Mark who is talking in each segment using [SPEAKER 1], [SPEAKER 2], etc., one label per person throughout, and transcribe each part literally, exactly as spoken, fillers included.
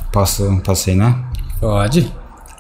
[SPEAKER 1] Posso, posso ir, né?
[SPEAKER 2] Pode.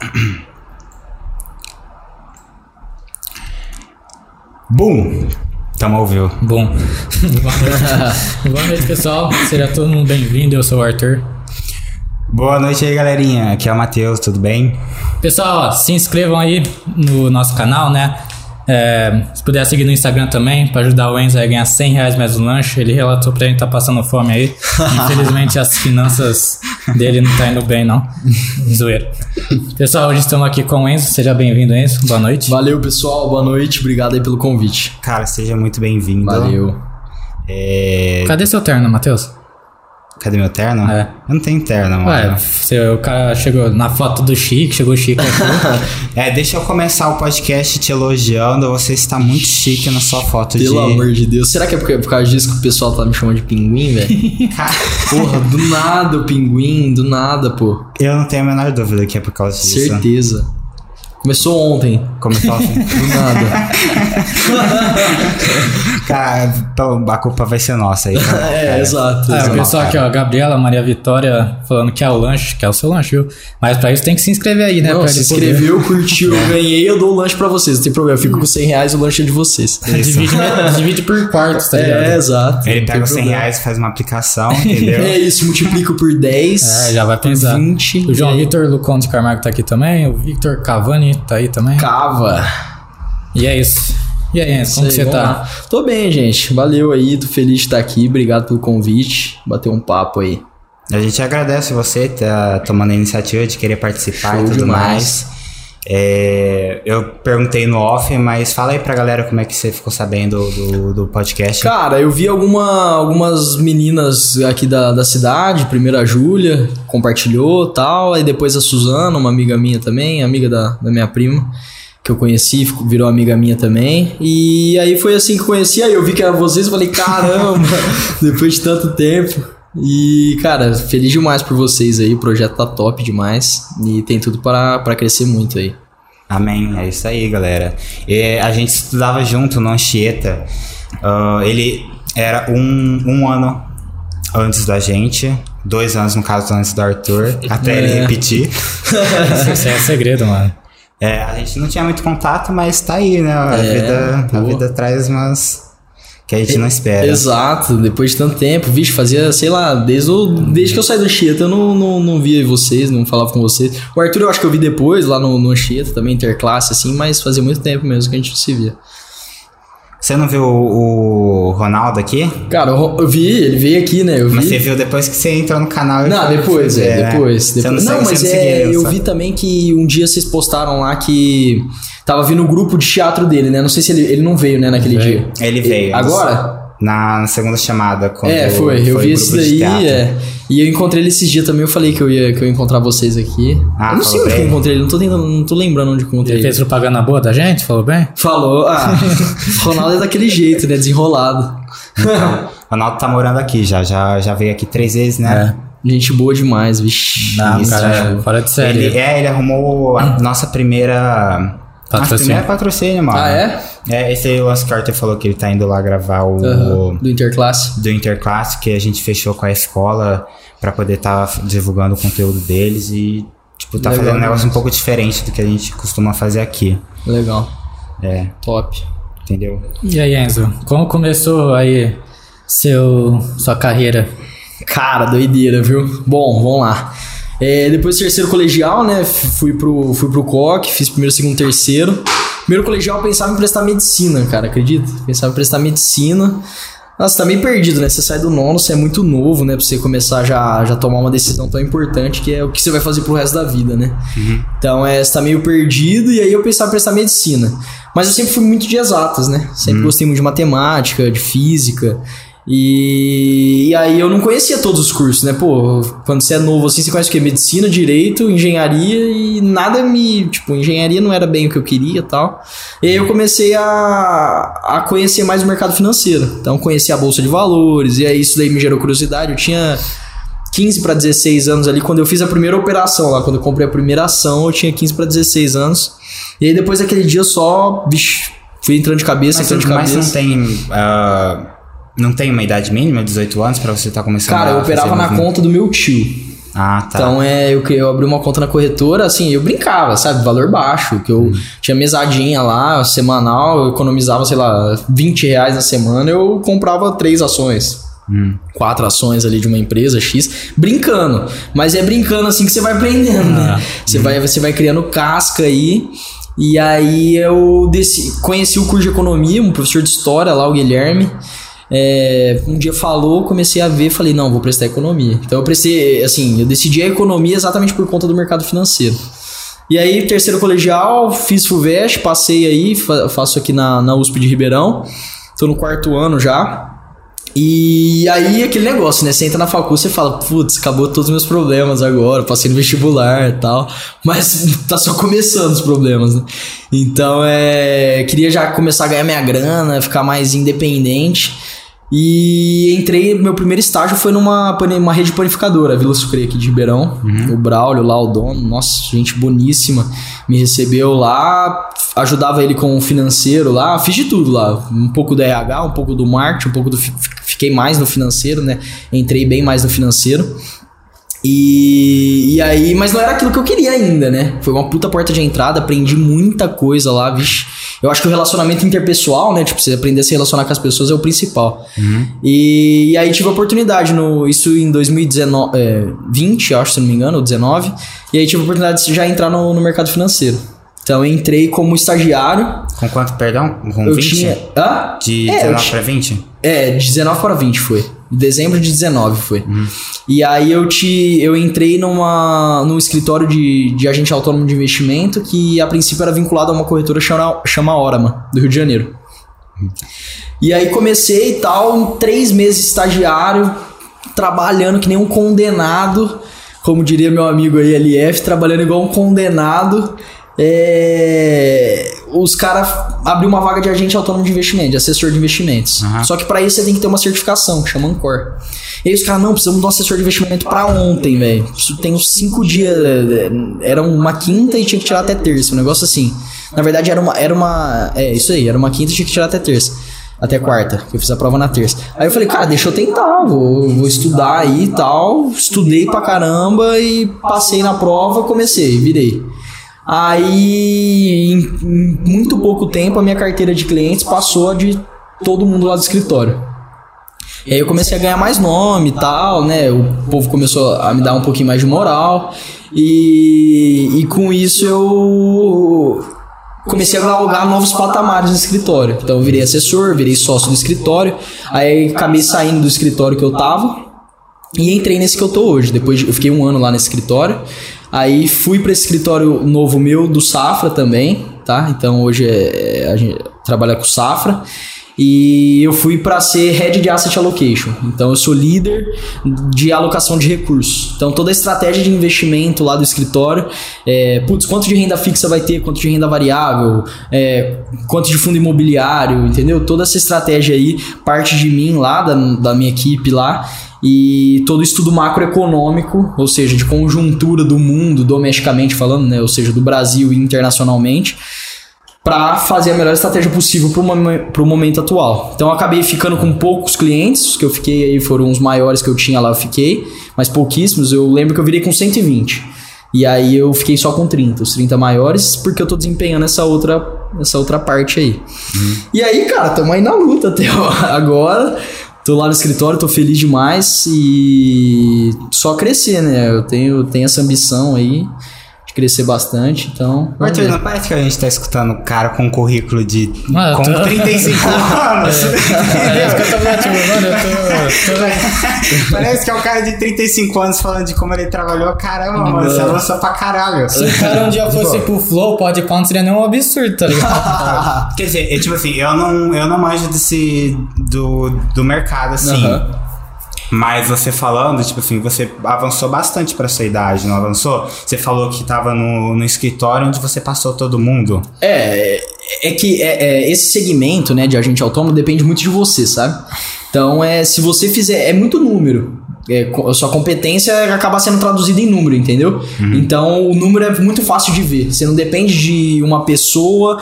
[SPEAKER 1] Bum! Tamo ao vivo.
[SPEAKER 2] Bom. Boa noite. Boa noite, pessoal. Seja todo mundo bem-vindo. Eu sou o Arthur.
[SPEAKER 1] Boa noite aí, galerinha. Aqui é o Matheus, tudo bem?
[SPEAKER 2] Pessoal, ó, se inscrevam aí no nosso canal, né? É, se puder seguir no Instagram também, pra ajudar o Enzo a ganhar cem reais mais no lanche. Ele relatou pra gente que tá passando fome aí. Infelizmente as finanças dele não tá indo bem, não. Zoeira. Pessoal, hoje estamos aqui com o Enzo. Seja bem-vindo, Enzo. Boa noite.
[SPEAKER 3] Valeu, pessoal. Boa noite. Obrigado aí pelo convite.
[SPEAKER 1] Cara, seja muito bem-vindo.
[SPEAKER 3] Valeu.
[SPEAKER 1] É...
[SPEAKER 2] Cadê seu terno, Matheus?
[SPEAKER 1] Cadê meu terno?
[SPEAKER 2] É.
[SPEAKER 1] Eu não tenho terno, mano.
[SPEAKER 2] Ué, seu, o cara chegou na foto do Chique, chegou chique aqui.
[SPEAKER 1] É, deixa eu começar o podcast te elogiando. Você está muito chique na sua foto.
[SPEAKER 3] Pelo
[SPEAKER 1] de...
[SPEAKER 3] amor de Deus. Será que é por, por causa disso que o pessoal tá me chamando de pinguim, velho? Porra, do nada o pinguim, do nada, pô.
[SPEAKER 1] Eu não tenho a menor dúvida que é por causa disso.
[SPEAKER 3] Certeza. Começou ontem.
[SPEAKER 1] Começou assim.
[SPEAKER 3] Do nada.
[SPEAKER 1] Cara, então a culpa vai ser nossa aí. Tá?
[SPEAKER 3] É,
[SPEAKER 1] Cara.
[SPEAKER 3] exato.
[SPEAKER 2] É,
[SPEAKER 3] exato.
[SPEAKER 2] o pessoal aqui, ó, Gabriela, Maria Vitória, falando que é o lanche, que é o seu lanche, viu? Mas pra isso tem que se inscrever aí, né?
[SPEAKER 3] Não,
[SPEAKER 2] pra
[SPEAKER 3] se
[SPEAKER 2] ele poder.
[SPEAKER 3] inscreveu, curtiu, eu ganhei, eu dou o lanche pra vocês. Não tem problema, eu fico com cem reais, o lanche é de vocês.
[SPEAKER 2] divide, divide por quartos, tá ligado?
[SPEAKER 3] É, exato.
[SPEAKER 1] Ele
[SPEAKER 3] não
[SPEAKER 1] pega
[SPEAKER 3] tem
[SPEAKER 1] os cem
[SPEAKER 3] problema.
[SPEAKER 1] reais, faz uma aplicação, entendeu?
[SPEAKER 3] É isso, multiplico por dez.
[SPEAKER 2] É, já vai pensar.
[SPEAKER 3] vinte.
[SPEAKER 2] O João
[SPEAKER 3] e aí?
[SPEAKER 2] Vitor Lucon de Camargo tá aqui também, o Victor Cavani tá aí também.
[SPEAKER 3] Cava.
[SPEAKER 2] E é isso. E aí, Enzo, como que
[SPEAKER 3] Sei,
[SPEAKER 2] você
[SPEAKER 3] vamos
[SPEAKER 2] tá?
[SPEAKER 3] lá. Tô bem, gente. Valeu aí, tô feliz de estar aqui. Obrigado pelo convite. Bater um papo aí.
[SPEAKER 1] A gente agradece você tá tomando a iniciativa de querer participar
[SPEAKER 3] Show
[SPEAKER 1] e tudo
[SPEAKER 3] demais.
[SPEAKER 1] mais. É, eu perguntei no off, mas fala aí pra galera como é que você ficou sabendo do, do podcast.
[SPEAKER 3] Cara, eu vi alguma, algumas meninas aqui da, da cidade. Primeiro a Júlia compartilhou e tal. Aí depois a Suzana, uma amiga minha também, amiga da, da minha prima, que eu conheci, ficou- virou amiga minha também. E aí foi assim que eu conheci. Aí eu vi que era vocês e falei, caramba, depois de tanto tempo. E, cara, feliz demais por vocês aí. O projeto tá top demais. E tem tudo para para crescer muito aí.
[SPEAKER 1] Amém, é isso aí, galera. E a gente estudava junto no Anchieta. Ah, ele era um, um ano antes da gente. Dois anos, no caso, antes do Arthur. Até ele
[SPEAKER 3] É.
[SPEAKER 1] repetir.
[SPEAKER 2] Isso é segredo, mano.
[SPEAKER 1] É, a gente não tinha muito contato, mas tá aí, né? A,
[SPEAKER 3] É,
[SPEAKER 1] vida, a
[SPEAKER 3] pô.
[SPEAKER 1] vida traz umas que a gente não espera.
[SPEAKER 3] Exato, depois de tanto tempo, vixe, fazia, sei lá, desde, o, desde que eu saí do Anchieta eu não, não, não via vocês, não falava com vocês. O Arthur eu acho que eu vi depois, lá no, no Anchieta, também interclasse, assim, mas fazia muito tempo mesmo que a gente não se via.
[SPEAKER 1] Você não viu o, o Ronaldo aqui?
[SPEAKER 3] Cara, eu, eu vi, ele veio aqui, né, eu vi.
[SPEAKER 1] Mas você viu depois que você entrou no canal e
[SPEAKER 3] Não,
[SPEAKER 1] foi-
[SPEAKER 3] depois,
[SPEAKER 1] foi
[SPEAKER 3] é,
[SPEAKER 1] ver, né?
[SPEAKER 3] depois.
[SPEAKER 1] Você
[SPEAKER 3] depois.
[SPEAKER 1] não,
[SPEAKER 3] Não,
[SPEAKER 1] segue-
[SPEAKER 3] mas
[SPEAKER 1] você não
[SPEAKER 3] é,
[SPEAKER 1] seguia,
[SPEAKER 3] eu
[SPEAKER 1] só-
[SPEAKER 3] vi também que um dia vocês postaram lá que tava vindo o grupo de teatro dele, né? Não sei se ele, ele não veio, né, naquele
[SPEAKER 2] Veio.
[SPEAKER 3] dia.
[SPEAKER 1] Ele veio.
[SPEAKER 3] Agora?
[SPEAKER 1] Na, na segunda chamada. Quando
[SPEAKER 3] É, foi, eu
[SPEAKER 1] o
[SPEAKER 3] vi
[SPEAKER 1] grupo
[SPEAKER 3] esse
[SPEAKER 1] de
[SPEAKER 3] daí,
[SPEAKER 1] teatro.
[SPEAKER 3] é. E eu encontrei ele esses dias também, eu falei que eu ia, que eu ia encontrar vocês aqui.
[SPEAKER 1] Ah,
[SPEAKER 3] eu não sei
[SPEAKER 1] falou
[SPEAKER 3] onde que eu
[SPEAKER 1] bem?
[SPEAKER 3] encontrei ele, não tô, tentando, não tô lembrando onde eu encontrei
[SPEAKER 2] Ele
[SPEAKER 3] ele.
[SPEAKER 2] fez propaganda boa da gente? Falou bem?
[SPEAKER 3] Falou, ah, Ronaldo é daquele jeito, né, desenrolado.
[SPEAKER 1] Então, o Ronaldo tá morando aqui já, já, já veio aqui três vezes, né?
[SPEAKER 3] Gente boa demais, vixi.
[SPEAKER 2] Não,
[SPEAKER 1] Isso,
[SPEAKER 2] cara,
[SPEAKER 1] é.
[SPEAKER 2] fora de série.
[SPEAKER 1] Ele, é, ele arrumou a nossa primeira... Nossa
[SPEAKER 2] Patrocínio.
[SPEAKER 1] primeira patrocínio, mano.
[SPEAKER 3] Ah, é?
[SPEAKER 1] É, esse aí o Lance Carter falou que ele tá indo lá gravar o...
[SPEAKER 3] Aham, do Interclasse.
[SPEAKER 1] do Interclasse, que a gente fechou com a escola pra poder estar divulgando o conteúdo deles e, tipo, tá
[SPEAKER 3] Legal
[SPEAKER 1] fazendo um negócio
[SPEAKER 3] demais.
[SPEAKER 1] um pouco diferente do que a gente costuma fazer aqui.
[SPEAKER 3] Legal,
[SPEAKER 1] É,
[SPEAKER 3] top.
[SPEAKER 1] entendeu?
[SPEAKER 2] E aí, Enzo, como começou aí seu, sua carreira?
[SPEAKER 3] Cara, doideira, viu? Bom, vamos lá. É, depois do terceiro colegial, né? Fui pro, fui pro C O C, fiz primeiro, segundo, terceiro. Primeiro colegial eu pensava em prestar medicina, cara, acredita? Pensava em prestar medicina. Nossa, tá meio perdido, né? Você sai do nono, você é muito novo, né? Pra você começar já já tomar uma decisão tão importante que é o que você vai fazer pro resto da vida, né?
[SPEAKER 1] Uhum.
[SPEAKER 3] Então, é, você tá meio perdido e aí eu pensava em prestar medicina. Mas eu sempre fui muito de exatas, né? Sempre gostei muito de matemática, de física. E, e aí eu não conhecia todos os cursos, né? Pô, quando você é novo assim, você conhece o quê? Medicina, direito, engenharia e nada me... Tipo, engenharia não era bem o que eu queria e tal. E aí eu comecei a, a conhecer mais o mercado financeiro. Então conheci a Bolsa de Valores e aí isso daí me gerou curiosidade. Eu tinha quinze para dezesseis anos ali quando eu fiz a primeira operação lá. Quando eu comprei a primeira ação, eu tinha quinze para dezesseis anos. E aí depois daquele dia só... Vixe, fui entrando de cabeça,
[SPEAKER 1] Mas,
[SPEAKER 3] entrando de
[SPEAKER 1] mas
[SPEAKER 3] cabeça.
[SPEAKER 1] não tem... Uh, não tem uma idade mínima, dezoito anos, pra você estar começando
[SPEAKER 3] Cara,
[SPEAKER 1] a
[SPEAKER 3] eu operava
[SPEAKER 1] fazer
[SPEAKER 3] na
[SPEAKER 1] movimento?
[SPEAKER 3] conta do meu tio.
[SPEAKER 1] Ah, tá.
[SPEAKER 3] Então é, eu, eu abri uma conta na corretora, assim, eu brincava, sabe? Valor baixo, que eu hum. tinha mesadinha lá, semanal, eu economizava, sei lá, vinte reais na semana, eu comprava três ações. Hum. Quatro ações ali de uma empresa X, brincando. Mas é brincando assim que você vai aprendendo, né? Ah, você, hum. vai, você vai criando casca aí. E aí eu desci, conheci o curso de economia, um professor de história lá, o Guilherme. É, um dia falou, comecei a ver, falei, não, vou prestar economia. Então eu prestei, assim, eu decidi a economia exatamente por conta do mercado financeiro. E aí, terceiro colegial, fiz FUVEST, passei aí, faço aqui na, na U S P de Ribeirão. Tô no quarto ano já. E aí, aquele negócio, né? Você entra na faculdade, você fala, putz, acabou todos os meus problemas agora, passei no vestibular e tal. Mas tá só começando os problemas, né? Então, é... queria já começar a ganhar minha grana, ficar mais independente. E entrei, meu primeiro estágio foi numa uma rede panificadora, a Vila Sucre aqui de Ribeirão. Uhum. O Braulio lá, o dono, nossa, gente boníssima, me recebeu lá, ajudava ele com o financeiro lá, fiz de tudo lá, um pouco do R H, um pouco do marketing, um pouco do... Fiquei mais no financeiro, né? Entrei bem mais no financeiro. E, e aí, mas não era aquilo que eu queria ainda, né? Foi uma puta porta de entrada, aprendi muita coisa lá, vixe. Eu acho que o relacionamento interpessoal, né? Tipo, você aprender a se relacionar com as pessoas é o principal. Uhum. E, e aí tive a oportunidade, no, isso em dois mil e dezenove, é, vinte, acho, se não me engano, ou dezenove. E aí tive a oportunidade de já entrar no, no mercado financeiro. Então eu entrei como estagiário.
[SPEAKER 1] Com quanto, perdão? Com
[SPEAKER 3] eu
[SPEAKER 1] vinte?
[SPEAKER 3] Tinha, hã?
[SPEAKER 1] De
[SPEAKER 3] é,
[SPEAKER 1] dezenove para vinte?
[SPEAKER 3] É, de dezenove para vinte foi. Em dezembro de dezenove foi.
[SPEAKER 1] Uhum.
[SPEAKER 3] E aí eu, te, eu entrei numa, num escritório de, de agente autônomo de investimento que a princípio era vinculado a uma corretora chama, chama Orama, do Rio de Janeiro. Uhum. E aí comecei e tal, em três meses estagiário, trabalhando que nem um condenado, como diria meu amigo aí, L F, trabalhando igual um condenado. É... Os caras abriram uma vaga de agente autônomo de investimento, de assessor de investimentos. Uhum. Só que para isso você tem que ter uma certificação, que chama Ancor. E aí os caras, não, precisamos de um assessor de investimento para ontem, velho. Tem uns cinco dias, era uma quinta e tinha que tirar até terça, um negócio assim. Na verdade era uma, era uma, é isso aí, era uma quinta e tinha que tirar até terça. Até quarta, que eu fiz a prova na terça. Aí eu falei, cara, deixa eu tentar, vou, vou estudar aí e tal. Estudei pra caramba e passei na prova, comecei, virei. Aí, em muito pouco tempo, a minha carteira de clientes passou de todo mundo lá do escritório. E aí eu comecei a ganhar mais nome e tal, né? O povo começou a me dar um pouquinho mais de moral. E, e com isso eu comecei a galgar novos patamares no escritório. Então eu virei assessor, virei sócio do escritório. Aí acabei saindo do escritório que eu tava e entrei nesse que eu tô hoje. Depois eu fiquei um ano lá nesse escritório. Aí fui para esse escritório novo meu do Safra também, tá? Então hoje é, a gente trabalha com Safra. E eu fui para ser Head de Asset Allocation. Então eu sou líder de alocação de recursos. Então toda a estratégia de investimento lá do escritório, é, putz, quanto de renda fixa vai ter, quanto de renda variável, é, quanto de fundo imobiliário, entendeu? Toda essa estratégia aí parte de mim lá, da, da minha equipe lá. E todo estudo macroeconômico, ou seja, de conjuntura do mundo, domesticamente falando, né? Ou seja, do Brasil e internacionalmente, para fazer a melhor estratégia possível para o momento atual. Então eu acabei ficando com poucos clientes, os que eu fiquei aí foram os maiores que eu tinha lá, eu fiquei, mas pouquíssimos. Eu lembro que eu virei com cento e vinte. E aí eu fiquei só com trinta, os trinta maiores, porque eu tô desempenhando essa outra, essa outra parte aí. Uhum. E aí, cara, tamo aí na luta até agora. Tô lá no escritório, tô feliz demais e só crescer, né? Eu tenho, tenho essa ambição aí de crescer bastante, então...
[SPEAKER 1] Arthur, não parece que a gente tá escutando um cara com um currículo de...
[SPEAKER 2] Ah,
[SPEAKER 1] com
[SPEAKER 2] tô...
[SPEAKER 1] trinta e cinco anos.
[SPEAKER 2] É, é, eu tô tipo, mano, eu tô... tô...
[SPEAKER 1] Parece que é um cara de trinta e cinco anos falando de como ele trabalhou. Caramba, mano, você avançou pra caralho.
[SPEAKER 2] Se o cara um dia fosse pro Flow, pode não seria nenhum absurdo, tá ligado?
[SPEAKER 1] Quer dizer, eu, tipo assim, eu não, eu não manjo desse... do, do mercado, assim... Uh-huh. Mas você falando, tipo assim, você avançou bastante pra sua idade, não avançou? Você falou que tava no, no escritório onde você passou todo mundo.
[SPEAKER 3] É, é que é, é, esse segmento, né, de agente autônomo depende muito de você, sabe? Então, é, se você fizer... É muito número. É, a sua competência acaba sendo traduzida em número, entendeu? Uhum. Então, o número é muito fácil de ver. Você não depende de uma pessoa...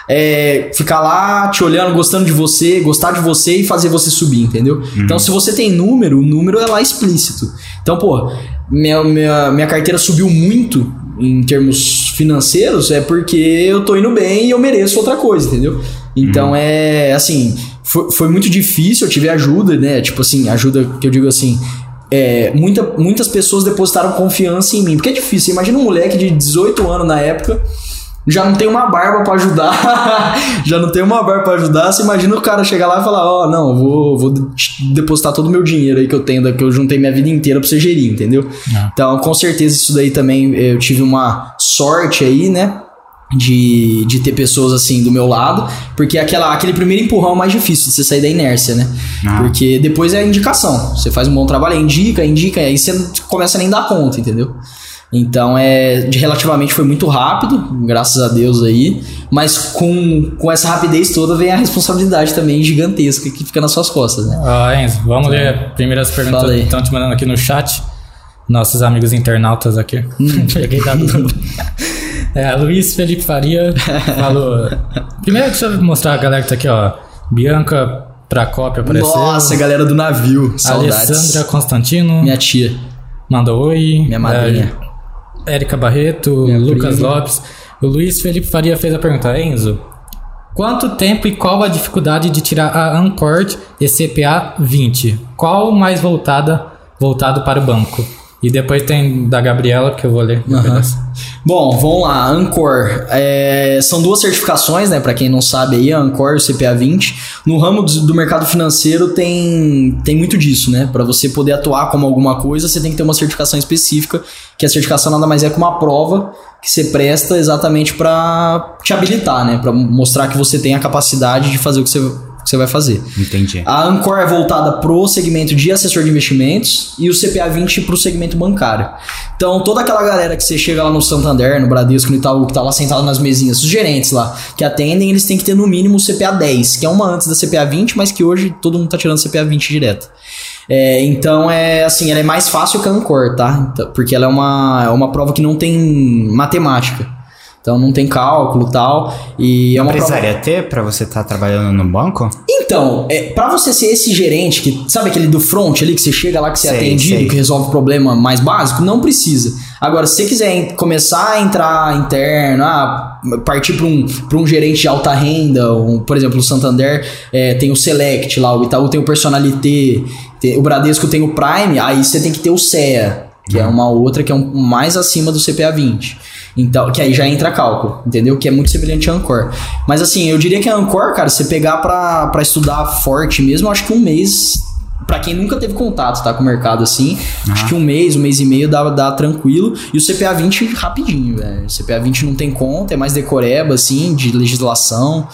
[SPEAKER 3] é, ficar lá te olhando, gostando de você, gostar de você e fazer você subir, entendeu? Uhum. Então, se você tem número, o número é lá explícito. Então, pô, minha, minha, minha carteira subiu muito em termos financeiros, é porque eu tô indo bem e eu mereço outra coisa, entendeu? Então, uhum. é assim, foi, foi muito difícil, eu tive ajuda, né? Tipo assim, ajuda que eu digo assim... É, muita, muitas pessoas depositaram confiança em mim, porque é difícil. Imagina um moleque de dezoito anos na época, já não tem uma barba pra ajudar, já não tem uma barba pra ajudar. Você imagina o cara chegar lá e falar: ó, oh, não, vou, vou depositar todo o meu dinheiro aí que eu tenho, que eu juntei minha vida inteira pra você gerir, entendeu? Não. Então, com certeza, isso daí também eu tive uma sorte aí, né? De, de ter pessoas assim do meu lado, porque aquela, aquele primeiro empurrão é o mais difícil de você sair da inércia, né? Ah. Porque depois é a indicação. Você faz um bom trabalho, indica, indica, e aí você não começa a nem dar conta, entendeu? Então é de, relativamente foi muito rápido, graças a Deus aí, mas com, com essa rapidez toda vem a responsabilidade também gigantesca que fica nas suas costas, né?
[SPEAKER 2] Ah, Enzo, vamos então, ler primeiras perguntas que estão te mandando aqui no chat. Nossos amigos internautas aqui. Hum. Peguei da dúvida. É, Luiz Felipe Faria falou... Primeiro deixa eu mostrar a galera que tá aqui, ó. Bianca Procópio apareceu.
[SPEAKER 3] Nossa, galera do navio. Saudades.
[SPEAKER 2] Alessandra Constantino.
[SPEAKER 3] Minha tia.
[SPEAKER 2] Mandou oi.
[SPEAKER 3] Minha madrinha.
[SPEAKER 2] É, Érica Barreto. Minha Lucas prima. Lopes. O Luiz Felipe Faria fez a pergunta. Enzo, quanto tempo e qual a dificuldade de tirar a Ancord e C P A vinte? Qual mais voltada, voltado para o banco? E depois tem da Gabriela, que eu vou ler.
[SPEAKER 3] Uhum. Bom, vamos lá. Ancor. É, são duas certificações, né? Pra quem não sabe aí, a Ancor e o C P A vinte. No ramo do, do mercado financeiro tem, tem muito disso, né? Pra você poder atuar como alguma coisa, você tem que ter uma certificação específica, que a certificação nada mais é que uma prova que você presta exatamente pra te habilitar, né? Pra mostrar que você tem a capacidade de fazer o que você... que você vai fazer.
[SPEAKER 1] Entendi.
[SPEAKER 3] A Ancor é voltada pro segmento de assessor de investimentos e o C P A vinte pro segmento bancário. Então, toda aquela galera que você chega lá no Santander, no Bradesco, no Itaú, que tá lá sentado nas mesinhas, os gerentes lá que atendem, eles têm que ter no mínimo o C P A dez, que é uma antes da C P A vinte, mas que hoje todo mundo tá tirando C P A vinte direto. É, então, é assim, ela é mais fácil que a Ancor, tá? Então, porque ela é uma, é uma prova que não tem matemática. Então não tem cálculo e tal. E é uma
[SPEAKER 1] precisaria
[SPEAKER 3] prova...
[SPEAKER 1] ter pra você estar tá trabalhando no banco?
[SPEAKER 3] Então, é, pra você ser esse gerente, que sabe aquele do front ali, que você chega lá, que você é atendido, sei. Que resolve o problema mais básico? Não precisa. Agora, se você quiser começar a entrar interno, ah, partir pra um, pra um gerente de alta renda, um, por exemplo, o Santander é, tem o Select lá, o Itaú tem o Personalité, tem, o Bradesco tem o Prime, aí você tem que ter o C E A, que hum. é uma outra que é um, mais acima do C P A vinte. Então, que aí já entra cálculo, entendeu? Que é muito semelhante à Ancor. Mas assim, eu diria que a Ancor, cara, você pegar pra, pra estudar forte mesmo, acho que um mês, pra quem nunca teve contato, tá, com o mercado assim, uhum. acho que um mês, um mês e meio dá, dá tranquilo. E o C P A vinte rapidinho, velho. O C P A vinte não tem conta, é mais decoreba, assim, de legislação.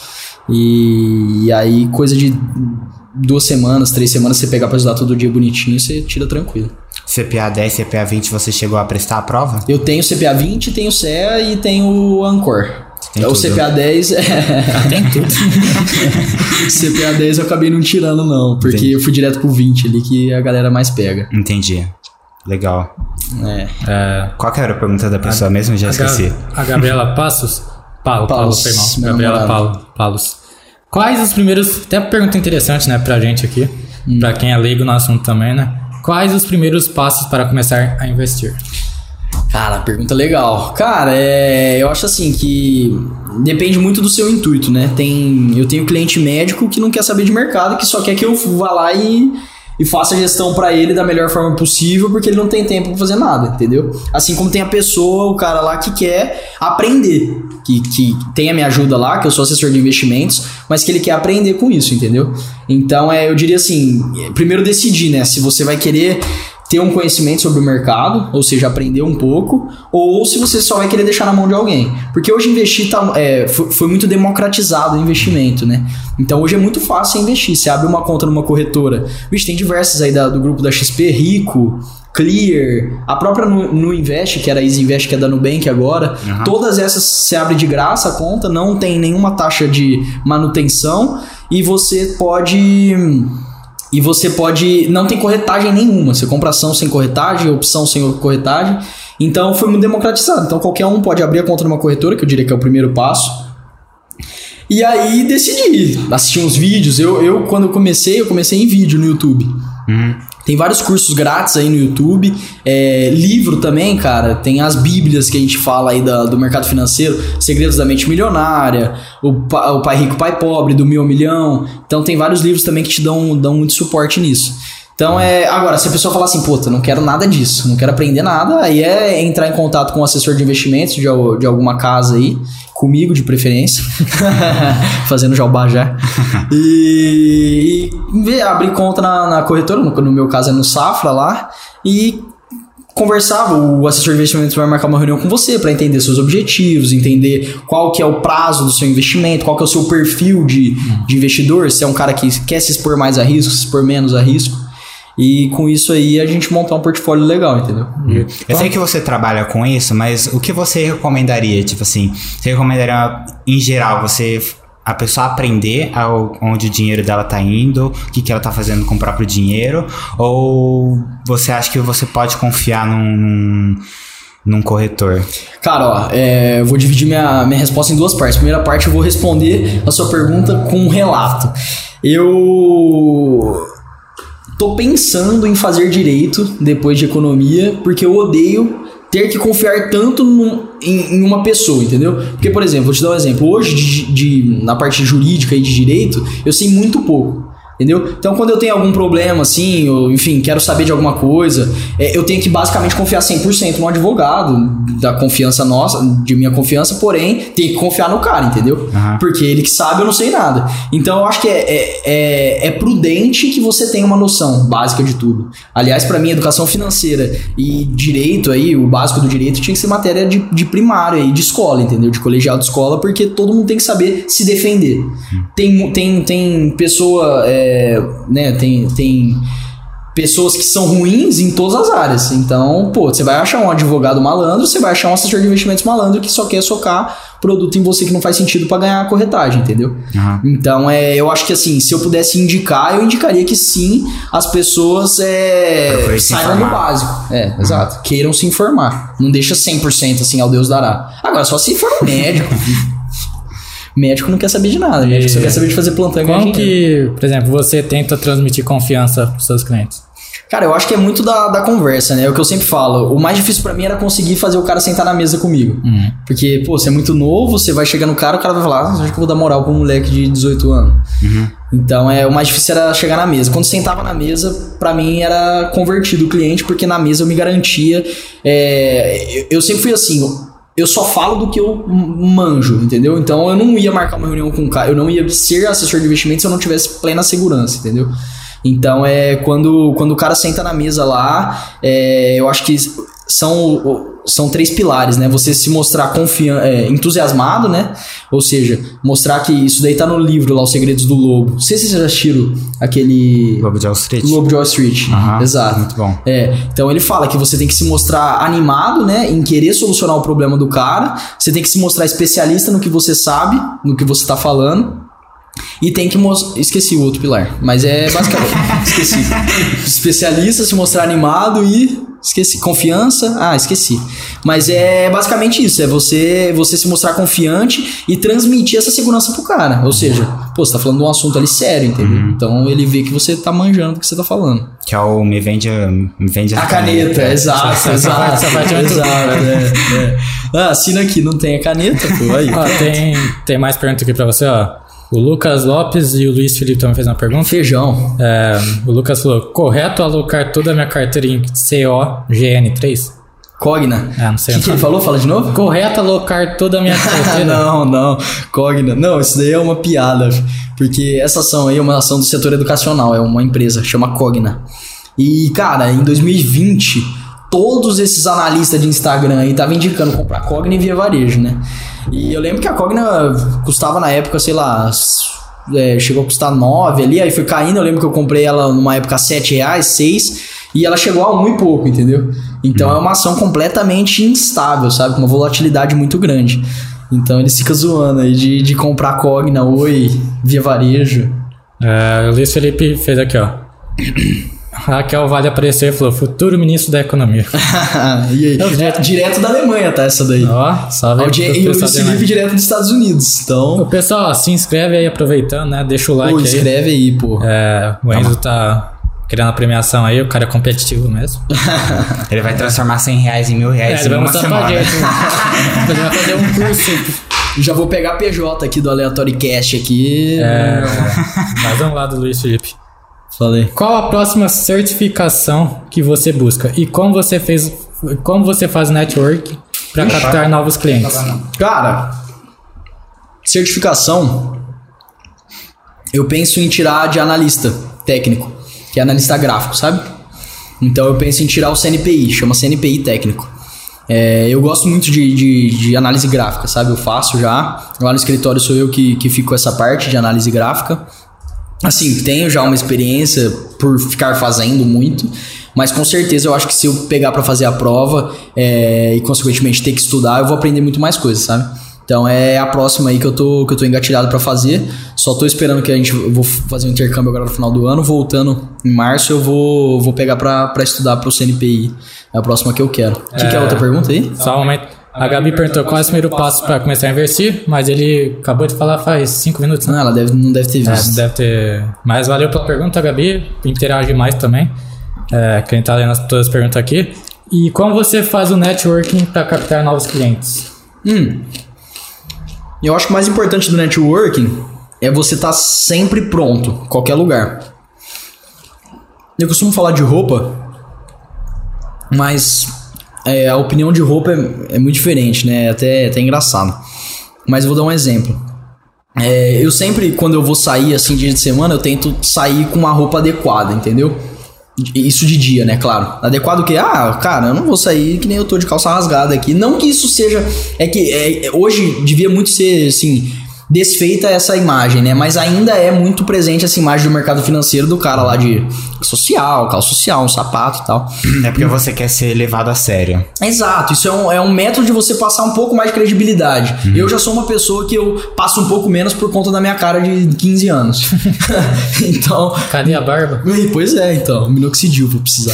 [SPEAKER 3] E, e aí, coisa de duas semanas, três semanas, você pegar pra estudar todo dia bonitinho, você tira tranquilo.
[SPEAKER 1] C P A dez, C P A vinte, você chegou a prestar a prova?
[SPEAKER 3] Eu tenho C P A vinte, tenho C E A e tenho o Ancor. Tem o tudo. C P A dez é...
[SPEAKER 2] Tem tudo.
[SPEAKER 3] C P A dez eu acabei não tirando não, porque Entendi. Eu fui direto pro vinte ali que a galera mais pega.
[SPEAKER 1] Entendi. Legal.
[SPEAKER 3] É.
[SPEAKER 1] É... Qual que era a pergunta da pessoa a, mesmo? Já a esqueci.
[SPEAKER 2] Ga- a Gabriela Passos? Paulo, Paulo, foi mal. Gabriela Paulo, Paulos. Quais os primeiros... Até pergunta interessante, né, pra gente aqui. Hum. Pra quem é leigo no assunto também, né? Quais os primeiros passos para começar a investir?
[SPEAKER 3] Cara, pergunta legal. Cara, é, eu acho assim que depende muito do seu intuito, né? Tem, eu tenho cliente médico que não quer saber de mercado, que só quer que eu vá lá e, e faça a gestão para ele da melhor forma possível, porque ele não tem tempo para fazer nada, entendeu? Assim como tem a pessoa, o cara lá que quer aprender, que, que tem a minha ajuda lá, que eu sou assessor de investimentos, mas que ele quer aprender com isso, entendeu? Então, é, eu diria assim, primeiro decidir, né? Se você vai querer ter um conhecimento sobre o mercado, ou seja, aprender um pouco, ou se você só vai querer deixar na mão de alguém. Porque hoje investir tá, é, foi, foi muito democratizado o investimento, né? Então hoje é muito fácil investir. Você abre uma conta numa corretora. Vixe, tem diversas aí da, do grupo da X P, Rico, Clear, a própria Nuinvest, que era a Easy Invest, que é da Nubank agora. Uhum. Todas essas você abre de graça a conta, não tem nenhuma taxa de manutenção e você pode... E você pode... Não tem corretagem nenhuma. Você compra ação sem corretagem, opção sem corretagem. Então foi muito democratizado. Então qualquer um pode abrir a conta numa corretora, que eu diria que é o primeiro passo. E aí decidi assistir uns vídeos. Eu, eu quando eu comecei, eu comecei em vídeo no YouTube.
[SPEAKER 1] Uhum.
[SPEAKER 3] Tem vários cursos grátis aí no YouTube. É, livro também, cara. Tem as bíblias que a gente fala aí da, do mercado financeiro. Segredos da Mente Milionária. O, o Pai Rico, Pai Pobre, do Mil ao Milhão. Então tem vários livros também que te dão, dão muito suporte nisso. Então é... Agora, se a pessoa falar assim, puta, não quero nada disso, não quero aprender nada, aí é entrar em contato com um assessor de investimentos de, de alguma casa aí, comigo de preferência, fazendo jabá já, e, e abrir conta na, na corretora, no, no meu caso é no Safra lá, e conversar, o assessor de investimentos vai marcar uma reunião com você para entender seus objetivos, entender qual que é o prazo do seu investimento, qual que é o seu perfil de, de investidor, se é um cara que quer se expor mais a risco, se expor menos a risco. E com isso aí a gente montar um portfólio legal, entendeu?
[SPEAKER 1] Hum. Eu sei que você trabalha com isso, mas o que você recomendaria? Tipo assim, você recomendaria em geral você a pessoa aprender ao, onde o dinheiro dela tá indo, o que, que ela tá fazendo com o próprio dinheiro? Ou você acha que você pode confiar num, num, num corretor?
[SPEAKER 3] Cara, ó, é, eu vou dividir minha, minha resposta em duas partes. Primeira parte eu vou responder a sua pergunta com um relato. Eu... tô pensando em fazer direito depois de economia, porque eu odeio ter que confiar tanto num, em, em uma pessoa, entendeu? Porque, por exemplo, vou te dar um exemplo. Hoje, de, de, na parte jurídica e de direito, eu sei muito pouco, entendeu? Então, quando eu tenho algum problema, assim, ou, enfim, quero saber de alguma coisa, é, eu tenho que basicamente confiar cem por cento no advogado, da confiança nossa, de minha confiança, porém, tem que confiar no cara, entendeu? Uhum. Porque ele que sabe, eu não sei nada. Então, eu acho que é, é, é, é prudente que você tenha uma noção básica de tudo. Aliás, pra mim, educação financeira e direito aí, o básico do direito tinha que ser matéria de, de primário aí, de escola, entendeu? De colegial de escola, porque todo mundo tem que saber se defender. Uhum. Tem, tem, tem pessoa... É, É, né, tem, tem pessoas que são ruins em todas as áreas. Então, pô, você vai achar um advogado malandro, você vai achar um assessor de investimentos malandro que só quer socar produto em você que não faz sentido pra ganhar a corretagem, entendeu? Uhum. Então, é, eu acho que assim, se eu pudesse indicar, eu indicaria que sim, as pessoas é, saibam do básico. É, uhum. Exato. Queiram se informar. Não deixa cem por cento assim, ao Deus dará. Agora, só se for um médico... Médico não quer saber de nada, médico só quer saber de fazer plantão e ganhar
[SPEAKER 2] dinheiro. Como que, por exemplo, você tenta transmitir confiança pros seus clientes?
[SPEAKER 3] Cara, eu acho que é muito da, da conversa, né? É o que eu sempre falo. O mais difícil pra mim era conseguir fazer o cara sentar na mesa comigo. Uhum. Porque, pô, você é muito novo, você vai chegar no cara, o cara vai falar, ah, acho que eu vou dar moral pra um moleque de dezoito anos. Uhum. Então, é, o mais difícil era chegar na mesa. Quando sentava na mesa, pra mim era convertido o cliente, porque na mesa eu me garantia. É, eu, eu sempre fui assim... Eu só falo do que eu manjo, entendeu? Então eu não ia marcar uma reunião com um cara, eu não ia ser assessor de investimentos se eu não tivesse plena segurança, entendeu? Então é quando, quando o cara senta na mesa lá, é, eu acho que são, são três pilares, né? Você se mostrar confian- é, entusiasmado, né? Ou seja, mostrar que isso daí tá no livro lá, Os Segredos do Lobo. Não sei se vocês já assistiram aquele...
[SPEAKER 1] Lobo de Wall Street.
[SPEAKER 3] Lobo de Wall Street,
[SPEAKER 1] uhum,
[SPEAKER 3] exato.
[SPEAKER 1] Muito bom.
[SPEAKER 3] É, então ele fala que você tem que se mostrar animado, né? Em querer solucionar o problema do cara. Você tem que se mostrar especialista no que você sabe, no que você tá falando. E tem que mostrar... Esqueci o outro pilar, mas é basicamente... esqueci. Especialista, se mostrar animado e... Esqueci. Confiança? Ah, esqueci. Mas é basicamente isso. É você, você se mostrar confiante e transmitir essa segurança pro cara. Ou seja, pô, você tá falando de um assunto ali sério, entendeu? Uhum. Então ele vê que você tá manjando do que você tá falando.
[SPEAKER 1] Que é o me vende, me vende a,
[SPEAKER 3] a caneta. caneta. Exato, exato. Exato, é, é. Ah, assina aqui, não tem a caneta, pô. Aí.
[SPEAKER 2] Ah, tem, tem mais pergunta aqui pra você, ó. O Lucas Lopes e o Luiz Felipe também fez uma pergunta.
[SPEAKER 3] Feijão.
[SPEAKER 2] É, o Lucas falou, correto alocar toda a minha carteira em C O G N três?
[SPEAKER 3] Cogna.
[SPEAKER 2] É, não sei.
[SPEAKER 3] O que, que ele falou? Fala de novo?
[SPEAKER 2] Correto alocar toda a minha carteira.
[SPEAKER 3] Não, não. Cogna. Não, isso daí é uma piada. Porque essa ação aí é uma ação do setor educacional. É uma empresa, chama Cogna. E, cara, em dois mil e vinte, todos esses analistas de Instagram aí estavam indicando comprar Cogna e Via Varejo, né? E eu lembro que a Cogna custava na época, sei lá, é, chegou a custar nove ali, aí foi caindo. Eu lembro que eu comprei ela numa época sete reais, seis, e ela chegou a um e pouco, entendeu? Então é uma ação completamente instável, sabe? Com uma volatilidade muito grande. Então eles ficam zoando aí de, de comprar Cogna, Oi, Via Varejo.
[SPEAKER 2] É, o Luiz Felipe fez aqui, ó. Raquel Vale apareceu e falou, futuro ministro da economia.
[SPEAKER 3] E aí? É, direto da Alemanha, tá? Essa daí.
[SPEAKER 2] Ó, salve aí.
[SPEAKER 3] Audi- E o Luiz Felipe direto dos Estados Unidos. Então.
[SPEAKER 2] O pessoal, ó, se inscreve aí aproveitando, né? Deixa o like
[SPEAKER 3] Pô,
[SPEAKER 2] aí.
[SPEAKER 3] escreve aí, pô.
[SPEAKER 2] É, o Enzo tá querendo a premiação aí, o cara é competitivo mesmo.
[SPEAKER 1] Ele vai transformar cem reais em mil reais
[SPEAKER 2] É,
[SPEAKER 1] em
[SPEAKER 2] ele vai
[SPEAKER 1] uma
[SPEAKER 2] mostrar pra
[SPEAKER 1] semana.
[SPEAKER 2] gente. Ele vai fazer um curso.
[SPEAKER 3] Já vou pegar P J aqui do Aleatory Cast aqui.
[SPEAKER 2] É, mas vamos lá do Luiz Felipe.
[SPEAKER 3] Falei.
[SPEAKER 2] Qual a próxima certificação que você busca? E como você fez, como você faz network para captar novos clientes?
[SPEAKER 3] Cara, certificação, eu penso em tirar de analista técnico, que é analista gráfico, sabe? Então eu penso em tirar o C N P I, chama C N P I técnico. É, eu gosto muito de, de, de análise gráfica, sabe? Eu faço já. Lá no escritório sou eu que, que fico com essa parte de análise gráfica. Assim, tenho já uma experiência por ficar fazendo muito, mas com certeza eu acho que se eu pegar pra fazer a prova é, e consequentemente ter que estudar, eu vou aprender muito mais coisas, sabe? Então é a próxima aí que eu tô, que eu tô engatilhado pra fazer. Só tô esperando que a gente eu vou fazer um intercâmbio agora no final do ano. Voltando em março, eu vou, vou pegar pra, pra estudar pro C N P I. É a próxima que eu quero. O que, que é a outra pergunta aí?
[SPEAKER 2] Só um momento. A Gabi perguntou qual é o primeiro passo para começar a investir, mas ele acabou de falar faz cinco minutos, né?
[SPEAKER 3] Não, ela deve, não deve ter
[SPEAKER 2] É,
[SPEAKER 3] visto.
[SPEAKER 2] deve ter. Mas valeu pela pergunta, Gabi. Interage mais também. É, quem tá lendo todas as perguntas aqui. E como você faz o networking para captar novos clientes?
[SPEAKER 3] Hum. Eu acho que o mais importante do networking é você estar sempre pronto, em qualquer lugar. Eu costumo falar de roupa, mas é, a opinião de roupa é, é muito diferente, né? É até, até engraçado. Mas eu vou dar um exemplo. É, eu sempre, quando eu vou sair assim dia de semana, eu tento sair com uma roupa adequada, entendeu? Isso de dia, né? Claro. Adequado o quê? Ah, cara, eu não vou sair que nem eu tô de calça rasgada aqui. Não que isso seja... É que é, hoje devia muito ser, assim... desfeita essa imagem, né? Mas ainda é muito presente essa imagem do mercado financeiro do cara lá de social, calça social, um sapato e tal.
[SPEAKER 1] É porque você quer ser levado a sério.
[SPEAKER 3] Exato, isso é um, é um método de você passar um pouco mais de credibilidade. Uhum. Eu já sou uma pessoa que eu passo um pouco menos por conta da minha cara de quinze anos. Então...
[SPEAKER 2] Cadê a barba?
[SPEAKER 3] Pois é, então, minoxidil vou precisar.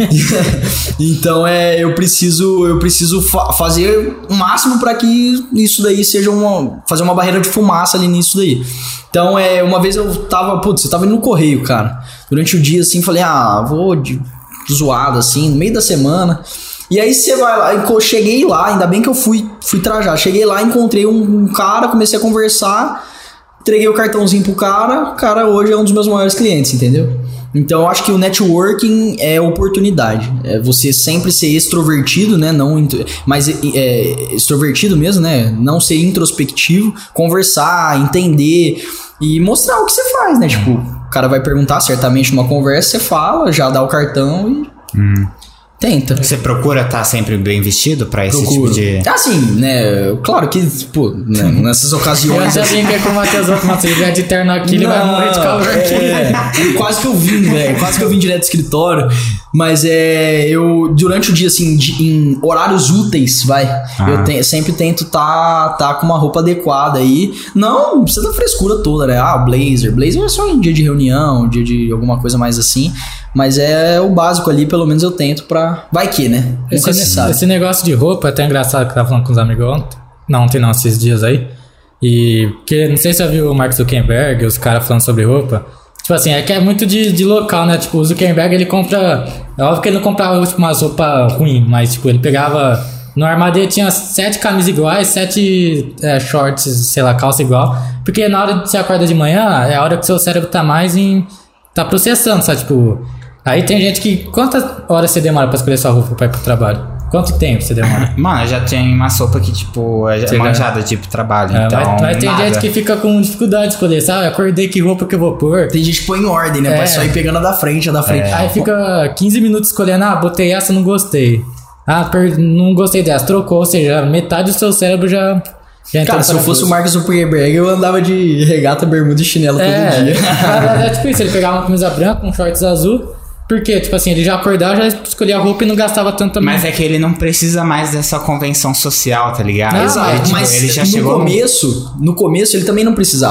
[SPEAKER 3] Então é, eu preciso, eu preciso fa- fazer o máximo para que isso daí seja uma... fazer uma barreira de fumaça ali nisso daí. Então, é, uma vez eu tava, putz, eu tava indo no correio, cara. Durante o dia, assim, falei, ah, vou de zoado, assim, no meio da semana. E aí você vai lá, eu cheguei lá, ainda bem que eu fui, fui trajar. Cheguei lá, encontrei um, um cara, comecei a conversar, entreguei o cartãozinho pro cara, o cara hoje é um dos meus maiores clientes, entendeu? Então eu acho que o networking é oportunidade. É você sempre ser extrovertido, né? Não, mas é, extrovertido mesmo, né? Não ser introspectivo, conversar, entender e mostrar o que você faz, né? Tipo, o cara vai perguntar certamente numa conversa, você fala, já dá o cartão e... Hum. Tenta.
[SPEAKER 1] Você procura estar sempre bem vestido pra esse
[SPEAKER 3] Procuro.
[SPEAKER 1] tipo de...
[SPEAKER 3] Assim, né? Claro que, pô, né, nessas ocasiões...
[SPEAKER 2] Eu já brinquei com o Matheus outro, mas se ele vier de terno aqui, ele vai morrer de calor aqui.
[SPEAKER 3] É, quase que eu vim, velho. Quase que eu vim direto do escritório. Mas é... Eu, durante o dia, assim, de, em horários úteis, vai. Ah. Eu te, sempre tento tá, tá com uma roupa adequada aí. Não, não precisa da frescura toda, né? Ah, blazer. Blazer é só em dia de reunião, dia de alguma coisa mais assim. Mas é o básico ali, pelo menos eu tento pra... Vai que, né? Nunca se sabe.
[SPEAKER 2] Esse negócio de roupa é até engraçado que eu tava falando com os amigos ontem. Não, ontem não, esses dias aí. E... Porque não sei se você já viu o Mark Zuckerberg, os caras falando sobre roupa. Tipo assim, é que é muito de, de local, né? Tipo, o Zuckerberg, ele compra... É óbvio que ele não comprava, tipo, umas roupas ruins, mas, tipo, ele pegava... No armário dele tinha sete camisas iguais, sete é, shorts, sei lá, calça igual. Porque na hora que você acorda de manhã, é a hora que o seu cérebro tá mais em... Tá processando, sabe? Tipo... Aí tem gente que... Quantas horas você demora pra escolher sua roupa pra ir pro trabalho? Quanto tempo você demora?
[SPEAKER 1] Mano, já tem uma sopa que, tipo, é
[SPEAKER 2] Você
[SPEAKER 1] manjada, tipo, trabalho,
[SPEAKER 2] é,
[SPEAKER 1] então...
[SPEAKER 2] Mas, mas tem
[SPEAKER 1] nada.
[SPEAKER 2] gente que fica com dificuldade de escolher, sabe? Acordei, que roupa que eu vou pôr?
[SPEAKER 3] Tem gente que põe em ordem, né?
[SPEAKER 2] É.
[SPEAKER 3] Pra só ir pegando a da frente, a da frente.
[SPEAKER 2] É. Aí fica quinze minutos escolhendo, ah, botei essa, não gostei. Ah, per... não gostei dessa, trocou, ou seja, metade do seu cérebro já... já
[SPEAKER 3] Cara, se eu fosse o Mark Zuckerberg, eu andava de regata, bermuda e chinelo
[SPEAKER 2] é,
[SPEAKER 3] todo dia.
[SPEAKER 2] É, é tipo isso, ele pegava uma camisa branca, um shorts azul... Porque, tipo assim, ele já acordava, já escolhia a roupa e não gastava tanto também.
[SPEAKER 1] Mas é que ele não precisa mais dessa convenção social, tá ligado?
[SPEAKER 2] Não,
[SPEAKER 3] Exato,
[SPEAKER 1] ele, tipo,
[SPEAKER 3] mas
[SPEAKER 1] ele já
[SPEAKER 3] no
[SPEAKER 1] chegou
[SPEAKER 3] começo, no... no começo ele também não precisava.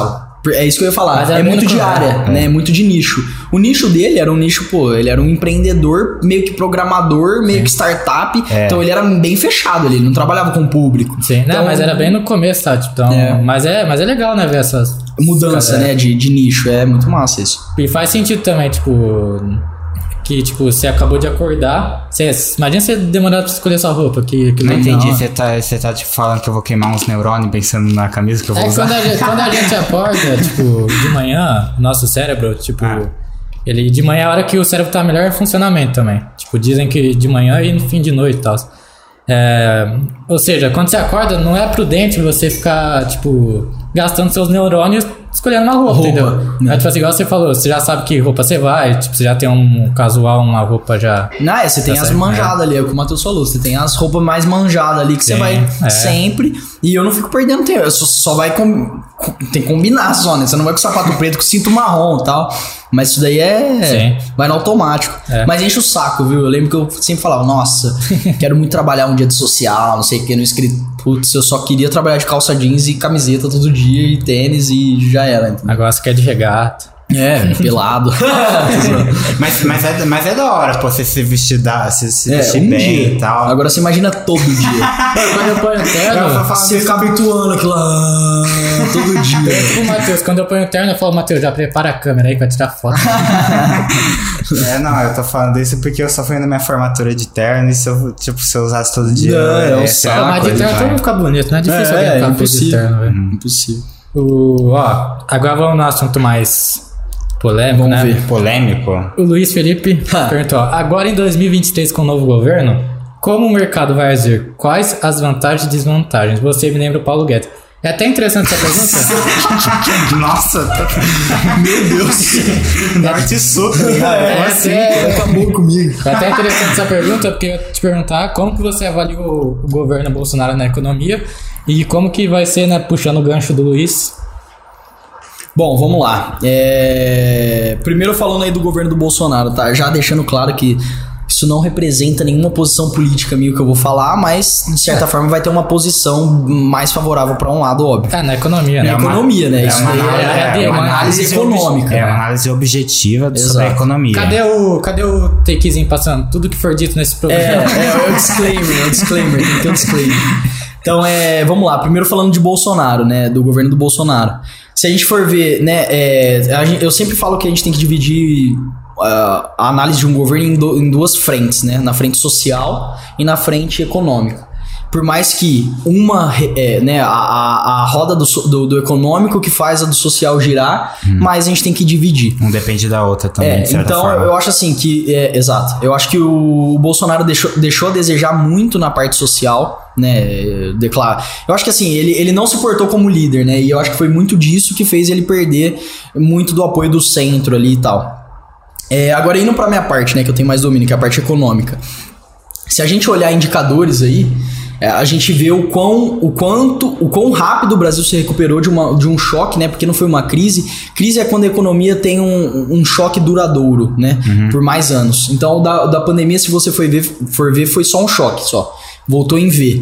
[SPEAKER 3] É isso que eu ia falar.
[SPEAKER 2] Mas
[SPEAKER 3] é muito de área,
[SPEAKER 1] é.
[SPEAKER 3] né? É muito de nicho. O nicho dele era um nicho, pô, ele era um empreendedor, meio que programador, meio que startup.
[SPEAKER 1] É.
[SPEAKER 3] Então ele era bem fechado ali, ele não trabalhava com o público.
[SPEAKER 2] Sim,
[SPEAKER 3] então,
[SPEAKER 2] não, mas era bem no começo, tá? Tipo, então,
[SPEAKER 3] É.
[SPEAKER 2] mas, é, mas é legal, né, ver essas...
[SPEAKER 3] mudança,
[SPEAKER 2] é.
[SPEAKER 3] né, de, de nicho. É muito massa isso.
[SPEAKER 2] E faz sentido também, tipo... Que, tipo, você acabou de acordar. Você, imagina você demorar pra escolher sua roupa. Que, que
[SPEAKER 1] Não entendi,
[SPEAKER 2] não.
[SPEAKER 1] você tá, você tá tipo, falando que eu vou queimar uns neurônios pensando na camisa que eu vou
[SPEAKER 2] É que
[SPEAKER 1] usar.
[SPEAKER 2] quando a, gente, quando a gente acorda, tipo, de manhã, nosso cérebro, tipo,
[SPEAKER 1] Ah.
[SPEAKER 2] ele de manhã é a hora que o cérebro tá melhor em funcionamento também. Tipo, dizem que de manhã e no fim de noite e tal. É, ou seja, quando você acorda, não é prudente você ficar, tipo, gastando seus neurônios escolhendo uma roupa,
[SPEAKER 3] Roupa,
[SPEAKER 2] entendeu?
[SPEAKER 3] né?
[SPEAKER 2] É, tipo assim, igual você falou, você já sabe que roupa você vai, tipo, você já tem um casual, uma roupa já...
[SPEAKER 3] Não, é, você tem
[SPEAKER 2] Tá
[SPEAKER 3] as
[SPEAKER 2] certo,
[SPEAKER 3] manjadas ali, é o que o Matheus falou. Você tem as roupas mais manjadas ali que você
[SPEAKER 2] Sim,
[SPEAKER 3] vai
[SPEAKER 2] é.
[SPEAKER 3] sempre. E eu não fico perdendo tempo. Eu só, só vai com, com- tem que combinar só, né? Você não vai com sapato preto com cinto marrom e tal. Mas isso daí é.
[SPEAKER 2] Sim.
[SPEAKER 3] Vai no automático.
[SPEAKER 2] É.
[SPEAKER 3] Mas enche o saco, viu? Eu lembro que eu sempre falava, nossa, quero muito trabalhar um dia de social, não sei o que, no escrito. Putz, eu só queria trabalhar de calça jeans e camiseta todo dia, e tênis e já era. Entendeu?
[SPEAKER 2] Agora você quer de regata.
[SPEAKER 3] É, pelado.
[SPEAKER 1] Mas, mas, é, mas é da hora, pô, você se vestir, da, se, se
[SPEAKER 3] É,
[SPEAKER 1] vestir
[SPEAKER 3] um
[SPEAKER 1] bem
[SPEAKER 3] dia.
[SPEAKER 1] e tal.
[SPEAKER 3] Agora você imagina todo dia.
[SPEAKER 2] Quando eu ponho
[SPEAKER 1] Eu
[SPEAKER 2] terno...
[SPEAKER 1] vou falar
[SPEAKER 3] Você
[SPEAKER 1] disso.
[SPEAKER 3] fica habituando aquilo lá todo dia.
[SPEAKER 2] Tipo, Matheus, quando eu ponho terno, eu falo, Matheus, já prepara a câmera aí pra tirar foto.
[SPEAKER 1] É, não, eu tô falando isso porque eu só fui na minha formatura de terno e se eu, tipo, se eu usasse todo dia...
[SPEAKER 3] Não, é um
[SPEAKER 1] essa
[SPEAKER 3] saco,
[SPEAKER 1] uma
[SPEAKER 2] Mas de
[SPEAKER 1] coisa,
[SPEAKER 2] terno
[SPEAKER 1] vai.
[SPEAKER 2] todo mundo fica bonito, não é difícil
[SPEAKER 3] É,
[SPEAKER 2] alguém
[SPEAKER 3] é
[SPEAKER 2] ficar bonito de
[SPEAKER 3] impossível.
[SPEAKER 2] terno, velho.
[SPEAKER 3] Impossível.
[SPEAKER 2] O, ó, agora vamos no assunto mais polêmico,
[SPEAKER 3] Vamos
[SPEAKER 2] né?
[SPEAKER 3] ver.
[SPEAKER 1] Polêmico?
[SPEAKER 2] O Luiz Felipe
[SPEAKER 3] Ha.
[SPEAKER 2] perguntou, agora em dois mil e vinte e três com o novo governo, como o mercado vai agir? Quais as vantagens e desvantagens? Você me lembra o Paulo Guedes. É até interessante essa pergunta.
[SPEAKER 1] Nossa, tá... meu Deus. Norte e sul, tá ligado?
[SPEAKER 2] É,
[SPEAKER 1] Como assim?
[SPEAKER 2] é,
[SPEAKER 3] Acabou comigo.
[SPEAKER 2] é até interessante essa pergunta, porque eu ia te perguntar como que você avaliou o governo Bolsonaro na economia e como que vai ser, né, puxando o gancho do Luiz.
[SPEAKER 3] Bom, vamos lá. É... Primeiro falando aí do governo do Bolsonaro, tá? Já deixando claro que isso não representa nenhuma posição política minha que eu vou falar, mas de certa forma vai ter uma posição mais favorável para um lado, óbvio.
[SPEAKER 2] É, na economia, né?
[SPEAKER 3] Na economia, né?
[SPEAKER 1] É
[SPEAKER 3] Isso
[SPEAKER 1] uma,
[SPEAKER 3] daí
[SPEAKER 1] análise,
[SPEAKER 2] é-
[SPEAKER 1] é,
[SPEAKER 2] é
[SPEAKER 1] uma
[SPEAKER 2] uma
[SPEAKER 1] análise
[SPEAKER 3] análise
[SPEAKER 1] obje-
[SPEAKER 3] econômica,
[SPEAKER 1] É
[SPEAKER 3] né?
[SPEAKER 1] uma análise objetiva sobre
[SPEAKER 3] Exato.
[SPEAKER 1] a economia.
[SPEAKER 2] Cadê o, cadê o takezinho passando? Tudo que for dito nesse
[SPEAKER 3] É,
[SPEAKER 2] programa.
[SPEAKER 3] é, é o disclaimer, é o disclaimer, tem que ter um disclaimer. Então, é, vamos lá. Primeiro falando de Bolsonaro, né? Do governo do Bolsonaro. Se a gente for ver, né? É, a gente- eu sempre falo que a gente tem que dividir uh, a análise de um governo em, do- em duas frentes, né? Na frente social e na frente econômica. Por mais que uma, é, né, a, a, a roda do, so- do, do econômico que faz a do social girar, mas a gente tem que dividir.
[SPEAKER 1] Um depende da outra também,
[SPEAKER 3] É,
[SPEAKER 1] de certa
[SPEAKER 3] então
[SPEAKER 1] forma.
[SPEAKER 3] eu acho assim que, é, exato, eu acho que o Bolsonaro deixou, deixou a desejar muito na parte social, né, declara. Eu acho que assim, ele, ele não se portou como líder, né, e eu acho que foi muito disso que fez ele perder muito do apoio do centro ali e tal. É, agora indo pra minha parte, né, que eu tenho mais domínio, que é a parte econômica. Se a gente olhar indicadores aí, é, a gente vê o quão, o quanto, o quão rápido o Brasil se recuperou de, uma, de um choque, né? Porque não foi uma crise. Crise é quando a economia tem um, um choque duradouro, né? Por mais anos. Então, da, da pandemia, se você for ver, for ver, foi só um choque, só. Voltou em V.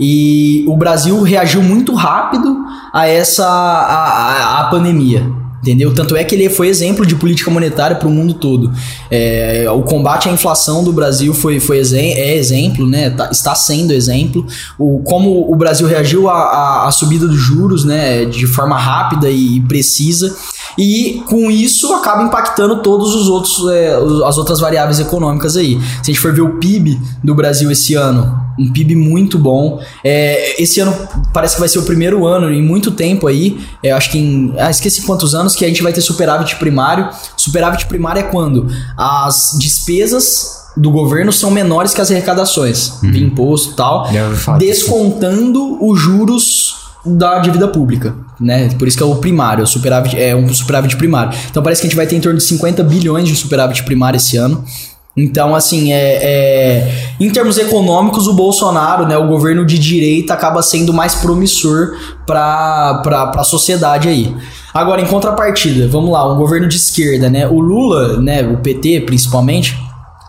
[SPEAKER 3] E o Brasil reagiu muito rápido a essa a, a, a pandemia. Entendeu? Tanto é que ele foi exemplo de política monetária para o mundo todo. É, o combate à inflação do Brasil foi, foi exem- é exemplo, né? Tá- está sendo exemplo. O, como o Brasil reagiu à, à, à subida dos juros, né? De forma rápida e precisa. E com isso acaba impactando todos os outros é, os- as outras variáveis econômicas aí. Se a gente for ver o P I B do Brasil esse ano, um P I B muito bom. É, esse ano parece que vai ser o primeiro ano em muito tempo aí. É, acho que em. Ah, esqueci quantos anos que a gente vai ter superávit primário. Superávit primário é quando as despesas do governo são menores que as arrecadações de imposto e tal,
[SPEAKER 1] Já ouvi falar disso.
[SPEAKER 3] descontando os juros da dívida pública, né? Por isso que é o primário, o superávit é um superávit primário. Então parece que a gente vai ter em torno de cinquenta bilhões de superávit primário esse ano. Então, assim, é, é, em termos econômicos, o Bolsonaro, né, o governo de direita, acaba sendo mais promissor para a sociedade aí. Agora, em contrapartida, vamos lá, um governo de esquerda, né? O Lula, né, o P T principalmente,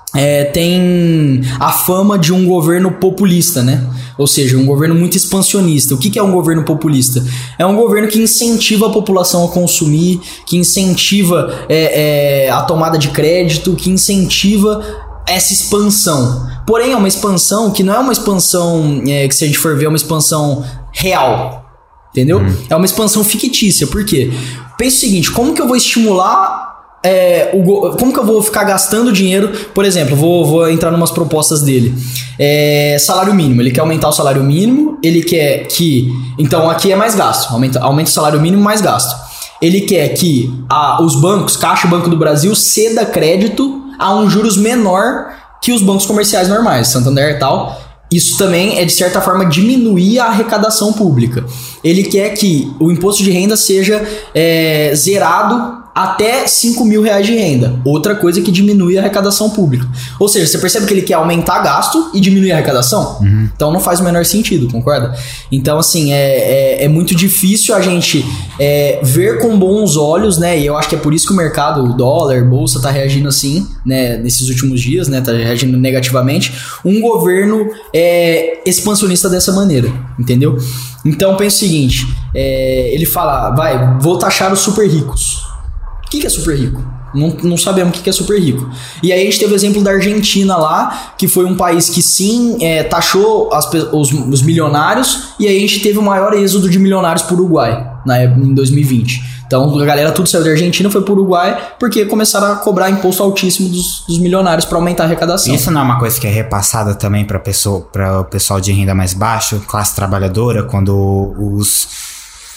[SPEAKER 3] é, tem a fama de um governo populista, né? Ou seja, um governo muito expansionista. O que, que é um governo populista? É um governo que incentiva a população a consumir, que incentiva é, é, a tomada de crédito, que incentiva essa expansão. Porém, é uma expansão que não é uma expansão é, que, se a gente for ver, é uma expansão real. Entendeu? Hum. É uma expansão fictícia. Por quê? Pensa o seguinte, como que eu vou estimular... É, o, como que eu vou ficar gastando dinheiro? Por exemplo, vou, vou entrar numas propostas dele. É, salário mínimo, ele quer aumentar o salário mínimo. Ele quer que... Então aqui é mais gasto, aumenta, aumenta o salário mínimo, mais gasto. Ele quer que a, os bancos, Caixa e Banco do Brasil, ceda crédito a um juros menor que os bancos comerciais normais, Santander e tal. Isso também é, de certa forma, diminuir a arrecadação pública. Ele quer que o imposto de renda seja é, zerado até cinco mil reais de renda. Outra coisa que diminui a arrecadação pública. Ou seja, você percebe que ele quer aumentar gasto e diminuir a arrecadação? Uhum. Então não faz o menor sentido, concorda? Então, assim, é, é, é muito difícil a gente é, ver com bons olhos, né? E eu acho que é por isso que o mercado, o dólar, bolsa, tá reagindo assim, né? Nesses últimos dias, né? Tá reagindo negativamente. Um governo é, expansionista dessa maneira, entendeu? Então pensa o seguinte, é, ele fala, vai, vou taxar os super ricos. O que, que é super rico? Não, não sabemos o que, que é super rico. E aí a gente teve o exemplo da Argentina lá, que foi um país que sim é, taxou as, os, os milionários, e aí a gente teve o maior êxodo de milionários para o Uruguai na época, em dois mil e vinte. Então a galera tudo saiu da Argentina, foi para o Uruguai, porque começaram a cobrar imposto altíssimo dos, dos milionários para aumentar a arrecadação.
[SPEAKER 1] Isso não é uma coisa que é repassada também para pessoa, para o pessoal de renda mais baixa, classe trabalhadora, quando os...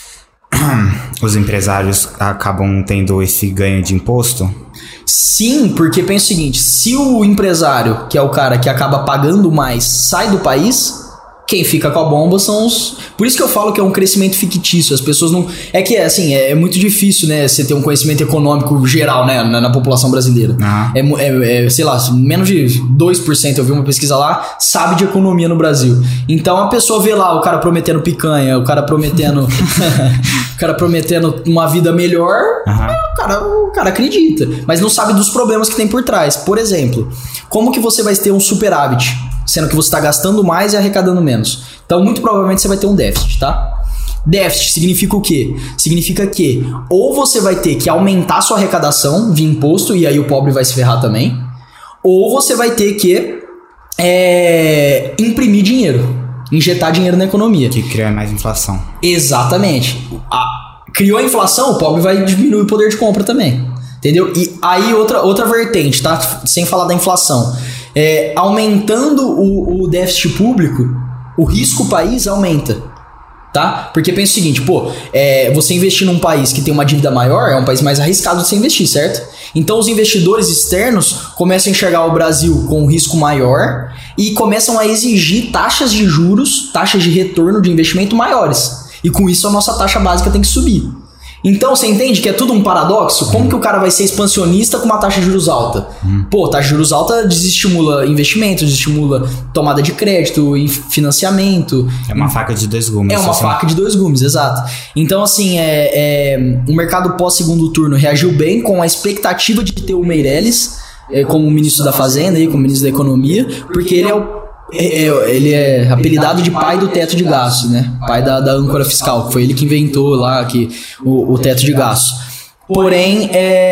[SPEAKER 1] os empresários acabam tendo esse ganho de imposto?
[SPEAKER 3] Sim, porque pensa o seguinte, se o empresário, que é o cara que acaba pagando mais, sai do país, quem fica com a bomba são os... Por isso que eu falo que é um crescimento fictício. As pessoas não... É que, assim, é, é muito difícil, né? Você ter um conhecimento econômico geral, né? Na, na população brasileira. Ah. É, é, é, sei lá, menos de dois por cento, eu vi uma pesquisa lá, sabe de economia no Brasil. Então a pessoa vê lá o cara prometendo picanha, o cara prometendo... o cara prometendo uma vida melhor, uhum. o, cara, o cara acredita. Mas não sabe dos problemas que tem por trás. Por exemplo, como que você vai ter um superávit? Sendo que você está gastando mais e arrecadando menos. Então, muito provavelmente você vai ter um déficit, tá? Déficit significa o quê? Significa que ou você vai ter que aumentar sua arrecadação via imposto, e aí o pobre vai se ferrar também, ou você vai ter que é, imprimir dinheiro, injetar dinheiro na economia.
[SPEAKER 1] Que cria mais inflação.
[SPEAKER 3] Exatamente. A, criou a inflação, o pobre vai diminuir o poder de compra também. Entendeu? E aí outra, outra vertente, tá? Sem falar da inflação. É, aumentando o, o déficit público, o risco país aumenta, tá? Porque pensa o seguinte, pô, é, você investir num país que tem uma dívida maior é um país mais arriscado de você investir, certo? Então os investidores externos começam a enxergar o Brasil com um risco maior e começam a exigir taxas de juros, taxas de retorno de investimento maiores. E com isso a nossa taxa básica tem que subir. Então, você entende que é tudo um paradoxo? Como que o cara vai ser expansionista com uma taxa de juros alta? Hum. Pô, taxa de juros alta desestimula investimento, desestimula tomada de crédito, financiamento.
[SPEAKER 1] É uma faca de dois gumes.
[SPEAKER 3] É uma assim. faca de dois gumes, exato. Então, assim, é, é, o mercado pós-segundo turno reagiu bem com a expectativa de ter o Meirelles é, como ministro da Fazenda, e como ministro da Economia, porque ele é o ele é apelidado de pai do teto de gastos, né? Pai da, da âncora fiscal, que foi ele que inventou lá que, o, o teto de gastos. Porém,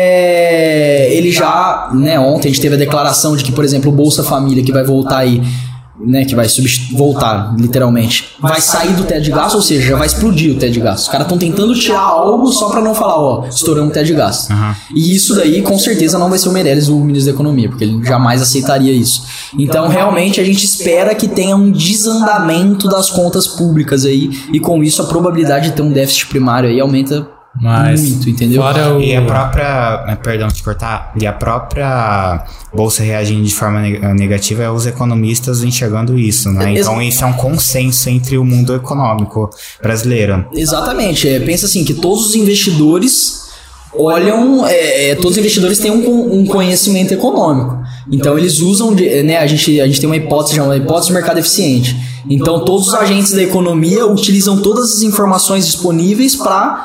[SPEAKER 3] é, ele já, né, ontem a gente teve a declaração de que, por exemplo, o Bolsa Família, que vai voltar aí, né, que vai voltar, literalmente, vai sair do teto de gastos, ou seja, já vai explodir o teto de gastos. Os caras estão tentando tirar algo só pra não falar, ó, estouramos o teto de gastos. Uhum. E isso daí, com certeza, não vai ser o Meirelles, o ministro da Economia, porque ele jamais aceitaria isso. Então, realmente, a gente espera que tenha um desandamento das contas públicas aí, e com isso a probabilidade de ter um déficit primário aí aumenta Mas muito, entendeu?
[SPEAKER 1] Fora o... E a própria, perdão te cortar, e a própria bolsa reagindo de forma negativa é os economistas enxergando isso, né? Então Ex- isso é um consenso entre o mundo econômico brasileiro.
[SPEAKER 3] Exatamente, é, pensa assim, que todos os investidores olham, é, é, todos os investidores têm um, um conhecimento econômico, então eles usam, de, né, a gente, a gente tem uma hipótese, uma hipótese de mercado eficiente, então todos os agentes da economia utilizam todas as informações disponíveis para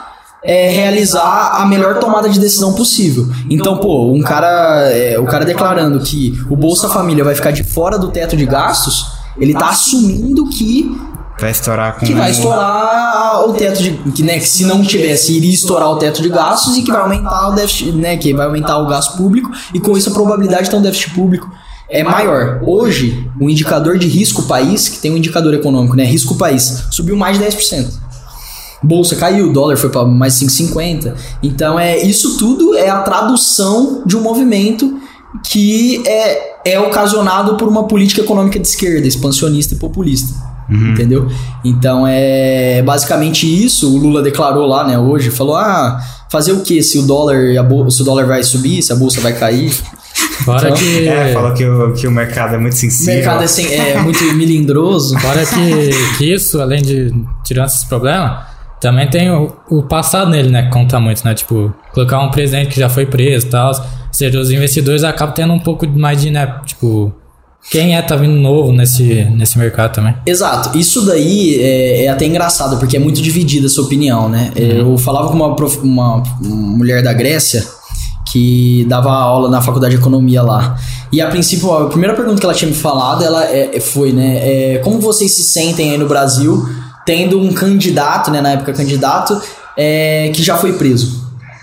[SPEAKER 3] é, realizar a melhor tomada de decisão possível. Então, pô, um cara, é, o cara declarando que o Bolsa Família vai ficar de fora do teto de gastos, ele tá assumindo que
[SPEAKER 1] vai estourar com
[SPEAKER 3] que vai estourar o teto de que, né, que se não tivesse iria estourar o teto de gastos e que vai aumentar o déficit, né, que vai aumentar o gasto público e com isso a probabilidade de ter um déficit público é maior. Hoje, o indicador de risco país, que tem um indicador econômico, né, risco país, subiu mais de dez por cento. Bolsa caiu, o dólar foi para mais cinco vírgula cinquenta. Então, é, isso tudo é a tradução de um movimento que é, é ocasionado por uma política econômica de esquerda, expansionista e populista. Uhum. Entendeu? Então, é basicamente isso. O Lula declarou lá, né, hoje, falou, ah, fazer o que se o dólar, a bol- se o dólar vai subir, se a bolsa vai cair.
[SPEAKER 2] Fora
[SPEAKER 3] então,
[SPEAKER 2] que...
[SPEAKER 1] É, falou que o, que o mercado é muito sensível.
[SPEAKER 3] O mercado é, sem, é muito milindroso.
[SPEAKER 2] Fora que, que isso, além de tirando esses problemas, também tem o, o passado nele, né, que conta muito, né? Tipo, colocar um presidente que já foi preso e tal. Ou seja, os investidores acabam tendo um pouco mais de, né, tipo... Quem é tá vindo novo nesse, nesse mercado também.
[SPEAKER 3] Exato. Isso daí é, é até engraçado, porque é muito dividida essa opinião, né? Uhum. Eu falava com uma, prof, uma mulher da Grécia que dava aula na faculdade de economia lá. E a princípio, a primeira pergunta que ela tinha me falado ela é, foi, né? É, como vocês se sentem aí no Brasil tendo um candidato, né? Na época candidato, é, que já foi preso.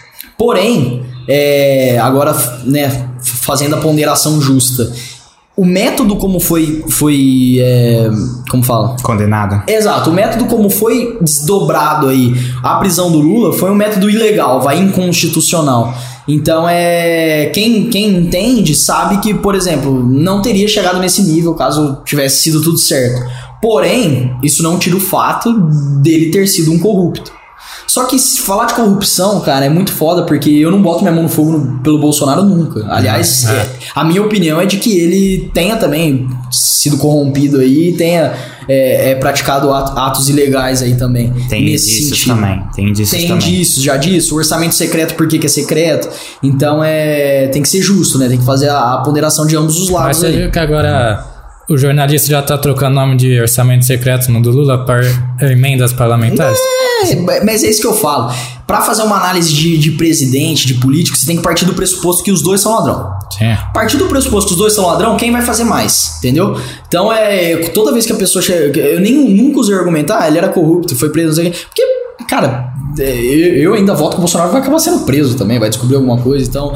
[SPEAKER 3] Porém, é, agora, né? Fazendo a ponderação justa... O método como foi, foi é, como fala?
[SPEAKER 1] Condenado.
[SPEAKER 3] Exato, o método como foi desdobrado aí, a prisão do Lula foi um método ilegal, vai inconstitucional. Então, é quem, quem entende sabe que, por exemplo, não teria chegado nesse nível caso tivesse sido tudo certo. Porém, isso não tira o fato dele ter sido um corrupto. Só que se falar de corrupção, cara, é muito foda, porque eu não boto minha mão no fogo no, pelo Bolsonaro nunca. Aliás, é. É, a minha opinião é de que ele tenha também sido corrompido aí e tenha é, é, praticado atos ilegais aí também.
[SPEAKER 1] Tem
[SPEAKER 3] nesse
[SPEAKER 1] indícios
[SPEAKER 3] sentido.
[SPEAKER 1] também. Tem indícios
[SPEAKER 3] tem
[SPEAKER 1] também.
[SPEAKER 3] Tem indícios, já disso. O orçamento secreto, por que, que é secreto? Então, é, tem que ser justo, né? Tem que fazer a, a ponderação de ambos os lados.
[SPEAKER 2] Mas você
[SPEAKER 3] aí.
[SPEAKER 2] viu que agora... O jornalista já tá trocando nome de orçamento secreto no do Lula para emendas parlamentares?
[SPEAKER 3] É, mas é isso que eu falo. Pra fazer uma análise de, de presidente, de político, você tem que partir do pressuposto que os dois são ladrão.
[SPEAKER 2] Sim.
[SPEAKER 3] A partir do pressuposto que os dois são ladrão, quem vai fazer mais? Entendeu? Então, é toda vez que a pessoa chega... Eu nem, nunca usei argumentar, ah, ele era corrupto, foi preso, não sei o quê. Porque, cara... Eu ainda voto que o Bolsonaro vai acabar sendo preso também, vai descobrir alguma coisa, então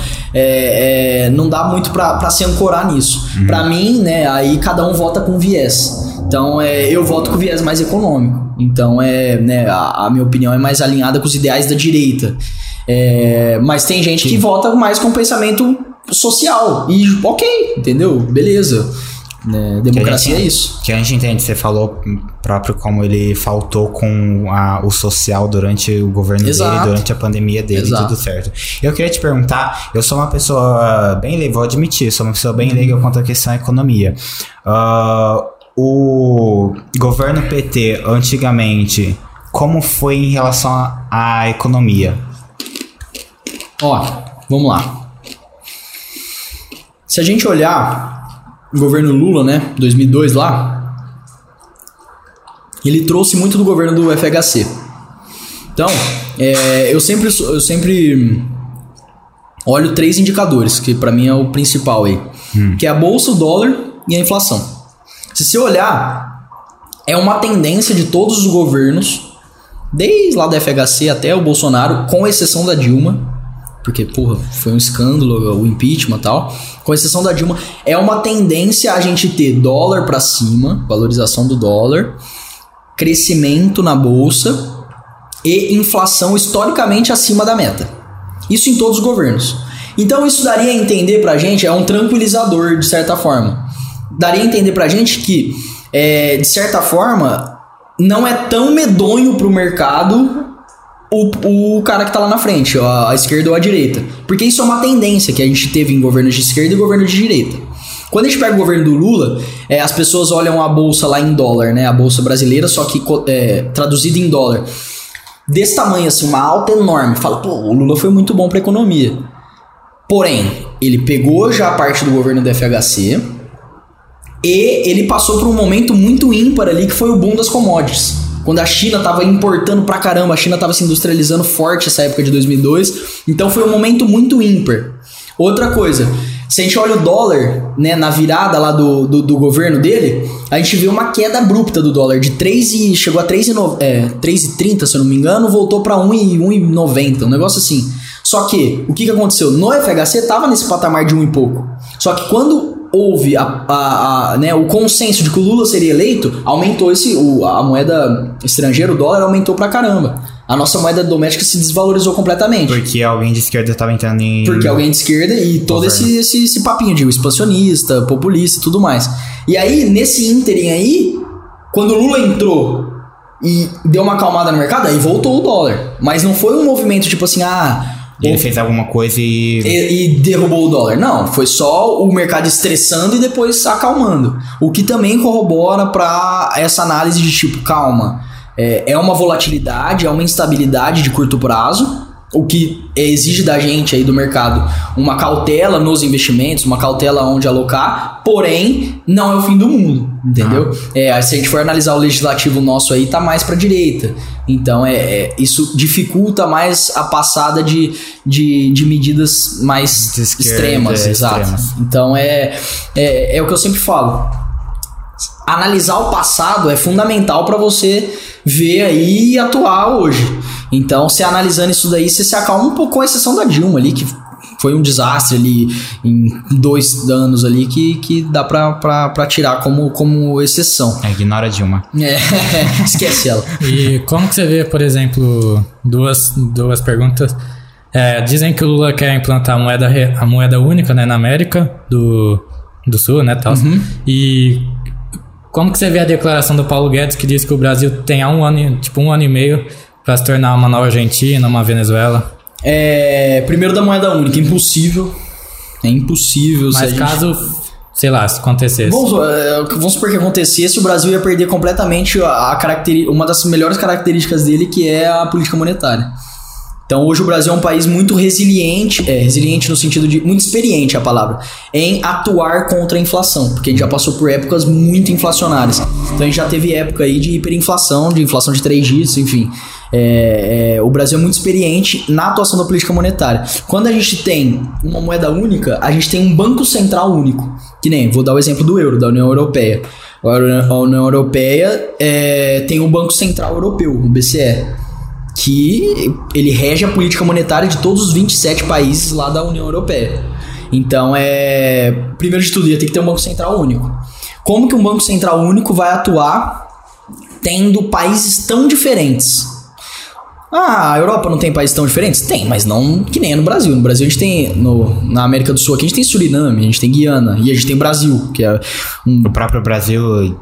[SPEAKER 3] é, é, não dá muito pra, pra se ancorar nisso. Uhum. Pra mim, né, aí cada um vota com viés. Então é, eu voto com viés mais econômico. Então é, né, a, a minha opinião é mais alinhada com os ideais da direita. É, mas tem gente Sim. que vota mais com pensamento social. E ok, entendeu? Beleza. Né, democracia
[SPEAKER 1] gente,
[SPEAKER 3] é isso.
[SPEAKER 1] Que a gente entende, você falou próprio como ele faltou com a, o social durante o governo Exato. dele, durante a pandemia dele, Exato. tudo certo. Eu queria te perguntar, eu sou uma pessoa bem leiga, vou admitir, sou uma pessoa bem leiga quanto à questão da economia. Uh, o governo P T, antigamente, como foi em relação à economia?
[SPEAKER 3] Ó, vamos lá. Se a gente olhar o governo Lula, né, dois mil e dois lá, ele trouxe muito do governo do F H C. Então, é, eu, sempre, eu sempre olho três indicadores, que pra mim é o principal aí, hum. que é a bolsa, o dólar e a inflação. Se você olhar, é uma tendência de todos os governos, desde lá da F H C até o Bolsonaro, com exceção da Dilma, porque, porra, foi um escândalo, o impeachment e tal. Com exceção da Dilma, é uma tendência a gente ter dólar pra cima, valorização do dólar, crescimento na bolsa e inflação historicamente acima da meta. Isso em todos os governos. Então isso daria a entender pra gente, é um tranquilizador de certa forma. Daria a entender pra gente que, é, de certa forma, não é tão medonho pro mercado... O, o cara que tá lá na frente, a, a esquerda ou a direita. Porque isso é uma tendência que a gente teve em governos de esquerda e governo de direita. Quando a gente pega o governo do Lula, é, as pessoas olham a bolsa lá em dólar, né? A bolsa brasileira, só que é, traduzida em dólar. Desse tamanho, assim, uma alta enorme. Fala, pô, o Lula foi muito bom pra economia. Porém, ele pegou já a parte do governo do F H C e ele passou por um momento muito ímpar ali, que foi o boom das commodities. quando a China tava importando pra caramba, a China tava se industrializando forte essa época de dois mil e dois, então foi um momento muito ímpar. Outra coisa, se a gente olha o dólar, né, na virada lá do, do, do governo dele, a gente vê uma queda abrupta do dólar, de três e, chegou a três e trinta, se eu não me engano, voltou pra um e noventa, um negócio assim. Só que, o que, que aconteceu? No F H C tava nesse patamar de um e pouco, só que quando houve a, a, a, né, o consenso de que o Lula seria eleito, aumentou esse, o, a moeda estrangeira, o dólar, aumentou pra caramba. A nossa moeda doméstica se desvalorizou completamente.
[SPEAKER 1] Porque alguém de esquerda estava entrando em...
[SPEAKER 3] Porque alguém de esquerda e todo esse, esse, esse papinho de expansionista, populista e tudo mais. E aí, nesse ínterim aí, quando o Lula entrou e deu uma acalmada no mercado, aí voltou o dólar. Mas não foi um movimento tipo assim, ah...
[SPEAKER 1] Ele ou... fez alguma coisa e...
[SPEAKER 3] e... E derrubou o dólar. Não, foi só o mercado estressando e depois acalmando. O que também corrobora para essa análise de tipo, calma... É uma volatilidade, é uma instabilidade de curto prazo, o que exige da gente aí do mercado uma cautela nos investimentos, uma cautela onde alocar, porém não é o fim do mundo, entendeu? Ah. É, se a gente for analisar o legislativo nosso aí, tá mais pra direita, então é, é, isso dificulta mais a passada de, de, de medidas mais de extremas, é, exato. Extremas. Então é, é, é o que eu sempre falo, analisar o passado é fundamental para você ver aí e atuar hoje. Então, você analisando isso daí, você se acalma um pouco, com a exceção da Dilma ali, que foi um desastre ali em dois anos ali, que, que dá pra, pra, pra tirar como, como exceção.
[SPEAKER 1] É, ignora a Dilma.
[SPEAKER 3] É, esquece ela.
[SPEAKER 2] E como que você vê, por exemplo, duas, duas perguntas. É, dizem que o Lula quer implantar a moeda, a moeda única, né, na América do, do Sul, né, tal. Uhum. E... como que você vê a declaração do Paulo Guedes que diz que o Brasil tem há um ano, tipo um ano e meio para se tornar uma nova Argentina, uma Venezuela?
[SPEAKER 3] É, primeiro da moeda única, impossível. É impossível.
[SPEAKER 2] Mas
[SPEAKER 3] se
[SPEAKER 2] caso, gente... sei lá, se acontecesse.
[SPEAKER 3] Vamos, vamos supor que acontecesse, o Brasil ia perder completamente a, a caracteri- uma das melhores características dele, que é a política monetária. Então hoje o Brasil é um país muito resiliente, é, resiliente no sentido de, muito experiente a palavra, em atuar contra a inflação, porque a gente já passou por épocas muito inflacionárias. Então a gente já teve época aí de hiperinflação, de inflação de três dígitos, enfim. É, é, o Brasil é muito experiente na atuação da política monetária. Quando a gente tem uma moeda única, a gente tem um banco central único, que nem, vou dar o exemplo do euro, da União Europeia. A União Europeia é, tem o Banco Central Europeu, o B C E, que ele rege a política monetária de todos os vinte e sete países lá da União Europeia. Então, é primeiro de tudo, ia ter que ter um Banco Central único. Como que um Banco Central único vai atuar tendo países tão diferentes? Ah, a Europa não tem países tão diferentes? Tem, mas não que nem é no Brasil. No Brasil a gente tem, no, na América do Sul aqui a gente tem Suriname, a gente tem Guiana e a gente tem Brasil, que é um...
[SPEAKER 1] O próprio Brasil,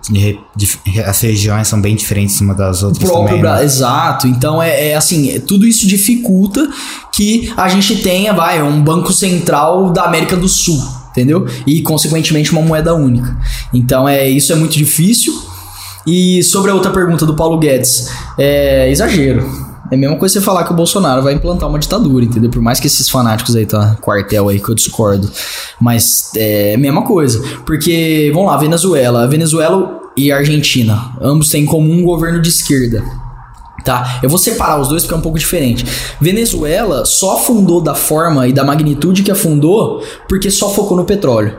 [SPEAKER 1] as regiões são bem diferentes uma das outras
[SPEAKER 3] o próprio
[SPEAKER 1] também,
[SPEAKER 3] Bra-
[SPEAKER 1] né?
[SPEAKER 3] Exato, então é, é assim, tudo isso dificulta que a gente tenha, vai, um banco central da América do Sul, entendeu? E consequentemente uma moeda única. Então é, isso é muito difícil. E sobre a outra pergunta do Paulo Guedes, é exagero. É a mesma coisa você falar que o Bolsonaro vai implantar uma ditadura, entendeu? Por mais que esses fanáticos aí tá quartel aí que eu discordo. Mas é a mesma coisa. Porque, vamos lá, Venezuela. A Venezuela e a Argentina, ambos têm em comum um governo de esquerda. Tá? Eu vou separar os dois porque é um pouco diferente. Venezuela só afundou da forma e da magnitude que afundou porque só focou no petróleo.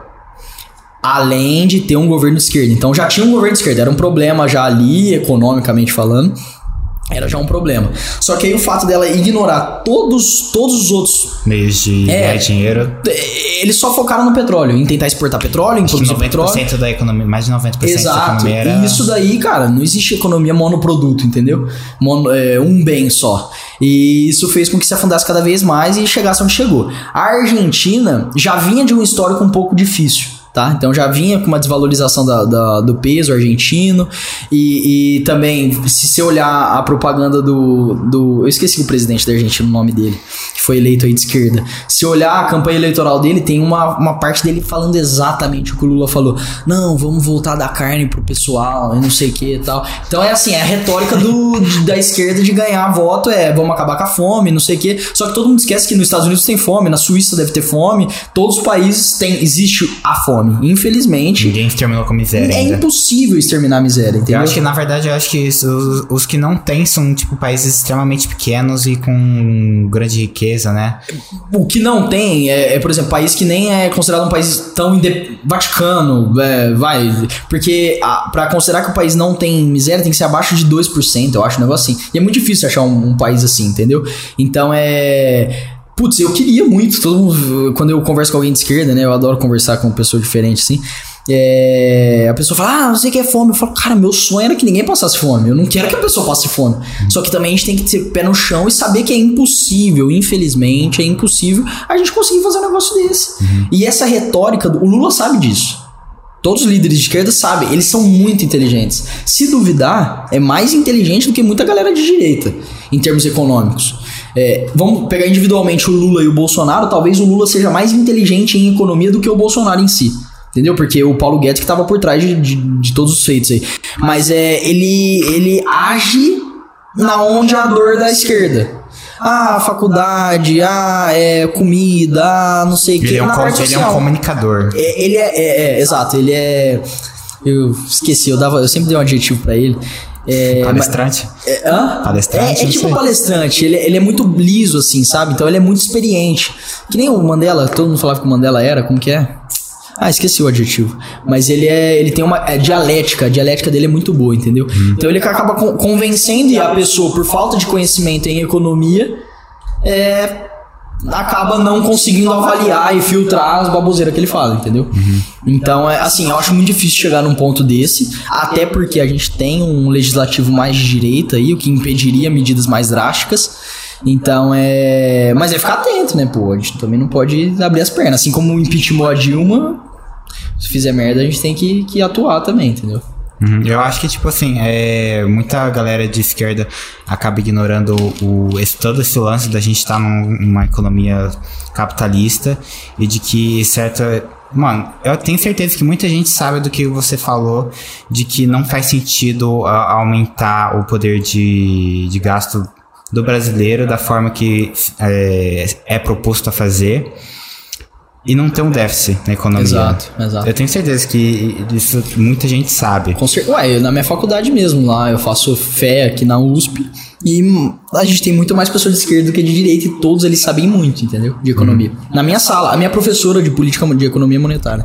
[SPEAKER 3] Além de ter um governo de esquerda. Então já tinha um governo de esquerda. Era um problema já ali, economicamente falando. Era já um problema. Só que aí o fato dela ignorar todos, todos os outros
[SPEAKER 1] meios de
[SPEAKER 3] é,
[SPEAKER 1] ganhar dinheiro.
[SPEAKER 3] Eles só focaram no petróleo, em tentar exportar petróleo, em produzir
[SPEAKER 1] noventa por cento
[SPEAKER 3] petróleo.
[SPEAKER 1] da economia, mais de noventa por cento
[SPEAKER 3] Exato.
[SPEAKER 1] Da economia era...
[SPEAKER 3] E isso daí, cara, não existe economia monoproduto, entendeu? Mono, é, um bem só. E isso fez com que se afundasse cada vez mais e chegasse onde chegou. A Argentina já vinha de um histórico um pouco difícil. Tá? Então já vinha com uma desvalorização da, da, do peso argentino e, e também, se você olhar a propaganda do, do... Eu esqueci o presidente da Argentina, o nome dele, que foi eleito aí de esquerda. Se olhar a campanha eleitoral dele, tem uma, uma parte dele falando exatamente o que o Lula falou. Não, vamos voltar a dar carne pro pessoal e não sei o que e tal. Então é assim, é a retórica do, da esquerda de ganhar voto, é vamos acabar com a fome, não sei o que. Só que todo mundo esquece que nos Estados Unidos tem fome, na Suíça deve ter fome, todos os países tem, existe a fome. fome. Infelizmente...
[SPEAKER 1] Ninguém exterminou com miséria
[SPEAKER 3] É
[SPEAKER 1] ainda.
[SPEAKER 3] impossível exterminar a miséria, entendeu?
[SPEAKER 1] Eu acho que, na verdade, eu acho que isso, os, os que não têm são, tipo, países extremamente pequenos e com grande riqueza, né?
[SPEAKER 3] O que não tem é, é, por exemplo, país que nem é considerado um país tão inde... Vaticano, é, vai, porque a, pra considerar que o país não tem miséria tem que ser abaixo de dois por cento, eu acho um negócio assim. E é muito difícil achar um, um país assim, entendeu? Então é... Putz, eu queria muito, todo mundo, quando eu converso com alguém de esquerda, né, eu adoro conversar com uma pessoa diferente, assim, é, a pessoa fala, ah, não sei o que é fome, eu falo, cara, meu sonho era que ninguém passasse fome, eu não quero que a pessoa passe fome, uhum. Só que também a gente tem que ter pé no chão e saber que é impossível, infelizmente, é impossível a gente conseguir fazer um negócio desse, uhum. E essa retórica, do, o Lula sabe disso. Todos os líderes de esquerda sabem, eles são muito inteligentes. Se duvidar, é mais inteligente do que muita galera de direita, em termos econômicos. É, vamos pegar individualmente o Lula e o Bolsonaro, talvez o Lula seja mais inteligente em economia do que o Bolsonaro em si. Entendeu? Porque o Paulo Guedes que estava por trás de, de, de todos os feitos aí. Mas é, ele, ele age na onde a dor da esquerda. Ah, faculdade, ah, é comida, ah, não sei o que.
[SPEAKER 1] Ele, é um, com, ele é um comunicador.
[SPEAKER 3] É, ele é, é, é, exato, ele é... Eu esqueci, eu, dava, eu sempre dei um adjetivo pra ele. É,
[SPEAKER 1] palestrante?
[SPEAKER 3] É, hã?
[SPEAKER 1] Palestrante?
[SPEAKER 3] É, é tipo um palestrante, ele, ele é muito liso, assim, sabe? Então ele é muito experiente. Que nem o Mandela, todo mundo falava que o Mandela era, como que é? Ah, esqueci o adjetivo. Mas ele é, ele tem uma é, dialética, a dialética dele é muito boa, entendeu? Hum. Então ele acaba con- convencendo a pessoa, por falta de conhecimento em economia, é... acaba não conseguindo avaliar e filtrar as baboseiras que ele fala, entendeu? Uhum. Então, é, assim, eu acho muito difícil chegar num ponto desse, até porque a gente tem um legislativo mais de direita aí, o que impediria medidas mais drásticas. Então, é... Mas é ficar atento, né, pô? A gente também não pode abrir as pernas. Assim como impeachment a Dilma, se fizer merda, a gente tem que, que atuar também, entendeu?
[SPEAKER 1] Uhum. Eu acho que, tipo assim, é, muita galera de esquerda acaba ignorando o, esse, todo esse lance da gente estar tá numa economia capitalista e de que certa... Mano, eu tenho certeza que muita gente sabe do que você falou, de que não faz sentido a, aumentar o poder de, de gasto do brasileiro da forma que é, é proposto a fazer. E não ter um déficit na economia.
[SPEAKER 3] Exato, exato.
[SPEAKER 1] Eu tenho certeza que isso muita gente sabe.
[SPEAKER 3] Com cer- Ué, na minha faculdade mesmo, lá eu faço fé aqui na U S P e a gente tem muito mais pessoas de esquerda do que de direita e todos eles sabem muito, entendeu? De economia. Uhum. Na minha sala, a minha professora de política de economia monetária,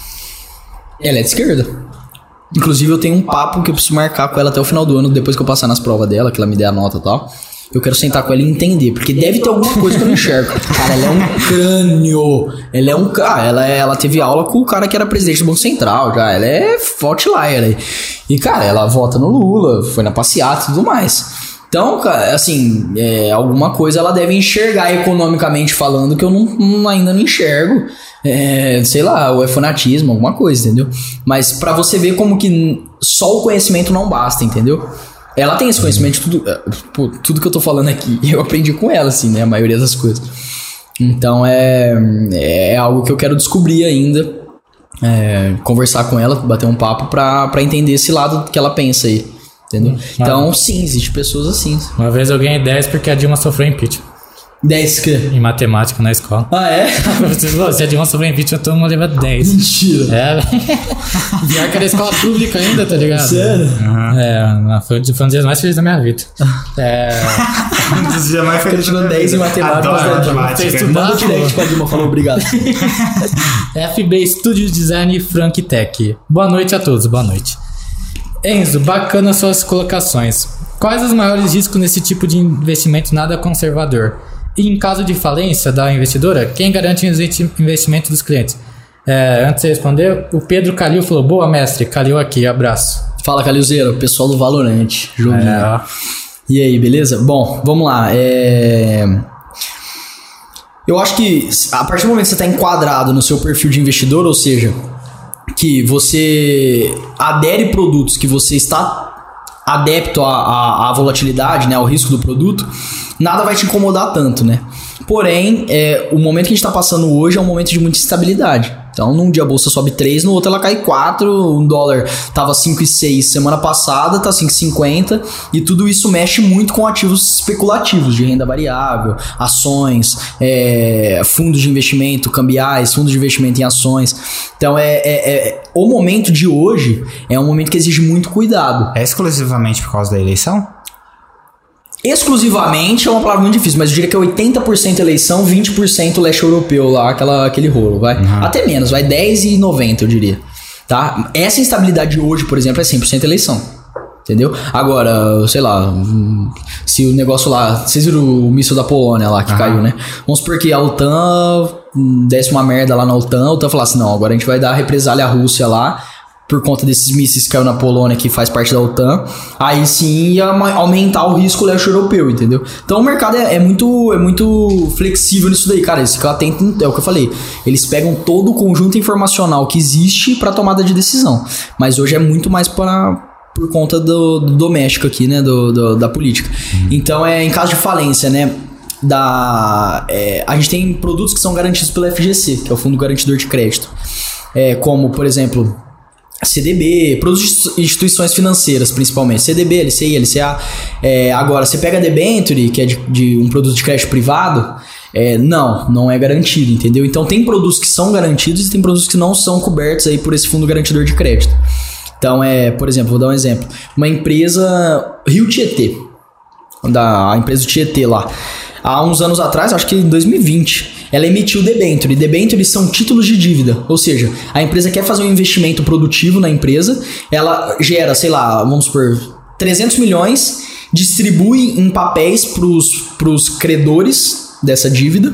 [SPEAKER 3] ela é de esquerda. Inclusive eu tenho um papo que eu preciso marcar com ela até o final do ano, depois que eu passar nas provas dela, que ela me dê a nota e tal. Eu quero sentar com ela e entender, porque deve ter alguma coisa que eu não enxergo. Cara, ela é um crânio. Ela é um cara. Ela, é, ela teve aula com o cara que era presidente do Banco Central já. Ela é outlier aí. E, cara, ela vota no Lula, foi na passeata e tudo mais. Então, cara, assim, é, alguma coisa ela deve enxergar economicamente falando que eu não, não, ainda não enxergo. É, sei lá, ou é fanatismo, alguma coisa, entendeu? Mas pra você ver como que só o conhecimento não basta, entendeu? Ela tem esse conhecimento de tudo, pô, tudo que eu tô falando aqui. Eu aprendi com ela, assim, né? A maioria das coisas. Então é, é algo que eu quero descobrir ainda. É, conversar com ela, bater um papo pra, pra entender esse lado que ela pensa aí. Entendeu? Então, sim, existe pessoas assim.
[SPEAKER 2] Uma vez eu ganhei dez porque a Dilma sofreu impeachment.
[SPEAKER 3] dez que?
[SPEAKER 2] Em matemática na escola.
[SPEAKER 3] Ah, é?
[SPEAKER 2] Se a Dilma sofreu impeachment, todo mundo leva dez.
[SPEAKER 3] Mentira.
[SPEAKER 2] É, pior que era escola pública ainda, tá ligado?
[SPEAKER 3] Sério?
[SPEAKER 2] Uhum. É, foi, foi um dos dias mais felizes da minha vida. É.
[SPEAKER 1] Um dos dias mais felizes da minha vida.
[SPEAKER 3] dez em matemática.
[SPEAKER 1] Adoro matemática.
[SPEAKER 3] Manda direct pra Dilma, falou obrigado.
[SPEAKER 2] F B Studio Design Frank Tech. Boa noite a todos, boa noite. Enzo, bacana suas colocações. Quais os maiores riscos nesse tipo de investimento nada conservador? E em caso de falência da investidora, quem garante o investimento dos clientes? É, antes de responder, o Pedro Calil falou, boa mestre, Calil aqui, abraço.
[SPEAKER 3] Fala, Calilzeiro, pessoal do Valorant, joguinho. É. E aí, beleza? Bom, vamos lá. É... Eu acho que a partir do momento que você está enquadrado no seu perfil de investidor, ou seja, que você adere produtos que você está adepto à, à, à volatilidade, né, ao risco do produto, nada vai te incomodar tanto, né? Porém, é, o momento que a gente está passando hoje é um momento de muita instabilidade. Então, num dia a bolsa sobe três, no outro ela cai quatro, um dólar tava cinco e seis semana passada, tá cinco e cinquenta, e tudo isso mexe muito com ativos especulativos de renda variável, ações, é, fundos de investimento cambiais, fundos de investimento em ações. Então, é, é, é, o momento de hoje é um momento que exige muito cuidado.
[SPEAKER 1] É exclusivamente por causa da eleição?
[SPEAKER 3] Exclusivamente é uma palavra muito difícil, mas eu diria que é oitenta por cento eleição, vinte por cento leste europeu lá, aquela, aquele rolo, vai. Uhum. Até menos, vai dez e noventa, eu diria. Tá? Essa instabilidade de hoje, por exemplo, é cem por cento eleição. Entendeu? Agora, sei lá, se o negócio lá... Vocês viram o míssil da Polônia lá que uhum. caiu, né? Vamos supor que a OTAN desse uma merda lá na OTAN, a OTAN falasse, não, agora a gente vai dar represália à Rússia lá, por conta desses mísseis que caiu na Polônia, que faz parte da OTAN, aí sim ia aumentar o risco leste europeu, entendeu? Então o mercado é, é, muito, é muito flexível nisso daí, cara. Eles ficam atentos, é o que eu falei, eles pegam todo o conjunto informacional que existe para tomada de decisão, mas hoje é muito mais para... por conta do, do doméstico aqui, né, do, do, da política. Uhum. Então, é, em caso de falência, né, da, é, a gente tem produtos que são garantidos pelo F G C, que é o Fundo Garantidor de Crédito, é, como, por exemplo... C D B, produtos de instituições financeiras, principalmente. C D B, L C I, L C A. É, agora, você pega a debenture, que é de, de um produto de crédito privado, é, não, não é garantido, entendeu? Então, tem produtos que são garantidos e tem produtos que não são cobertos aí por esse fundo garantidor de crédito. Então, é, por exemplo, vou dar um exemplo. Uma empresa, Rio Tietê, da, a empresa do Tietê lá, há uns anos atrás, acho que em dois mil e vinte, ela emitiu debenture. Debenture são títulos de dívida, ou seja, a empresa quer fazer um investimento produtivo na empresa, ela gera, sei lá, vamos supor, trezentos milhões, distribui em papéis para os credores dessa dívida.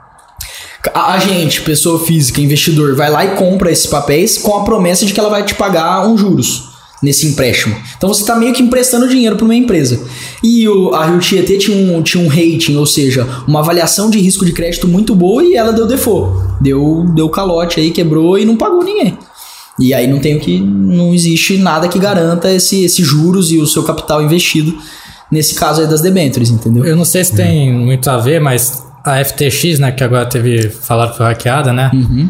[SPEAKER 3] A gente, pessoa física, investidor, vai lá e compra esses papéis com a promessa de que ela vai te pagar uns juros nesse empréstimo. Então você está meio que emprestando dinheiro para uma empresa. E o, a Rio Tietê tinha um, tinha um rating, ou seja, uma avaliação de risco de crédito muito boa, e ela deu default. Deu, deu calote aí, quebrou e não pagou ninguém. E aí não tem o que, não existe nada que garanta esse, esse juros e o seu capital investido nesse caso aí das debêntures, entendeu?
[SPEAKER 2] Eu não sei se tem muito a ver, mas a F T X, né, que agora teve, falaram que foi hackeada, né?
[SPEAKER 3] Uhum.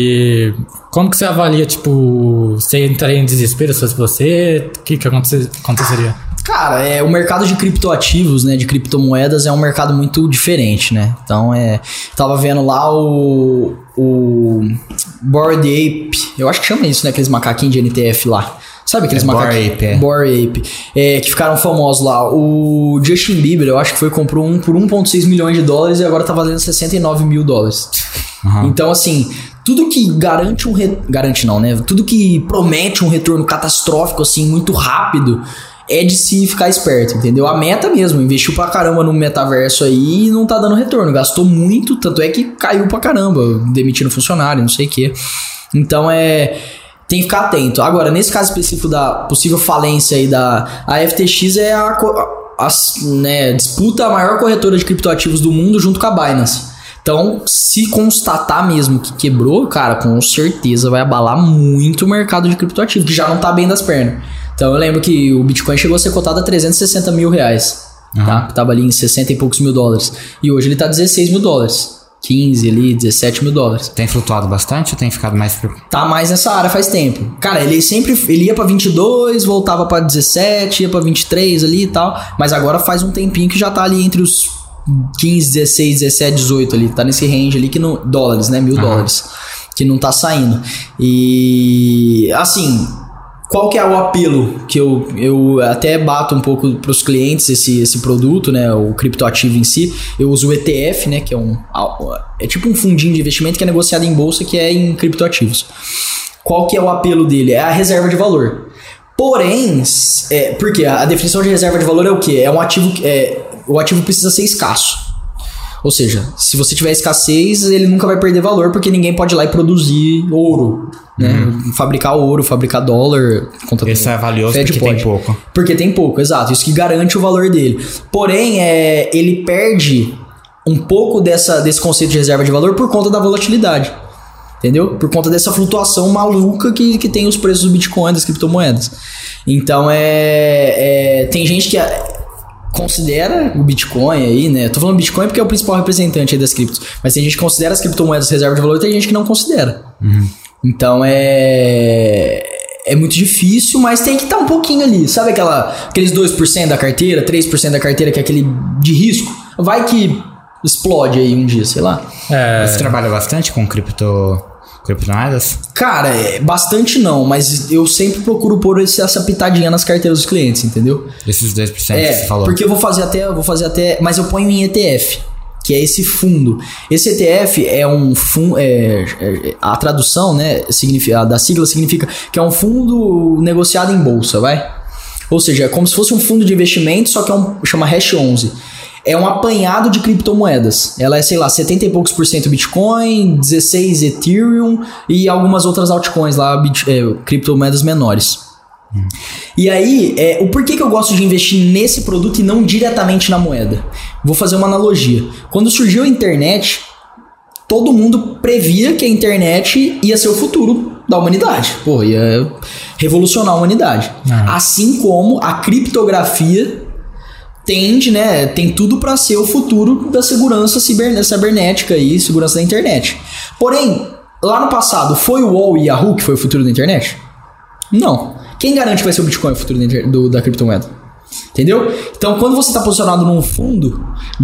[SPEAKER 2] E como que você avalia, tipo, você entraria em desespero se fosse você? O que que aconte- aconteceria?
[SPEAKER 3] Cara, é, o mercado de criptoativos, né, de criptomoedas é um mercado muito diferente, né? Então, é, tava vendo lá o, o Bored Ape, eu acho que chama isso, né, aqueles macaquinhos de N T F lá. Sabe aqueles
[SPEAKER 1] é
[SPEAKER 3] macaquinhos?
[SPEAKER 1] Bored Ape, é.
[SPEAKER 3] Bored Ape. É, que ficaram famosos lá. O Justin Bieber, eu acho que foi, comprou um por um vírgula seis milhões de dólares e agora tá valendo sessenta e nove mil dólares. Uhum. Então, assim, tudo que garante um... Re... Garante não, né? Tudo que promete um retorno catastrófico, assim, muito rápido, é de se ficar esperto, entendeu? A Meta mesmo, investiu pra caramba no metaverso aí e não tá dando retorno. Gastou muito, tanto é que caiu pra caramba, demitindo funcionário, não sei o quê. Então, é... Tem que ficar atento. Agora, nesse caso específico da possível falência aí da a F T X, é a, a, a né, disputa a maior corretora de criptoativos do mundo junto com a Binance. Então, se constatar mesmo que quebrou, cara, com certeza vai abalar muito o mercado de criptoativos, que já não tá bem das pernas. Então, eu lembro que o Bitcoin chegou a ser cotado a trezentos e sessenta mil reais. Uhum. Tá? Tava ali em sessenta e poucos mil dólares. E hoje ele tá dezesseis mil dólares. quinze ali, dezessete mil dólares.
[SPEAKER 1] Tem flutuado bastante ou tem ficado mais...
[SPEAKER 3] Tá mais nessa área faz tempo. Cara, ele sempre ele ia pra vinte e dois, voltava pra dezessete, ia pra vinte e três ali e tal. Mas agora faz um tempinho que já tá ali entre os quinze, dezesseis, dezessete, dezoito ali. Tá nesse range ali que não... Dólares, né? Mil uhum. dólares. Que não tá saindo. E... Assim... Qual que é o apelo que eu, eu até bato um pouco para os clientes esse, esse produto, né, o criptoativo em si. Eu uso o E T F, né, que é um é tipo um fundinho de investimento que é negociado em bolsa, que é em criptoativos. Qual que é o apelo dele? É a reserva de valor. Porém, é, porque a definição de reserva de valor é o quê? É um ativo, é, o ativo precisa ser escasso. Ou seja, se você tiver escassez, ele nunca vai perder valor, porque ninguém pode ir lá e produzir ouro, né? Uhum. Fabricar ouro, fabricar dólar.
[SPEAKER 1] Esse é valioso porque
[SPEAKER 3] pode.
[SPEAKER 1] tem pouco.
[SPEAKER 3] Porque tem pouco, exato. Isso que garante o valor dele. Porém, é, ele perde um pouco dessa, desse conceito de reserva de valor por conta da volatilidade. Entendeu? Por conta dessa flutuação maluca que, que tem os preços do Bitcoin, das criptomoedas. Então, é, é tem gente que... considera o Bitcoin aí, né? Eu tô falando Bitcoin porque é o principal representante aí das criptos. Mas tem gente que considera as criptomoedas reserva de valor e tem gente que não considera. Uhum. Então é... É muito difícil, mas tem que estar um pouquinho ali. Sabe aquela, aqueles dois por cento da carteira, três por cento da carteira que é aquele de risco? Vai que explode aí um dia, sei lá.
[SPEAKER 1] É... Você trabalha bastante com cripto... criptomoedas?
[SPEAKER 3] Cara, é, bastante não, mas eu sempre procuro pôr esse, essa pitadinha nas carteiras dos clientes, entendeu?
[SPEAKER 1] Esses dois por cento
[SPEAKER 3] é,
[SPEAKER 1] que você falou.
[SPEAKER 3] Porque eu vou fazer até, eu vou fazer até, mas eu ponho em E T F, que é esse fundo. Esse E T F é um fundo, é, é, a tradução, né, significa, da sigla significa que é um fundo negociado em bolsa, vai? Ou seja, é como se fosse um fundo de investimento, só que é um, chama Hash onze. É um apanhado de criptomoedas. Ela é, sei lá, setenta e poucos por cento Bitcoin, dezesseis Ethereum e algumas outras altcoins lá, bit, é, criptomoedas menores. Hum. E aí, é, o porquê que eu gosto de investir nesse produto e não diretamente na moeda? Vou fazer uma analogia. Quando surgiu a internet, todo mundo previa que a internet ia ser o futuro da humanidade. Pô, ia revolucionar a humanidade. Hum. Assim como a criptografia tende, né, tem tudo para ser o futuro da segurança cibernética e segurança da internet. Porém, lá no passado, foi o U O L e Yahoo que foi o futuro da internet? Não. Quem garante que vai ser o Bitcoin o futuro da, do, da criptomoeda? Entendeu? Então, quando você está posicionado num fundo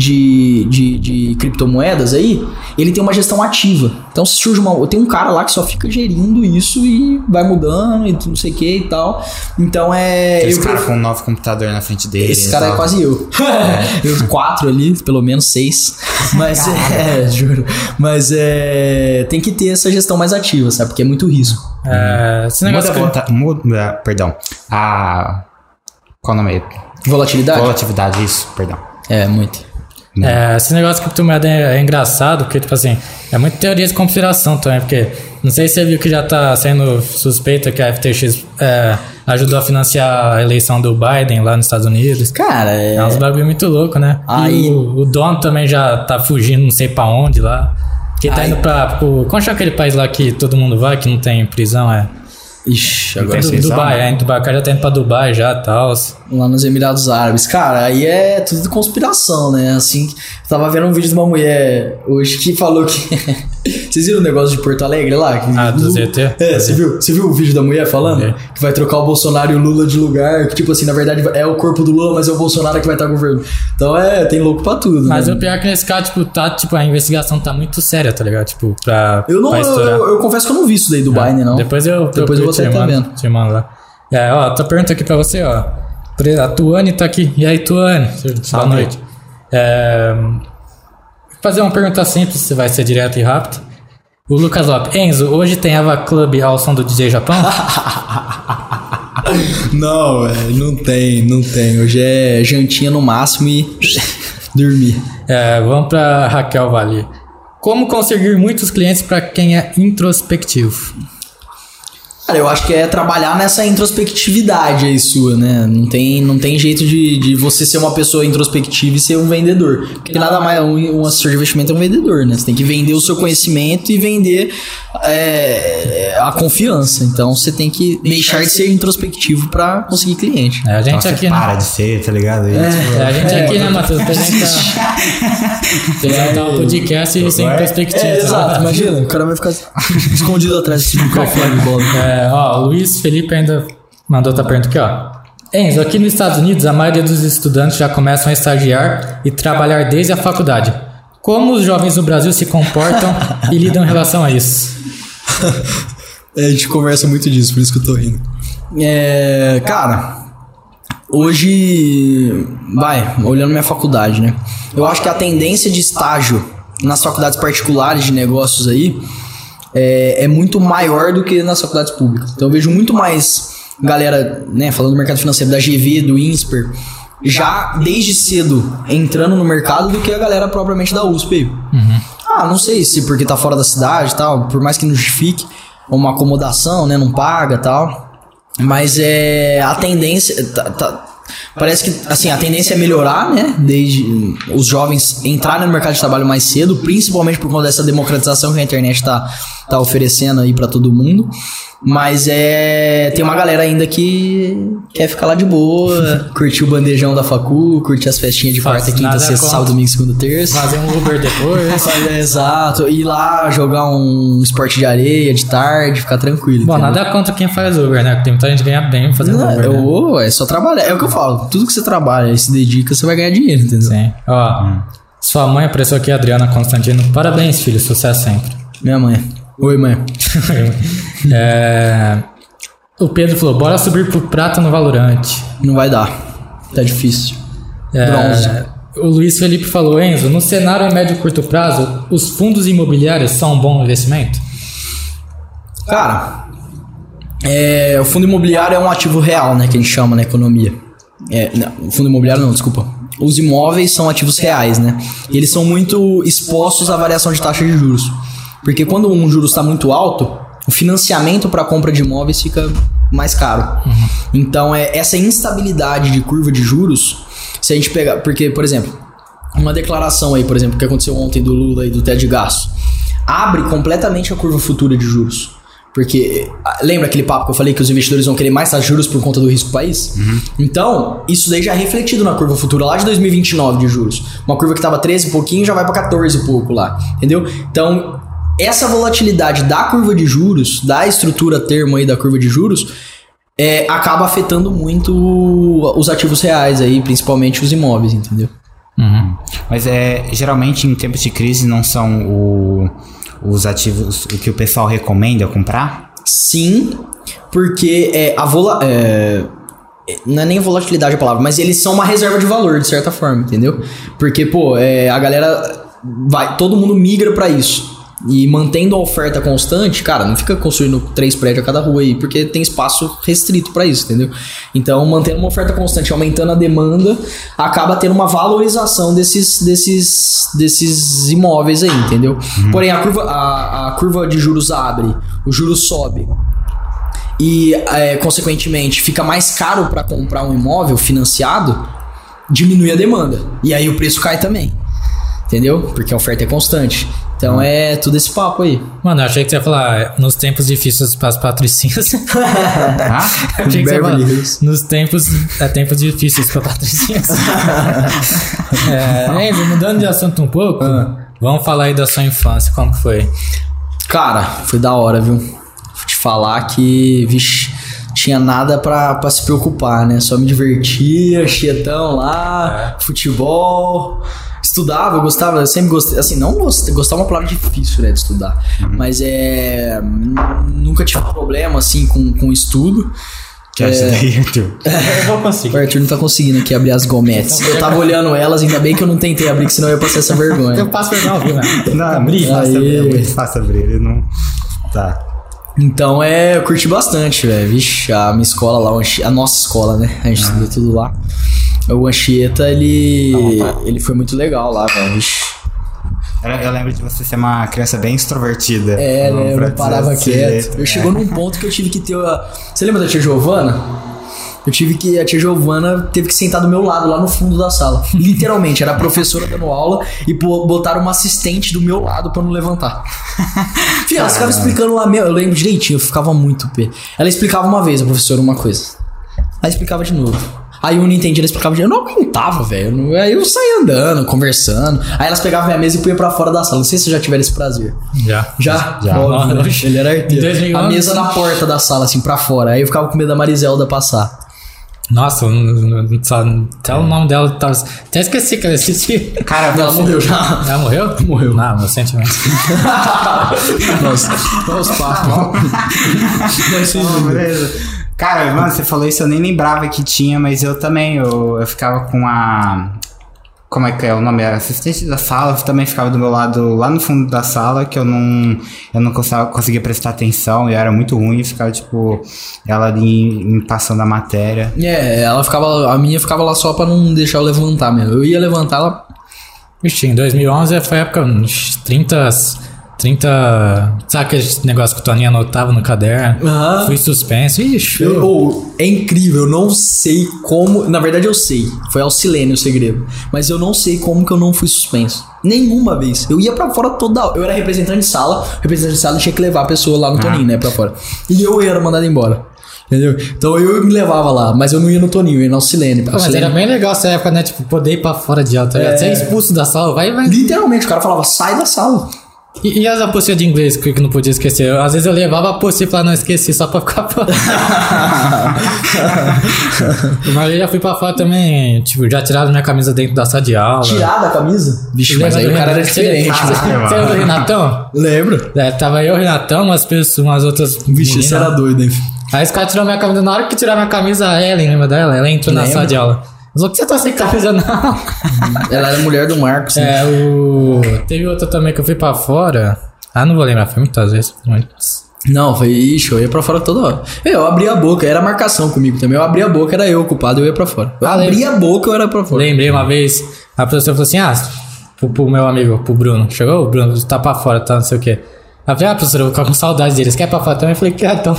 [SPEAKER 3] de, de, de criptomoedas aí, ele tem uma gestão ativa. Então, se surge uma... Tem um cara lá que só fica gerindo isso e vai mudando e não sei o que e tal. Então, é...
[SPEAKER 1] Esse cara com um novo computador na frente dele.
[SPEAKER 3] Esse cara é quase eu. É. Eu quatro ali, pelo menos seis. Mas é... Juro. Mas é... Tem que ter essa gestão mais ativa, sabe? Porque é muito risco.
[SPEAKER 2] É... Esse negócio
[SPEAKER 1] muda, volta, muda... Perdão. A... Qual o nome aí?
[SPEAKER 3] Volatilidade?
[SPEAKER 1] Volatilidade, isso, perdão.
[SPEAKER 3] É, muito.
[SPEAKER 2] É, esse negócio de criptomoeda é, é engraçado, porque, tipo assim, é muita teoria de conspiração também, porque não sei se você viu que já tá sendo suspeito que a F T X é, ajudou a financiar a eleição do Biden lá nos Estados Unidos.
[SPEAKER 3] Cara, é...
[SPEAKER 2] É uns bagulho muito louco, né? Aí... E o, o dono também já tá fugindo não sei pra onde lá. Que tá Aí... indo pra... Pro, qual é aquele país lá que todo mundo vai, que não tem prisão, é...
[SPEAKER 3] Ixi, agora
[SPEAKER 2] tem do, Dubai, é, em Dubai, o cara já tá indo pra Dubai já e tal.
[SPEAKER 3] Lá nos Emirados Árabes. Cara, aí é tudo de conspiração, né? Assim, eu tava vendo um vídeo de uma mulher hoje que falou que... Vocês viram o negócio de Porto Alegre lá? Que
[SPEAKER 2] ah, do Z T?
[SPEAKER 3] É, você viu? Você viu o vídeo da mulher falando? É. Que vai trocar o Bolsonaro e o Lula de lugar. Que tipo assim, na verdade é o corpo do Lula, mas é o Bolsonaro que vai estar governo. Então é, tem louco pra tudo.
[SPEAKER 2] Mas
[SPEAKER 3] né?
[SPEAKER 2] o pior é que nesse caso, tipo, tá, tipo, a investigação tá muito séria, tá ligado? Tipo, pra.
[SPEAKER 3] Eu não,
[SPEAKER 2] pra
[SPEAKER 3] eu, eu, eu confesso que eu não vi isso daí do é. Biden, não.
[SPEAKER 2] Depois eu,
[SPEAKER 3] Depois eu, eu vou estar tá vendo.
[SPEAKER 2] Te mando lá. É, ó, tô perguntando aqui pra você, ó. A Tuane tá aqui. E aí, Tuane? Boa noite. É, vou fazer uma pergunta simples, se vai ser direto e rápido. O Lucas Lopes. Enzo, hoje tem Ava Club ao som do D J Japão?
[SPEAKER 3] Não, velho, não tem, não tem. Hoje é jantinha no máximo e dormir.
[SPEAKER 2] É, vamos pra Raquel Vale. Como conseguir muitos clientes pra quem é introspectivo?
[SPEAKER 3] Cara, eu acho que é trabalhar nessa introspectividade aí sua, né? Não tem, não tem jeito de, de você ser uma pessoa introspectiva e ser um vendedor. Porque nada mais, um, um assessor de investimento é um vendedor, né? Você tem que vender o seu conhecimento e vender é, a confiança. Então você tem que deixar de ser introspectivo pra conseguir cliente.
[SPEAKER 2] É, a gente
[SPEAKER 1] então,
[SPEAKER 2] aqui,
[SPEAKER 1] você para né? de ser, tá ligado?
[SPEAKER 2] É, é, a gente é, aqui, né, Matheus? Apresentar um podcast e sem perspectiva.
[SPEAKER 3] É, exato, imagina, o cara vai ficar escondido atrás desse microfone de bola.
[SPEAKER 2] É, É, ó, o Luiz Felipe ainda mandou outra pergunta aqui, ó. Enzo, aqui nos Estados Unidos, a maioria dos estudantes já começam a estagiar e trabalhar desde a faculdade. Como os jovens no Brasil se comportam e lidam em relação a isso?
[SPEAKER 3] É, a gente conversa muito disso, por isso que eu tô rindo. É, cara, hoje, vai, olhando minha faculdade, né? Eu acho que a tendência de estágio nas faculdades particulares de negócios aí É, é muito maior do que nas faculdades públicas. Então eu vejo muito mais galera, né, falando do mercado financeiro, da G V, do INSPER, já desde cedo entrando no mercado do que a galera propriamente da U S P. Uhum. Ah, não sei se porque tá fora da cidade e tal, por mais que não justifique uma acomodação, né, não paga e tal. Mas é a tendência... Tá, tá, parece que assim, a tendência é melhorar, né? Desde os jovens entrarem no mercado de trabalho mais cedo, principalmente por conta dessa democratização que a internet está tá oferecendo aí pra todo mundo. Mas é. Tem uma galera ainda que quer ficar lá de boa, curtir o bandejão da facu, curtir as festinhas de quarta, quinta, sexta, sábado, domingo, segunda, terça.
[SPEAKER 2] Fazer um Uber depois.
[SPEAKER 3] É, exato. Ir lá jogar um esporte de areia de tarde, ficar tranquilo.
[SPEAKER 2] Bom,
[SPEAKER 3] entendeu?
[SPEAKER 2] nada contra quem faz Uber, né? Tem muita gente que ganha bem fazendo
[SPEAKER 3] Não,
[SPEAKER 2] Uber. Né?
[SPEAKER 3] eu, é só trabalhar. É o que eu falo. Tudo que você trabalha e se dedica, você vai ganhar dinheiro, entendeu?
[SPEAKER 2] Sim. Ó, hum. Sua mãe apareceu aqui, Adriana Constantino. Parabéns, filho. Sucesso sempre.
[SPEAKER 3] Minha mãe. Oi, mãe.
[SPEAKER 2] é... O Pedro falou, bora subir pro prata no Valorant.
[SPEAKER 3] Não vai dar. Tá difícil.
[SPEAKER 2] É... Bronze. O Luiz Felipe falou, Enzo, no cenário a médio e curto prazo, os fundos imobiliários são um bom investimento?
[SPEAKER 3] Cara, é, o fundo imobiliário é um ativo real, né? Que a gente chama na economia. É, não, o fundo imobiliário não, desculpa. Os imóveis são ativos reais, né? E eles são muito expostos à variação de taxa de juros. Porque quando um juros está muito alto, o financiamento para a compra de imóveis fica mais caro. Uhum. Então, é, essa instabilidade de curva de juros, se a gente pegar... Porque, por exemplo, uma declaração aí, por exemplo, que aconteceu ontem do Lula e do Ted Gasso, abre completamente a curva futura de juros. Porque, lembra aquele papo que eu falei que os investidores vão querer mais taxas de juros por conta do risco do país? Uhum. Então, isso daí já é refletido na curva futura lá de dois mil e vinte e nove de juros. Uma curva que estava treze e pouquinho já vai para quatorze e pouco lá, entendeu? Então, essa volatilidade da curva de juros, da estrutura termo aí da curva de juros, é, acaba afetando muito os ativos reais aí, principalmente os imóveis, entendeu?
[SPEAKER 1] Uhum. Mas é, geralmente em tempos de crise não são o... os ativos, o que o pessoal recomenda comprar?
[SPEAKER 3] Sim, porque é, a vola, é, não é nem volatilidade a palavra, mas eles são uma reserva de valor, de certa forma, entendeu? Porque, pô, é, a galera vai, todo mundo migra pra isso. E mantendo a oferta constante, cara, não fica construindo três prédios a cada rua aí, porque tem espaço restrito pra isso, entendeu? Então, mantendo uma oferta constante, aumentando a demanda, acaba tendo uma valorização desses, desses, desses imóveis aí, entendeu? Uhum. Porém, a curva, a, a curva de juros abre, o juros sobe e, é, consequentemente, fica mais caro pra comprar um imóvel financiado, diminui a demanda. E aí o preço cai também, entendeu? Porque a oferta é constante. Então é tudo esse papo aí.
[SPEAKER 2] Mano, eu achei que você ia falar nos tempos difíceis para as patricinhas.
[SPEAKER 3] Ah?
[SPEAKER 2] Eu achei que você ia falar nos tempos, é, tempos difíceis para patricinhas. é, Enzo, mudando de assunto um pouco, ah. vamos falar aí da sua infância, como que foi?
[SPEAKER 3] Cara, foi da hora, viu? Vou te falar que, vixe, tinha nada pra, pra se preocupar, né? Só me divertia, chietão lá, é. futebol... Estudava, eu gostava, eu sempre gostei, assim, não gostava, gostava uma palavra difícil, né, de estudar, uhum. mas é, nunca tive problema, assim, com, com estudo.
[SPEAKER 1] Que é, essa daí, Arthur?
[SPEAKER 2] Eu vou conseguir.
[SPEAKER 3] O Arthur não tá conseguindo aqui abrir as gometes. Eu tava olhando elas, ainda bem que eu não tentei abrir, que senão eu ia passar essa vergonha.
[SPEAKER 2] Eu passo vergonha, viu, né?
[SPEAKER 1] Não, abrir, faça abrir, é muito fácil abrir, ele não... Tá.
[SPEAKER 3] Então, é, eu curti bastante, velho, vixe, a minha escola lá, a nossa escola, né, a gente ah. estudou tudo lá. O Anchieta, ele, ah, tá. ele foi muito legal lá, velho.
[SPEAKER 1] Eu lembro de você ser uma criança bem extrovertida.
[SPEAKER 3] É, né? Eu não parava quieto. Eu é. chegou num ponto que eu tive que ter... A... Você lembra da tia Giovana? Eu tive que... A tia Giovana teve que sentar do meu lado, lá no fundo da sala. Literalmente, era a professora dando aula e botaram uma assistente do meu lado pra não levantar. Fih, ela ficava explicando lá, meu, eu lembro direitinho, eu ficava muito pé. Ela explicava uma vez, a professora, uma coisa. Aí explicava de novo. Aí eu não entendia, ela explicava de novo. Eu não aguentava, velho. Aí eu saía andando, conversando. Aí elas pegavam minha mesa e punham pra fora da sala. Não sei se vocês já tiveram esse prazer.
[SPEAKER 2] Já.
[SPEAKER 3] Já?
[SPEAKER 2] Já.
[SPEAKER 3] Óbvio, né? Ele era arteiro. A mesa na porta da sala, assim, pra fora. Aí eu ficava com medo da Mariselda passar.
[SPEAKER 2] Nossa, só, até o nome dela tá, até esqueci que ela existia.
[SPEAKER 3] Cara, ela morreu já.
[SPEAKER 2] Ela morreu?
[SPEAKER 3] Morreu.
[SPEAKER 2] Não, meu sentimento.
[SPEAKER 3] Nossa, os papos.
[SPEAKER 1] Beleza. Cara, mano, você falou isso, eu nem lembrava que tinha, mas eu também, eu, eu ficava com a... Como é que é o nome? A assistente da sala também ficava do meu lado, lá no fundo da sala, que eu não, eu não conseguia, conseguia prestar atenção, e era muito ruim, ficava, tipo, ela ali me passando a matéria.
[SPEAKER 3] É, ela ficava, a minha ficava lá só pra não deixar eu levantar mesmo. Eu ia levantar ela...
[SPEAKER 2] Vixe, em dois mil e onze foi a época, trinta... trinta... Sabe aquele negócio que o Toninho anotava no caderno?
[SPEAKER 3] Aham.
[SPEAKER 2] Fui suspenso. Ixi,
[SPEAKER 3] Eu, oh, é incrível, eu não sei como. Na verdade, eu sei. Foi Alcilene o segredo. Mas eu não sei como que eu não fui suspenso. Nenhuma vez. Eu ia pra fora toda hora. Eu era representante de sala. Representante de sala tinha que levar a pessoa lá no ah. Toninho, né? Pra fora. E eu era mandado embora. Entendeu? Então eu me levava lá, mas eu não ia no Toninho, eu ia na Alcilene.
[SPEAKER 2] Pô, mas era bem legal essa época, né? Tipo, poder ir pra fora de aula, tá ligado? É... Você é expulso da sala, vai, vai.
[SPEAKER 3] Literalmente, o cara falava, sai da sala.
[SPEAKER 2] E, e as apostilas de inglês que eu não podia esquecer? Eu, às vezes eu levava a apostila pra não esquecer, só pra ficar fora. Mas eu já fui pra fora também, tipo, já tiraram minha camisa dentro da sala de aula.
[SPEAKER 3] Tirada a camisa? Vixe, mas aí o cara era diferente.
[SPEAKER 2] Você lembra do Renatão?
[SPEAKER 3] Lembro.
[SPEAKER 2] É, tava eu, Renatão, umas pessoas, umas outras.
[SPEAKER 3] Vixe, você era doido, hein?
[SPEAKER 2] Aí os caras tiraram minha camisa. Na hora que tiraram minha camisa, a Ellen, lembra dela? Ela entrou Lembra. na sala de aula. Falou que você tá sem camisa, não.
[SPEAKER 3] Ela era mulher do Marcos.
[SPEAKER 2] Né? É, o... Teve outra também que eu fui pra fora. Ah, não vou lembrar, foi muitas vezes. Muitas.
[SPEAKER 3] Não, foi ixi, eu ia pra fora toda hora. Eu abria a boca, era marcação comigo também. Eu abria a boca, era eu o culpado, eu ia pra fora. Eu ah, abria a boca, eu era pra fora.
[SPEAKER 2] Lembrei uma vez, a professora falou assim: ah, pro, pro meu amigo, pro Bruno. Chegou, o Bruno tá pra fora, tá não sei o quê. Eu falei, ah, professor, eu vou ficar com saudade deles. Quer pra fora também? Eu falei, quer, então.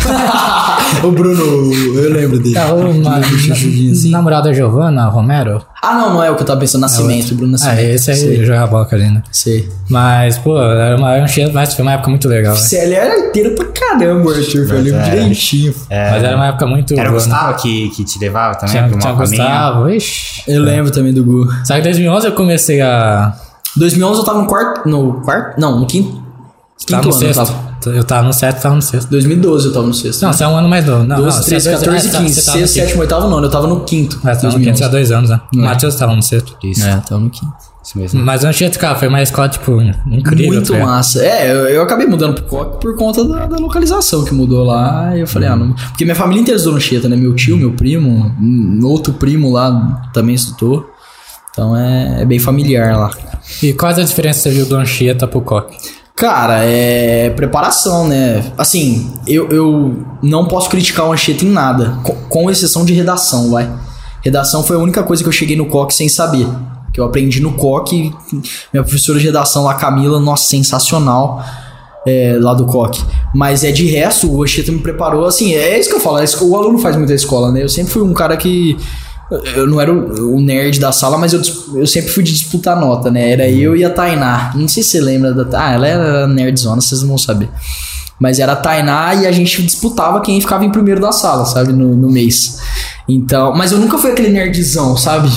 [SPEAKER 3] O Bruno, eu lembro dele.
[SPEAKER 2] Tá, uma, assim. Namorada Giovana Romero.
[SPEAKER 3] Ah, não, não é o que eu tava pensando, Nascimento, é Bruno Nascimento.
[SPEAKER 2] Ah, esse aí jogava bola com a gente, né?
[SPEAKER 3] Sei.
[SPEAKER 2] Mas, pô, era uma, mas foi uma época muito legal.
[SPEAKER 3] Você né? era arteiro pra caramba, Arthur, eu lembro direitinho.
[SPEAKER 2] É, mas era uma época muito
[SPEAKER 1] Era
[SPEAKER 2] boa,
[SPEAKER 1] o Gustavo
[SPEAKER 2] né?
[SPEAKER 1] que, que te levava também?
[SPEAKER 2] Tinha, tinha o Gustavo, ixi.
[SPEAKER 3] Eu lembro também do Gu.
[SPEAKER 2] Sabe que em dois mil e onze eu comecei a...
[SPEAKER 3] dois mil e onze eu tava no quarto, no quarto? Não, no quinto.
[SPEAKER 2] Quinto
[SPEAKER 3] no
[SPEAKER 2] ano sexto. Eu tava. Eu tava no sétimo, tava no sexto.
[SPEAKER 3] dois mil e doze eu tava no sexto.
[SPEAKER 2] Não, né? Você é um ano mais novo. Não,
[SPEAKER 3] doze, treze, quatorze, quinze. Sexto, sétimo, oitavo, nono. Eu tava no quinto.
[SPEAKER 2] É, tava no quinto, tinha dois anos, né? O Matheus tava no sexto.
[SPEAKER 3] Isso. É, tava no quinto.
[SPEAKER 1] Isso mesmo.
[SPEAKER 2] Mas eu não tinha de cara, foi uma escola, tipo, incrível.
[SPEAKER 3] Muito tá massa. É, eu, eu acabei mudando pro Coque por conta da, da localização que mudou lá. E eu falei, hum. ah, não. Porque minha família inteira estudou no Anchieta, né? Meu tio, meu primo, um outro primo lá também estudou. Então é, é bem familiar lá.
[SPEAKER 2] E quais a diferença você viu do Anchieta pro Coque?
[SPEAKER 3] Cara, é preparação, né? Assim, eu, eu não posso criticar o Anchieta em nada, com, com exceção de redação, vai. Redação foi a única coisa que eu cheguei no Coque sem saber. Que eu aprendi no Coque. Minha professora de redação lá, Camila, nossa, sensacional. É, lá do Coque. Mas é de resto, o Anchieta me preparou, assim, é isso que eu falo. O aluno faz muita escola, né? Eu sempre fui um cara que... Eu não era o, o nerd da sala, mas eu, eu sempre fui de disputar nota, né? Era eu e a Tainá. Não sei se você lembra da... Ah, ela era nerdzona, vocês não vão saber. Mas era a Tainá e a gente disputava quem ficava em primeiro da sala, sabe? No, no mês. Então... Mas eu nunca fui aquele nerdzão, sabe?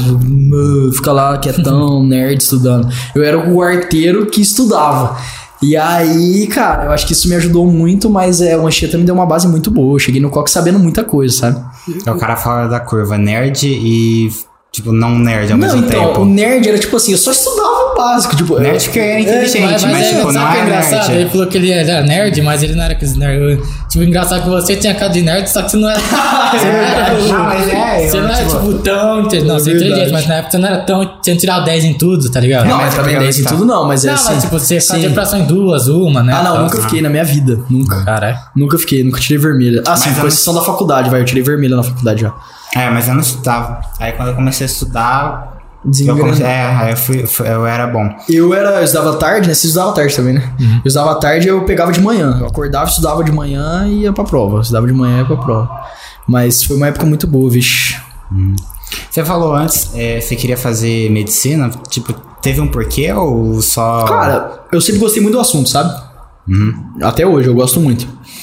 [SPEAKER 3] Fica lá quietão, nerd, estudando. Eu era o arteiro que estudava. E aí, cara, eu acho que isso me ajudou muito, mas é, o Anchieta me deu uma base muito boa. Eu cheguei no Coque sabendo muita coisa, sabe?
[SPEAKER 1] O cara fala da curva nerd e, tipo, não nerd ao
[SPEAKER 3] não,
[SPEAKER 1] mesmo
[SPEAKER 3] então,
[SPEAKER 1] tempo.
[SPEAKER 3] O nerd era tipo assim, eu só estudava o básico. Tipo,
[SPEAKER 1] nerd porque era inteligente, é, mas, mas, mas é, tipo, não é
[SPEAKER 2] engraçado?
[SPEAKER 1] nerd.
[SPEAKER 2] Ele falou que ele era nerd, mas ele não era aquele nerd. Tipo, engraçado que você tinha cara de nerd, só que você não era... Você não era,
[SPEAKER 1] não, mas é,
[SPEAKER 2] você
[SPEAKER 1] eu,
[SPEAKER 2] não era
[SPEAKER 1] tipo,
[SPEAKER 2] tipo, tão... Não, você é inteligente, mas na época você não era tão... Tinha tirado dez em tudo, tá ligado?
[SPEAKER 3] Não, mas também dez em tudo não, mas é
[SPEAKER 2] não,
[SPEAKER 3] assim...
[SPEAKER 2] Não, mas tipo, você fazia fração em duas, uma, né?
[SPEAKER 3] Ah, não, nunca fiquei na minha vida, nunca.
[SPEAKER 2] Caralho.
[SPEAKER 3] Nunca fiquei, nunca tirei vermelha. Ah, sim, foi exceção da faculdade, vai, eu tirei vermelha na faculdade já.
[SPEAKER 1] É, mas eu não estudava. Aí quando eu comecei a estudar... Eu comecei, é, aí eu, fui, eu era bom.
[SPEAKER 3] Eu era, eu estudava tarde, né? Você estudava tarde também, né? Uhum. Eu estudava tarde e eu pegava de manhã. Eu acordava, estudava de manhã e ia pra prova. Eu estudava de manhã e ia pra prova. Mas foi uma época muito boa, vixe.
[SPEAKER 1] Hum. Você falou antes, é, você queria fazer medicina? Tipo, teve um porquê ou só...
[SPEAKER 3] Cara, eu sempre gostei muito do assunto, sabe?
[SPEAKER 1] Uhum.
[SPEAKER 3] Até hoje, eu gosto muito.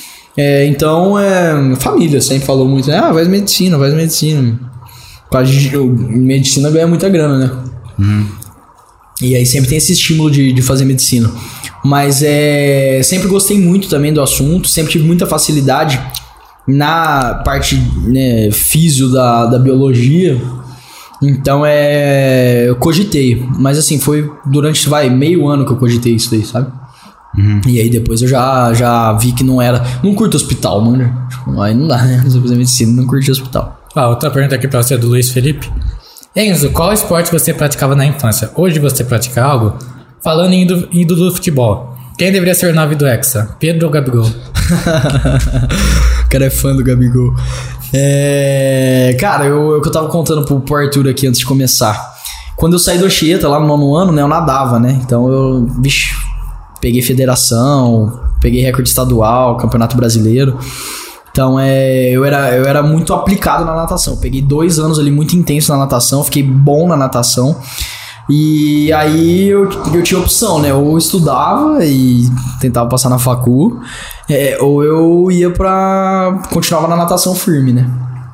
[SPEAKER 3] É, então, é, família sempre falou muito, ah, faz medicina, faz medicina. Medicina ganha muita grana, né?
[SPEAKER 1] Uhum.
[SPEAKER 3] E aí sempre tem esse estímulo de, de fazer medicina. Mas é, sempre gostei muito também do assunto, sempre tive muita facilidade na parte, né, físio da, da biologia. Então é, eu cogitei. Mas assim, foi durante, vai, meio ano que eu cogitei isso daí, sabe?
[SPEAKER 1] Uhum.
[SPEAKER 3] E aí depois eu já, já vi que não era... Não curto hospital, mano. Tipo, aí não dá, né? Você fazer medicina, não curte hospital.
[SPEAKER 2] Ah, outra pergunta aqui pra você, do Luiz Felipe. Enzo, qual esporte você praticava na infância? Hoje você pratica algo? Falando em indo, indo do futebol, quem deveria ser o nove do Hexa? Pedro ou Gabigol?
[SPEAKER 3] O cara é fã do Gabigol. É... Cara, eu, eu que eu tava contando pro, pro Arthur aqui antes de começar. Quando eu saí do Anchieta, lá no nono ano, né? Eu nadava, né? Então eu... Vixe... peguei federação, peguei recorde estadual, campeonato brasileiro. Então, é, eu, era, eu era muito aplicado na natação. Eu peguei dois anos ali muito intenso na natação, fiquei bom na natação. E aí eu, eu tinha opção, né? Ou eu estudava e tentava passar na facu, é, ou eu ia pra... continuava na natação firme, né?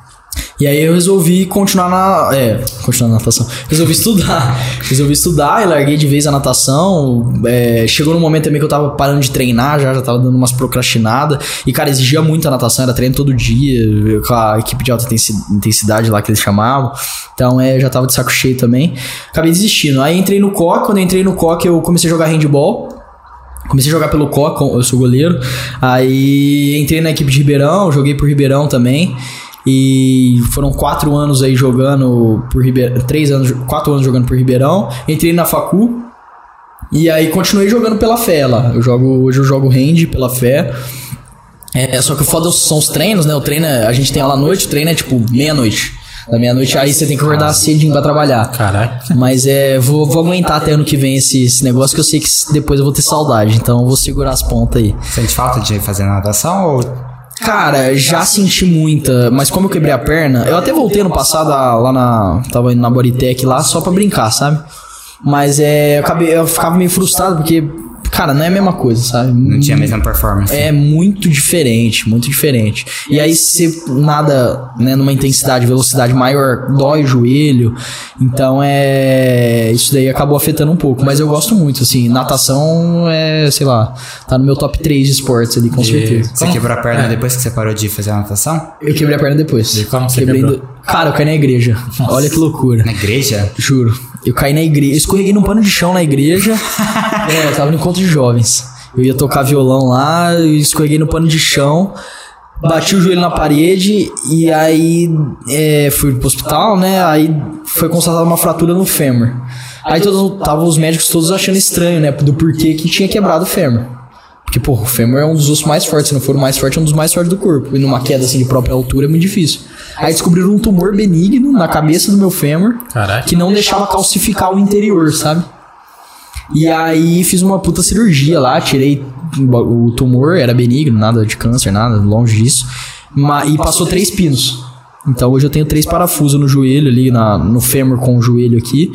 [SPEAKER 3] E aí eu resolvi continuar na... É, continuar na natação. Resolvi estudar. Resolvi estudar e larguei de vez a natação. É, chegou num momento também que eu tava parando de treinar, já, já tava dando umas procrastinadas. E, cara, exigia muito a natação, era treino todo dia, com a equipe de alta intensidade lá que eles chamavam. Então, é, já tava de saco cheio também. Acabei desistindo. Aí entrei no C O C. Quando eu entrei no C O C, eu comecei a jogar handball. Comecei a jogar pelo C O C, eu sou goleiro. Aí entrei na equipe de Ribeirão, joguei por Ribeirão também. E foram quatro anos aí jogando por Ribeirão, três anos, quatro anos jogando por Ribeirão. Entrei na facu e aí continuei jogando pela fé lá. Eu jogo, hoje eu jogo hand pela fé. É, só que o foda são os treinos, né? O treino, é, a gente tem aula à noite, o treino é tipo meia-noite. Da meia-noite, aí você tem que acordar cedinho pra trabalhar.
[SPEAKER 2] Caraca.
[SPEAKER 3] Mas é, vou, vou aguentar até ano que vem esse, esse negócio, que eu sei que depois eu vou ter saudade. Então eu vou segurar as pontas aí.
[SPEAKER 1] Sente falta de fazer natação ou...
[SPEAKER 3] Cara, já senti muita, mas como eu quebrei a perna, eu até voltei no passado lá na... Tava indo na Bodytech lá só pra brincar, sabe? Mas é, eu, acabei, eu ficava meio frustrado porque, cara, não é a mesma coisa, sabe?
[SPEAKER 1] Não tinha a mesma performance.
[SPEAKER 3] É muito diferente, muito diferente. E aí se nada, né, numa intensidade, velocidade maior, dói o joelho. Então é... Isso daí acabou afetando um pouco. Mas eu gosto muito, assim, natação é, sei lá, tá no meu top três de esportes ali, com certeza.
[SPEAKER 1] Você quebrou a perna é. depois que você parou de fazer a natação?
[SPEAKER 3] Eu quebrei a perna depois.
[SPEAKER 2] E como você
[SPEAKER 3] Quebrei
[SPEAKER 2] quebrou?
[SPEAKER 3] do... Cara, eu caí na igreja. Nossa. Olha que loucura.
[SPEAKER 1] Na igreja?
[SPEAKER 3] Juro. Eu caí na igreja. Eu escorreguei num pano de chão na igreja. É, eu tava no encontro de jovens. Eu ia tocar violão lá, eu escorreguei no pano de chão, bati o joelho na parede e aí é, fui pro hospital, né? Aí foi constatada uma fratura no fêmur. Aí todos, tava os médicos todos achando estranho, né? Do porquê que tinha quebrado o fêmur. Porque, pô, o fêmur é um dos ossos mais fortes. Se não for o mais forte, é um dos mais fortes do corpo. E numa queda assim de própria altura é muito difícil. Aí descobriram um tumor benigno na cabeça do meu fêmur.
[SPEAKER 2] Caraca.
[SPEAKER 3] Que não deixava calcificar o interior, sabe? E aí fiz uma puta cirurgia lá, tirei o tumor, era benigno, nada de câncer, nada, longe disso. E passou três pinos. Então hoje eu tenho três parafusos no joelho ali, na, no fêmur com o joelho aqui.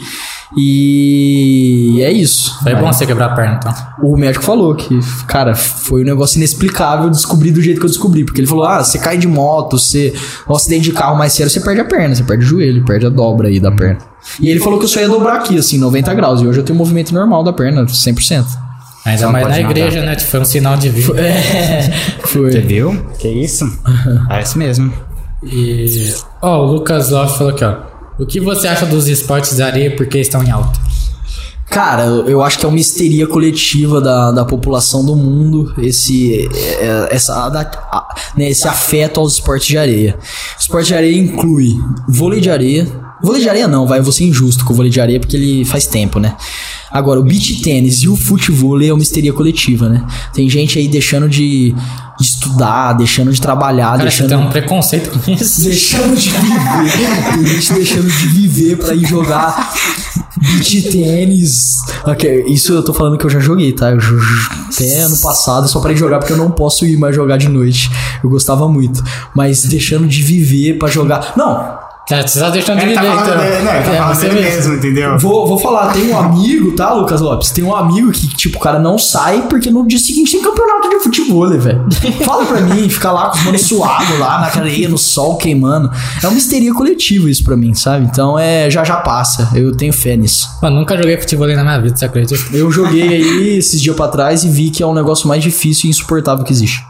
[SPEAKER 3] E é isso.
[SPEAKER 2] Foi bom você quebrar a perna, então.
[SPEAKER 3] O médico falou que, cara, foi um negócio inexplicável descobrir do jeito que eu descobri. Porque ele falou, ah, você cai de moto, você... Um acidente de carro mais sério, você perde a perna, você perde o joelho, perde a dobra aí da perna. E ele falou que eu só ia dobrar aqui, assim, noventa graus. E hoje eu tenho movimento normal da perna, cem por cento.
[SPEAKER 2] Ainda
[SPEAKER 1] Não
[SPEAKER 2] mais na
[SPEAKER 1] pode
[SPEAKER 2] igreja,
[SPEAKER 1] nadar.
[SPEAKER 2] né? Foi um sinal de vida.
[SPEAKER 3] É, foi.
[SPEAKER 1] Você viu? Que isso? Parece mesmo.
[SPEAKER 2] E... Ó, o Lucas Love falou aqui, ó. O que você acha dos esportes de areia porque estão em alta?
[SPEAKER 3] Cara, eu acho que é uma histeria coletiva da, da população do mundo, esse, essa, da, né, esse afeto aos esportes de areia. O esporte de areia inclui vôlei de areia. Vôlei de areia não, vai, eu vou ser injusto com o vôlei de areia porque ele faz tempo, né? Agora, o beach tênis e o futevôlei é uma histeria coletiva, né? Tem gente aí deixando de, de estudar, deixando de trabalhar,
[SPEAKER 2] Cara,
[SPEAKER 3] deixando...
[SPEAKER 2] você tem um preconceito com isso?
[SPEAKER 3] Deixando de viver. Tem gente deixando de viver pra ir jogar beach tênis. Okay, isso eu tô falando que eu já joguei, tá? Eu, até ano passado, só pra ir jogar, porque eu não posso ir mais jogar de noite. Eu gostava muito. Mas deixando de viver pra jogar... Não...
[SPEAKER 2] Cara, você tá deixando de
[SPEAKER 1] Ele
[SPEAKER 2] viver,
[SPEAKER 1] tá falando
[SPEAKER 2] então.
[SPEAKER 1] dele, não, ele tá
[SPEAKER 2] É,
[SPEAKER 1] falando
[SPEAKER 2] você
[SPEAKER 1] dele
[SPEAKER 2] mesmo.
[SPEAKER 1] mesmo, entendeu?
[SPEAKER 3] Vou, vou falar, tem um amigo, tá, Lucas Lopes? Tem um amigo que, tipo, o cara não sai porque no dia seguinte tem campeonato de futebol, velho. Fala pra mim, fica lá com os manos suados lá na areia, no sol queimando. É uma histeria coletiva isso pra mim, sabe? Então é, já já passa. Eu tenho fé nisso.
[SPEAKER 2] Mano, nunca joguei futebol na minha vida, você acredita?
[SPEAKER 3] Eu joguei aí esses dias pra trás e vi que é um negócio mais difícil e insuportável que existe.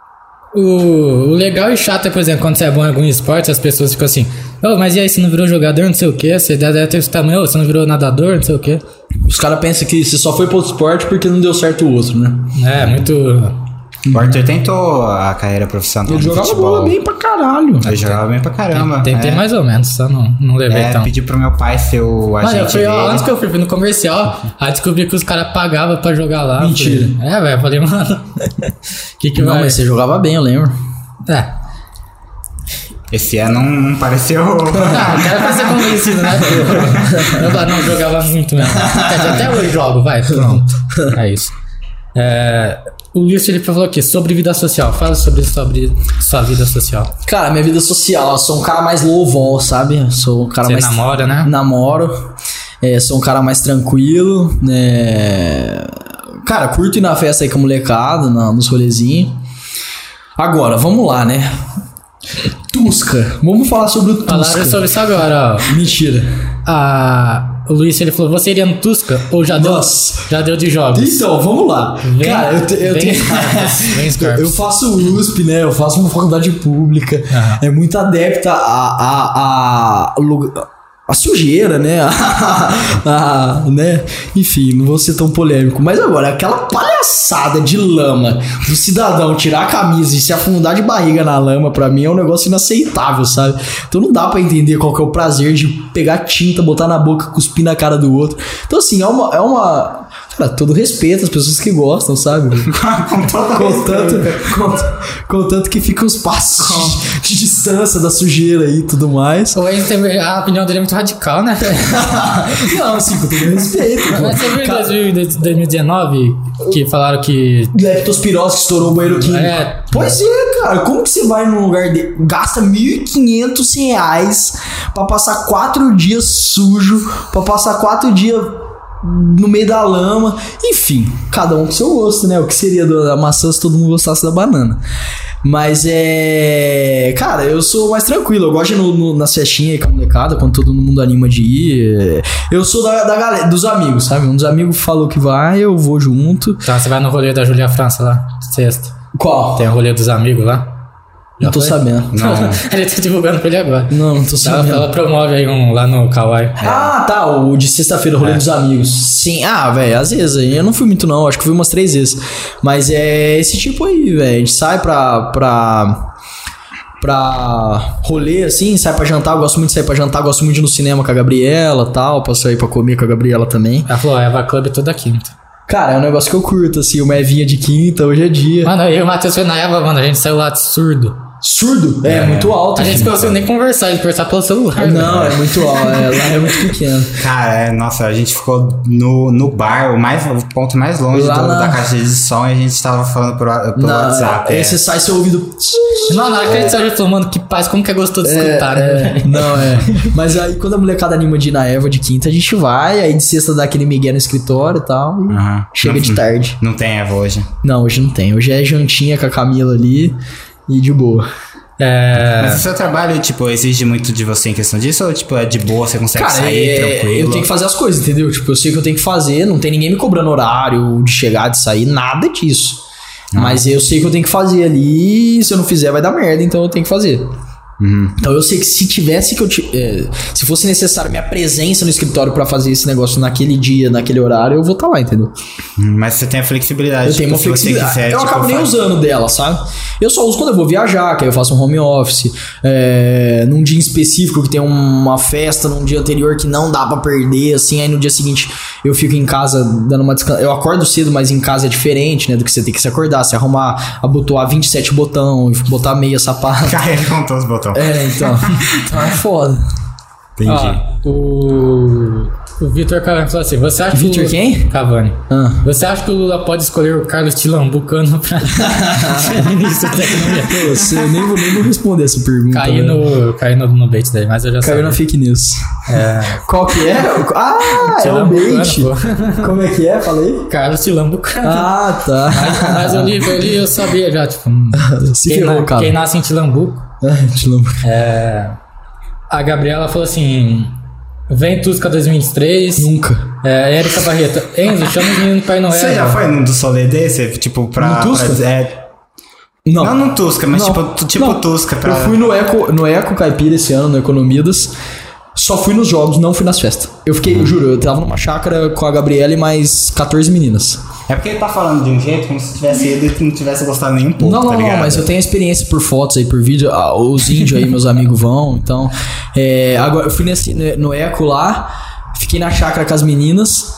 [SPEAKER 2] O, o legal e chato é, por exemplo, quando você é bom em algum esporte, as pessoas ficam assim, oh, mas e aí, você não virou jogador, não sei o que, você deve ter esse tamanho, oh, você não virou nadador, não sei o que.
[SPEAKER 3] Os caras pensam que você só foi pro outro esporte porque não deu certo o outro, né?
[SPEAKER 2] É, muito...
[SPEAKER 1] O Arthur tentou a carreira profissional
[SPEAKER 3] Ele
[SPEAKER 1] de
[SPEAKER 3] jogava
[SPEAKER 1] futebol.
[SPEAKER 3] bola bem pra caralho.
[SPEAKER 1] Ele jogava bem pra caramba.
[SPEAKER 2] Tentei
[SPEAKER 1] é.
[SPEAKER 2] mais ou menos, só não, não levei
[SPEAKER 1] É,
[SPEAKER 2] tão.
[SPEAKER 1] pedi pro meu pai ser o
[SPEAKER 2] Mano, eu
[SPEAKER 1] agente
[SPEAKER 2] fui, ó,
[SPEAKER 1] dele.
[SPEAKER 2] antes que eu fui no comercial, aí descobri que os caras pagavam pra jogar lá.
[SPEAKER 3] Mentira.
[SPEAKER 2] Falei, é, velho, falei, mano, que que
[SPEAKER 3] Não,
[SPEAKER 2] vai...
[SPEAKER 3] mas você jogava bem, eu lembro.
[SPEAKER 2] É.
[SPEAKER 1] Esse ano não, não pareceu...
[SPEAKER 2] Ah, o cara vai ser convencido, né? Eu não jogava muito mesmo. Quer dizer, até hoje jogo, vai, pronto. É isso. É, o Luiz Felipe falou aqui sobre vida social. Fala sobre, sobre sua vida social.
[SPEAKER 3] Cara, minha vida social, eu sou um cara mais low-vol, sabe? Eu sou um cara
[SPEAKER 2] Você
[SPEAKER 3] mais...
[SPEAKER 2] namora, né?
[SPEAKER 3] Namoro. É, sou um cara mais tranquilo, né? Cara, curto ir na festa aí com a molecada, na, nos rolezinhos. Agora, vamos lá, né? Tusca. Vamos falar sobre o Tusca.
[SPEAKER 2] Falaram sobre isso agora, ó.
[SPEAKER 3] Mentira.
[SPEAKER 2] Ah, o Luiz, ele falou, você iria no Tusca ou já deu,
[SPEAKER 3] Nossa.
[SPEAKER 2] já deu de jogos?
[SPEAKER 3] Então, vamos lá.
[SPEAKER 2] Vem,
[SPEAKER 3] cara, eu, te, eu
[SPEAKER 2] vem
[SPEAKER 3] tenho...
[SPEAKER 2] Scarpes, vem Scarpes.
[SPEAKER 3] Eu faço U S P, né? Eu faço uma faculdade pública.
[SPEAKER 2] Uhum.
[SPEAKER 3] É muito adepta a... a, a, a a sujeira, né? a, né? Enfim, não vou ser tão polêmico. Mas agora, aquela palhaçada de lama do cidadão tirar a camisa e se afundar de barriga na lama, pra mim é um negócio inaceitável, sabe? Então não dá pra entender qual que é o prazer de pegar tinta, botar na boca, cuspir na cara do outro. Então assim, é uma... É uma cara, todo respeito às pessoas que gostam, sabe?
[SPEAKER 1] Com todo
[SPEAKER 3] Contanto, contanto que fica uns passos de, de distância da sujeira aí e tudo mais.
[SPEAKER 2] O Enzo tem a opinião dele é muito radical, né?
[SPEAKER 3] Não, assim, com todo respeito.
[SPEAKER 2] Mas você viu em dois mil e dezenove que falaram que...
[SPEAKER 3] Leptospirose que estourou o banheiro químico.
[SPEAKER 2] É.
[SPEAKER 3] Pois é, cara. Como que você vai num lugar de... Gasta mil e quinhentos reais pra passar quatro dias sujo, pra passar quatro dias no meio da lama. Enfim, cada um com seu gosto, né? O que seria da maçã se todo mundo gostasse da banana? Mas é... Cara, eu sou mais tranquilo. Eu gosto de ir no, no, nas festinhas aí com a molecada, quando todo mundo anima de ir. Eu sou da, da galera, dos amigos, sabe? Um dos amigos falou que vai, eu vou junto.
[SPEAKER 2] Então você vai no rolê da Julia França lá, sexta.
[SPEAKER 3] Qual?
[SPEAKER 2] Tem o rolê dos amigos lá? Já
[SPEAKER 3] Não tô
[SPEAKER 2] foi?
[SPEAKER 3] sabendo.
[SPEAKER 1] Não.
[SPEAKER 2] Ele tá divulgando pra ele agora.
[SPEAKER 3] Não, não tô
[SPEAKER 2] Ela,
[SPEAKER 3] sabendo.
[SPEAKER 2] ela promove aí um lá no Kawaii.
[SPEAKER 3] Ah, tá, o de sexta-feira, o rolê
[SPEAKER 2] É.
[SPEAKER 3] dos amigos. Sim, ah, velho, às vezes, eu não fui muito não, acho que fui umas três vezes. Mas é esse tipo aí, velho, a gente sai pra... pra... pra rolê, assim, sai pra jantar, eu gosto muito de sair pra jantar, eu gosto muito de ir no cinema com a Gabriela e tal, posso sair pra comer com a Gabriela também.
[SPEAKER 2] Ela falou, Eva Club toda quinta.
[SPEAKER 3] Cara, é um negócio que eu curto, assim, uma Evinha de quinta, hoje é dia.
[SPEAKER 2] Mano, eu e o Matheus foi na Eva, mano, a gente saiu lá de surdo.
[SPEAKER 3] Surdo? É,
[SPEAKER 1] É.
[SPEAKER 3] muito alto.
[SPEAKER 2] A gente
[SPEAKER 3] gente.
[SPEAKER 2] não conseguiu nem conversar, a gente conversar pelo celular.
[SPEAKER 3] Não, é muito alto, é, lá é muito pequeno.
[SPEAKER 1] Cara, é, nossa, a gente ficou no, no bar, o, mais, o ponto mais longe
[SPEAKER 3] Lá
[SPEAKER 1] do-
[SPEAKER 3] na-
[SPEAKER 1] da caixa de som e a gente tava falando por, pelo
[SPEAKER 3] Na-
[SPEAKER 1] WhatsApp.
[SPEAKER 3] Aí
[SPEAKER 1] é.
[SPEAKER 3] você sai seu ouvido...
[SPEAKER 2] Não, na hora que a gente saiu, a gente falou, mano, que paz, como que é gostoso de escutar, né?
[SPEAKER 3] É, não, é. Mas aí quando a molecada anima de ir na Eva de quinta, a gente vai, aí de sexta dá aquele migué no escritório e tal. E
[SPEAKER 1] Aham.
[SPEAKER 3] chega
[SPEAKER 1] Não-
[SPEAKER 3] de tarde.
[SPEAKER 1] Não tem Eva hoje.
[SPEAKER 3] Não, hoje não tem. Hoje é jantinha com a Camila ali e de boa.
[SPEAKER 2] É...
[SPEAKER 1] Mas o seu trabalho, tipo, exige muito de você em questão disso? Ou, tipo, é de boa, você consegue
[SPEAKER 3] Cara,
[SPEAKER 1] sair
[SPEAKER 3] é,
[SPEAKER 1] tranquilo?
[SPEAKER 3] eu tenho que fazer as coisas, entendeu? Tipo, eu sei que eu tenho que fazer, não tem ninguém me cobrando horário de chegar, de sair, nada disso. Mas eu sei que eu tenho que fazer ali, e se eu não fizer vai dar merda, então eu tenho que fazer.
[SPEAKER 1] Uhum.
[SPEAKER 3] Então eu sei que se tivesse que eu ti- é, se fosse necessário minha presença no escritório pra fazer esse negócio naquele dia, naquele horário, eu vou estar lá, entendeu?
[SPEAKER 1] Hum, Mas você tem a flexibilidade.
[SPEAKER 3] Eu tenho
[SPEAKER 1] tipo,
[SPEAKER 3] uma
[SPEAKER 1] se você
[SPEAKER 3] flexibilidade.
[SPEAKER 1] quiser,
[SPEAKER 3] eu
[SPEAKER 1] tipo,
[SPEAKER 3] acabo nem
[SPEAKER 1] faz-
[SPEAKER 3] usando dela, sabe? Eu só uso quando eu vou viajar, que aí eu faço um home office. É, num dia específico que tem uma festa num dia anterior que não dá pra perder, assim. Aí no dia seguinte eu fico em casa dando uma descansa. Eu acordo cedo, mas em casa é diferente, né? Do que você tem que se acordar, se arrumar, abotoar vinte e sete botão, botar meia sapato.
[SPEAKER 1] Carrega com todos os botões.
[SPEAKER 3] É, então. Então é foda.
[SPEAKER 1] Entendi.
[SPEAKER 2] Ó, o o Vitor Cavani falou assim, você acha
[SPEAKER 3] Vitor
[SPEAKER 2] que o...
[SPEAKER 3] quem?
[SPEAKER 2] Cavani.
[SPEAKER 3] Ah.
[SPEAKER 2] Você acha que o Lula pode escolher o Carlos Tilambucano pra ministro da Economia?
[SPEAKER 3] Pô, você, eu nem vou, nem vou responder essa pergunta.
[SPEAKER 2] Cair
[SPEAKER 3] né?
[SPEAKER 2] no, cair no, no bait daí, mas eu já
[SPEAKER 3] Caiu
[SPEAKER 2] sabia.
[SPEAKER 3] na fake news.
[SPEAKER 2] É,
[SPEAKER 3] Qual que é? Ah, é o
[SPEAKER 2] Tilambucano,
[SPEAKER 3] bait.
[SPEAKER 2] pô.
[SPEAKER 3] Como é que é? Falei?
[SPEAKER 2] Carlos Tilambucano.
[SPEAKER 3] Ah, tá.
[SPEAKER 2] Mas, mas eu li, eu li, eu sabia já, tipo...
[SPEAKER 3] Se
[SPEAKER 2] quem,
[SPEAKER 3] ferrou,
[SPEAKER 2] na-
[SPEAKER 3] cara.
[SPEAKER 2] quem nasce em Tilambuco.
[SPEAKER 3] Ah, te lembro.
[SPEAKER 2] É, a Gabriela falou assim... Vem Tusca dois mil e vinte e três.
[SPEAKER 3] Nunca.
[SPEAKER 2] É, Érica Barreto. Enzo, chama os meninos pra ir no
[SPEAKER 1] Você
[SPEAKER 2] Eva.
[SPEAKER 1] já foi num do Solê desse? Tipo, pra...
[SPEAKER 3] No Tusca?
[SPEAKER 1] pra- é,
[SPEAKER 3] Não.
[SPEAKER 1] não no Tusca, mas
[SPEAKER 3] Não.
[SPEAKER 1] tipo, tu- tipo
[SPEAKER 3] Não.
[SPEAKER 1] Tusca. Pra...
[SPEAKER 3] Eu fui no Eco, no Eco Caipira esse ano, no Economidas. Só fui nos jogos, não fui nas festas. Eu fiquei, eu juro, eu tava numa chácara com a Gabriela e mais quatorze meninas.
[SPEAKER 1] É porque ele tá falando de um jeito como se tivesse ido e tu não tivesse gostado nem um pouco,
[SPEAKER 3] não, não,
[SPEAKER 1] tá
[SPEAKER 3] não,
[SPEAKER 1] ligado?
[SPEAKER 3] mas eu tenho experiência por fotos aí, por vídeo. Ah, os índios aí, meus amigos vão. Então, é, agora eu fui nesse, no Eco lá, fiquei na chácara com as meninas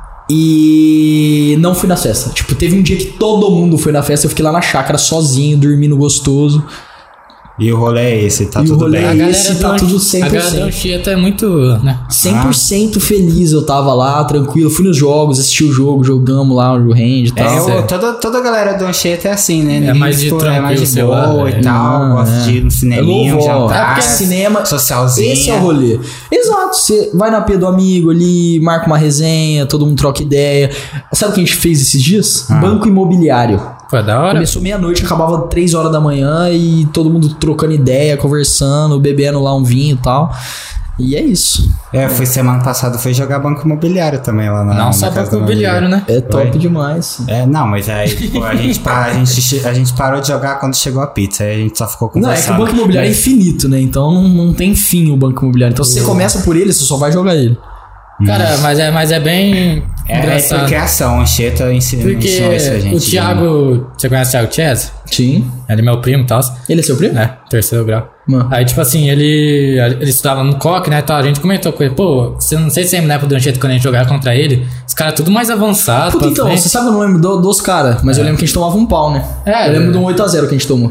[SPEAKER 3] e não fui na festa. Tipo, teve um dia que todo mundo foi na festa, eu fiquei lá na chácara sozinho, dormindo gostoso.
[SPEAKER 1] E o rolê é esse, tá
[SPEAKER 3] E o
[SPEAKER 1] tudo
[SPEAKER 3] rolê
[SPEAKER 1] bem.
[SPEAKER 3] é
[SPEAKER 2] A galera
[SPEAKER 3] esse,
[SPEAKER 2] do
[SPEAKER 3] tá
[SPEAKER 2] Anchi-
[SPEAKER 3] tudo cem por cento.
[SPEAKER 2] A galera do Anchieta é muito, né?
[SPEAKER 3] cem por cento feliz eu tava lá, tranquilo. Fui nos jogos, assisti o jogo, jogamos lá o Hand e tal.
[SPEAKER 1] É, eu,
[SPEAKER 2] certo.
[SPEAKER 1] toda, toda a galera do Anchieta é assim, né? Ninguém,
[SPEAKER 2] mais de
[SPEAKER 1] tipo, é
[SPEAKER 2] tranquilo,
[SPEAKER 1] mais de
[SPEAKER 2] sei
[SPEAKER 1] boa
[SPEAKER 2] lá,
[SPEAKER 1] e
[SPEAKER 2] é.
[SPEAKER 1] tal.
[SPEAKER 3] Não,
[SPEAKER 1] gosta
[SPEAKER 3] é.
[SPEAKER 1] de ir no cineminha, um
[SPEAKER 3] É louco, ó.
[SPEAKER 1] jantar,
[SPEAKER 3] É porque cinema-
[SPEAKER 1] socialzinho.
[SPEAKER 3] Esse é o rolê. Exato, você vai na P do amigo ali, marca uma resenha, todo mundo troca ideia. Sabe o que a gente fez esses dias?
[SPEAKER 1] Ah.
[SPEAKER 3] Banco imobiliário.
[SPEAKER 2] Pô, da hora.
[SPEAKER 3] Começou meia-noite, acabava três horas da manhã e todo mundo trocando ideia, conversando, bebendo lá um vinho e tal. E é isso.
[SPEAKER 1] É, foi semana passada, foi jogar banco imobiliário também lá na
[SPEAKER 2] Não
[SPEAKER 1] na
[SPEAKER 2] só
[SPEAKER 1] casa
[SPEAKER 2] banco
[SPEAKER 1] do meu
[SPEAKER 2] imobiliário,
[SPEAKER 1] amigo.
[SPEAKER 2] né?
[SPEAKER 3] É top
[SPEAKER 1] Oi?
[SPEAKER 3] demais.
[SPEAKER 1] É, não, mas aí pô, a, gente, pa- a, gente, che- a gente parou de jogar quando chegou a pizza. Aí a gente só ficou
[SPEAKER 3] Não, é que
[SPEAKER 1] conversando.
[SPEAKER 3] o banco imobiliário é
[SPEAKER 1] Mas-
[SPEAKER 3] infinito, né? Então não, não tem fim o banco imobiliário. Então se você começa por ele, você só vai jogar ele.
[SPEAKER 2] Cara, mas é, mas é bem
[SPEAKER 1] É, é
[SPEAKER 2] engraçado.
[SPEAKER 1] por criação, a Anchieta ensinou,
[SPEAKER 2] Porque
[SPEAKER 1] ensinou isso a gente.
[SPEAKER 2] o Thiago... Você conhece o Thiago Chess?
[SPEAKER 3] Sim.
[SPEAKER 2] Ele é meu primo e tal.
[SPEAKER 3] Ele é seu primo?
[SPEAKER 2] É, terceiro grau.
[SPEAKER 3] Mano.
[SPEAKER 2] Aí, tipo assim, ele, ele estudava no Coque, né, tal, a gente comentou com ele, pô, você não sei se você lembra na época do Anchieta quando a gente jogava contra ele, os caras tudo mais avançados.
[SPEAKER 3] Puta, então, você sabe, eu não lembro do- dos caras, mas eu lembro que a gente tomava um pau, né?
[SPEAKER 2] É,
[SPEAKER 3] eu lembro
[SPEAKER 2] é.
[SPEAKER 3] de um oito a zero que a gente tomou.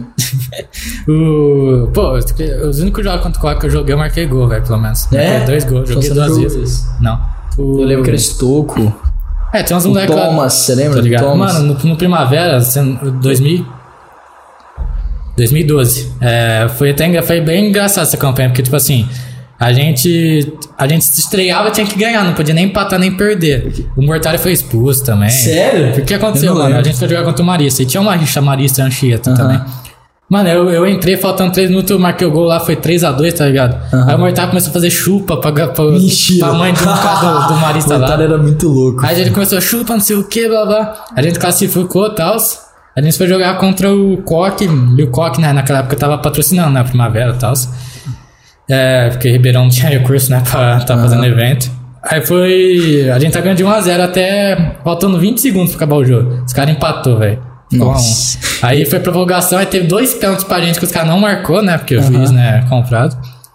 [SPEAKER 2] O, pô, os únicos jogos contra o Coque que eu joguei, eu marquei gol, velho, pelo menos.
[SPEAKER 3] É?
[SPEAKER 2] Marquei dois gols,
[SPEAKER 3] Só
[SPEAKER 2] joguei
[SPEAKER 3] você
[SPEAKER 2] duas
[SPEAKER 3] não
[SPEAKER 2] vezes.
[SPEAKER 3] jogou esse.
[SPEAKER 2] Não. O,
[SPEAKER 3] Eu lembro que era Estoco.
[SPEAKER 2] É, tem uns
[SPEAKER 3] O
[SPEAKER 2] moleques lá.
[SPEAKER 3] Thomas, você lembra
[SPEAKER 2] Tá
[SPEAKER 3] do
[SPEAKER 2] ligado?
[SPEAKER 3] Thomas?
[SPEAKER 2] Mano, no, no Primavera, sendo- dois mil dois mil e doze. É, foi até engra- foi bem engraçado essa campanha, porque, tipo assim, a gente, a gente se estreava, tinha que ganhar, não podia nem empatar nem perder. O Mortari foi expulso também.
[SPEAKER 3] Sério?
[SPEAKER 2] O que aconteceu,
[SPEAKER 3] Eu não
[SPEAKER 2] mano?
[SPEAKER 3] lembro.
[SPEAKER 2] A gente foi jogar contra o Marista, e tinha uma rixa Marista e Anchieta
[SPEAKER 3] Aham.
[SPEAKER 2] também. Mano, eu, eu entrei, faltando três minutos, eu marquei o gol lá, foi três a dois, tá ligado?
[SPEAKER 3] Aham.
[SPEAKER 2] Aí o Mortari começou a fazer chupa pra, pra,
[SPEAKER 3] Mentira.
[SPEAKER 2] pra mãe de um cara do, do Marista
[SPEAKER 3] O
[SPEAKER 2] lá.
[SPEAKER 3] Mortari era muito louco.
[SPEAKER 2] Aí ele começou a chupa, não sei o que, blá blá. A gente classificou e tal. A gente foi jogar contra o Coque. E o Coque, né, naquela época tava patrocinando, né, a Primavera e tal. É, porque Ribeirão não tinha recurso, né, pra tá fazendo evento. Aí foi. A gente tá ganhando de um a zero até faltando vinte segundos pra acabar o jogo. Os caras empatou, velho. Ficou
[SPEAKER 3] Nossa.
[SPEAKER 2] um a um. Aí foi prorrogação, aí teve dois pênaltis pra gente que os caras não marcou, né, porque o juiz, né, comprado.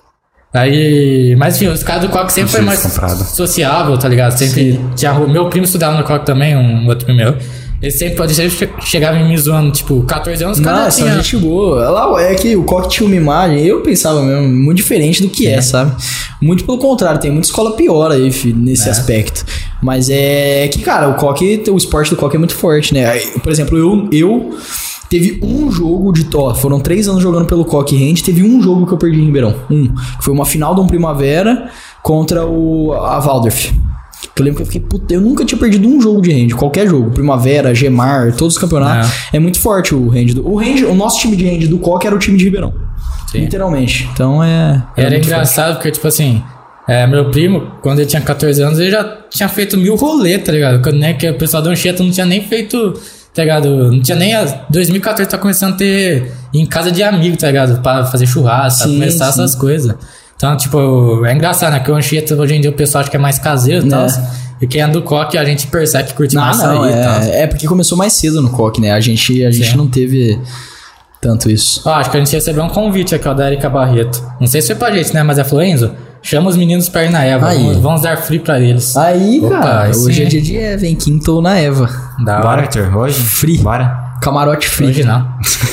[SPEAKER 2] Aí, mas enfim, os caras do Coque sempre
[SPEAKER 1] O
[SPEAKER 2] foi
[SPEAKER 1] juiz
[SPEAKER 2] mais
[SPEAKER 1] comprado.
[SPEAKER 2] sociável, tá ligado? Sempre tinha. Meu primo estudava no Coque também, um outro primo meu. Ele sempre pode ser chegava em me zoando, tipo, catorze anos,
[SPEAKER 3] Não,
[SPEAKER 2] cada
[SPEAKER 3] essa
[SPEAKER 2] tinha.
[SPEAKER 3] gente boa. Lá, é que o Coque tinha uma imagem, eu pensava mesmo, muito diferente do que é, sabe? Muito pelo contrário, tem muita escola pior aí, filho, nesse
[SPEAKER 2] É.
[SPEAKER 3] aspecto. Mas é que, cara, o Coque, o esporte do Coque é muito forte, né? Aí, por exemplo, eu, eu teve um jogo de. Ó, foram três anos jogando pelo Coque Hand, teve um jogo que eu perdi em Ribeirão. Um. Que foi uma final de um Primavera contra o a Waldorf. Eu lembro que eu fiquei, puta, eu nunca tinha perdido um jogo de hand, qualquer jogo, Primavera, Gemar, todos os campeonatos. É, muito forte o hand. Do, o hand, o nosso time de hand do Coque era o time de Ribeirão.
[SPEAKER 2] Sim.
[SPEAKER 3] Literalmente. Então é.
[SPEAKER 2] Era
[SPEAKER 3] muito
[SPEAKER 2] engraçado porque, tipo assim, é, meu primo, quando ele tinha catorze anos, ele já tinha feito mil rolê, tá ligado? Quando, né, que o pessoal do Anchieta não tinha nem feito, tá ligado? Não tinha nem. A, dois mil e catorze tá começando a ter em casa de amigo, tá ligado? Pra fazer churrasco, pra
[SPEAKER 3] Sim,
[SPEAKER 2] começar
[SPEAKER 3] sim.
[SPEAKER 2] essas coisas. Então, tipo, é engraçado, né? Que o Anchieta hoje em dia o pessoal acha que é mais caseiro e tal. E quem é do Coque, a gente percebe que curte
[SPEAKER 3] Não,
[SPEAKER 2] mais
[SPEAKER 3] não,
[SPEAKER 2] sair e tal.
[SPEAKER 3] é, é porque começou mais cedo no Coque, né? A gente, a gente
[SPEAKER 2] Sim.
[SPEAKER 3] não teve tanto isso.
[SPEAKER 2] Ó, acho que a gente recebeu um convite aqui, ó, da Erika Barreto. Não sei se foi pra gente, né? Mas ela falou, Enzo, chama os meninos pra ir na Eva.
[SPEAKER 3] Aí.
[SPEAKER 2] Vamos, vamos dar free pra eles.
[SPEAKER 3] Aí,
[SPEAKER 2] Opa,
[SPEAKER 3] cara,
[SPEAKER 2] aí
[SPEAKER 3] hoje
[SPEAKER 2] sim.
[SPEAKER 3] é dia de Eva, hein? Quinto na Eva.
[SPEAKER 2] Da
[SPEAKER 1] Bora,
[SPEAKER 2] hora.
[SPEAKER 1] Arthur, hoje?
[SPEAKER 3] Free.
[SPEAKER 1] Bora.
[SPEAKER 3] Camarote free.
[SPEAKER 2] Hoje não.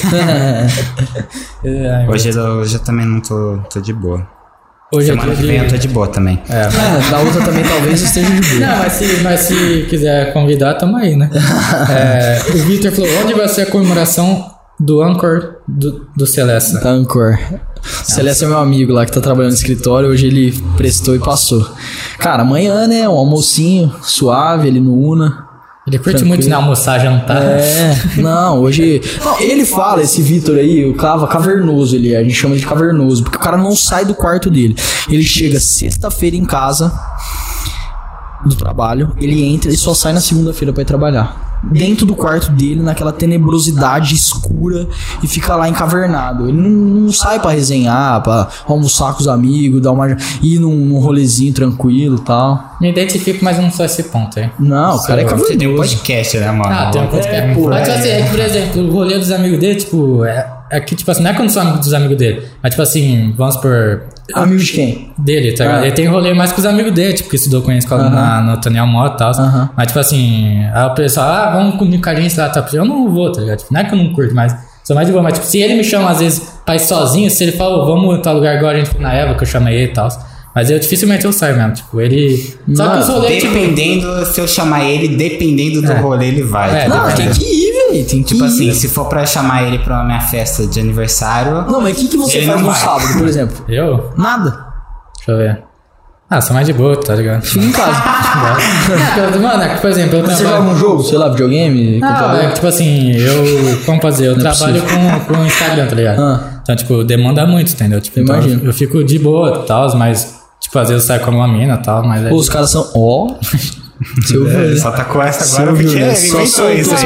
[SPEAKER 2] É,
[SPEAKER 1] Hoje eu, hoje eu também não tô, tô de boa.
[SPEAKER 2] hoje é
[SPEAKER 1] Semana
[SPEAKER 2] dia
[SPEAKER 1] que vem eu tô
[SPEAKER 2] de...
[SPEAKER 1] de boa também.
[SPEAKER 2] É.
[SPEAKER 3] É, da outra também talvez esteja de boa.
[SPEAKER 2] Não, mas se, mas se quiser convidar, tamo aí, né? É, o Victor falou, onde vai ser a comemoração do Anchor do, do Celeste?
[SPEAKER 3] Tancor. Celeste é meu amigo lá que tá trabalhando no escritório. Hoje ele prestou e passou. Cara, amanhã, né? Um almocinho suave ali no Una.
[SPEAKER 2] Ele curte
[SPEAKER 3] Tranquilo.
[SPEAKER 2] muito, né? Almoçar, jantar.
[SPEAKER 3] É, não, hoje. Não, ele fala, esse Vitor aí, o Cava, cavernoso ele é, a gente chama ele de cavernoso, porque o cara não sai do quarto dele. Ele chega sexta-feira em casa do trabalho, ele entra e só sai na segunda-feira pra ir trabalhar. Dentro do quarto dele, naquela tenebrosidade escura, e fica lá encavernado. Ele não, não sai pra resenhar, pra almoçar com os amigos, dar uma, ir num, num rolezinho tranquilo e tal.
[SPEAKER 2] Me identifico, mas não só esse ponto aí.
[SPEAKER 3] Não, o cara é
[SPEAKER 1] Você tem um
[SPEAKER 3] cavernoso.
[SPEAKER 1] podcast, né, mano?
[SPEAKER 2] Ah, tem um podcast.
[SPEAKER 3] É, pô,
[SPEAKER 2] Mas, tipo
[SPEAKER 3] é.
[SPEAKER 2] assim, é que, por exemplo, o rolê dos amigos dele, tipo, é, é que, tipo assim, não é quando sou amigo dos amigos dele, mas, tipo assim, vamos por.
[SPEAKER 3] Amigo de quem?
[SPEAKER 2] Dele, tá ligado?
[SPEAKER 3] Ah.
[SPEAKER 2] Ele tem rolê mais com os amigos dele, tipo, que estudou com ele na escola
[SPEAKER 3] Aham.
[SPEAKER 2] na, no Daniel Mota e tal.
[SPEAKER 3] Aham.
[SPEAKER 2] Mas, tipo assim, aí o pessoal, ah, vamos comigo com a gente lá, tá? Eu não vou, tá ligado? Tipo, não é que eu não curto, mas Sou mais de boa, mas tipo, se ele me chama às vezes pra ir sozinho, se ele fala, vamos em tal lugar igual a gente foi na Eva, que eu chamei ele e tal. Mas eu dificilmente eu saio mesmo, tipo, ele... Só
[SPEAKER 1] Não,
[SPEAKER 2] que os rolês,
[SPEAKER 1] dependendo, tipo... se eu chamar ele, dependendo do
[SPEAKER 2] É.
[SPEAKER 1] rolê, ele vai.
[SPEAKER 2] É,
[SPEAKER 1] tá
[SPEAKER 3] Não,
[SPEAKER 1] ligado?
[SPEAKER 3] tem que ir, velho. Tem que
[SPEAKER 1] Tipo
[SPEAKER 3] ir.
[SPEAKER 1] assim, se for pra chamar ele pra minha festa de aniversário...
[SPEAKER 3] Não, mas o que, que você
[SPEAKER 1] Ele
[SPEAKER 3] faz
[SPEAKER 1] não
[SPEAKER 3] no
[SPEAKER 1] vai.
[SPEAKER 3] sábado, por exemplo?
[SPEAKER 2] Eu?
[SPEAKER 3] Nada.
[SPEAKER 2] Deixa eu ver. Ah, sou mais de boa, tá ligado?
[SPEAKER 3] Fica em casa.
[SPEAKER 2] É, Mano, é que, por exemplo, eu
[SPEAKER 3] Você
[SPEAKER 2] trabalho...
[SPEAKER 3] joga um jogo, sei lá, videogame?
[SPEAKER 2] Ah,
[SPEAKER 3] computador?
[SPEAKER 2] é que, tipo assim, eu... Como fazer? Eu
[SPEAKER 3] Não é
[SPEAKER 2] trabalho com, com o Instagram, tá ligado?
[SPEAKER 3] Ah.
[SPEAKER 2] Então, tipo, demanda muito, entendeu? Tipo,
[SPEAKER 3] Eu
[SPEAKER 2] então,
[SPEAKER 3] imagino.
[SPEAKER 2] eu, eu fico de boa e tal, mas... Tipo, às vezes eu saio com alguma mina e tal, mas... É
[SPEAKER 3] Pô, os caras são... Ó... Seu
[SPEAKER 1] É,
[SPEAKER 3] velho.
[SPEAKER 1] só tá com essa
[SPEAKER 3] Seu
[SPEAKER 1] agora porque
[SPEAKER 3] Júlio,
[SPEAKER 1] ele
[SPEAKER 3] só
[SPEAKER 1] inventou
[SPEAKER 3] soltou,
[SPEAKER 1] isso aí.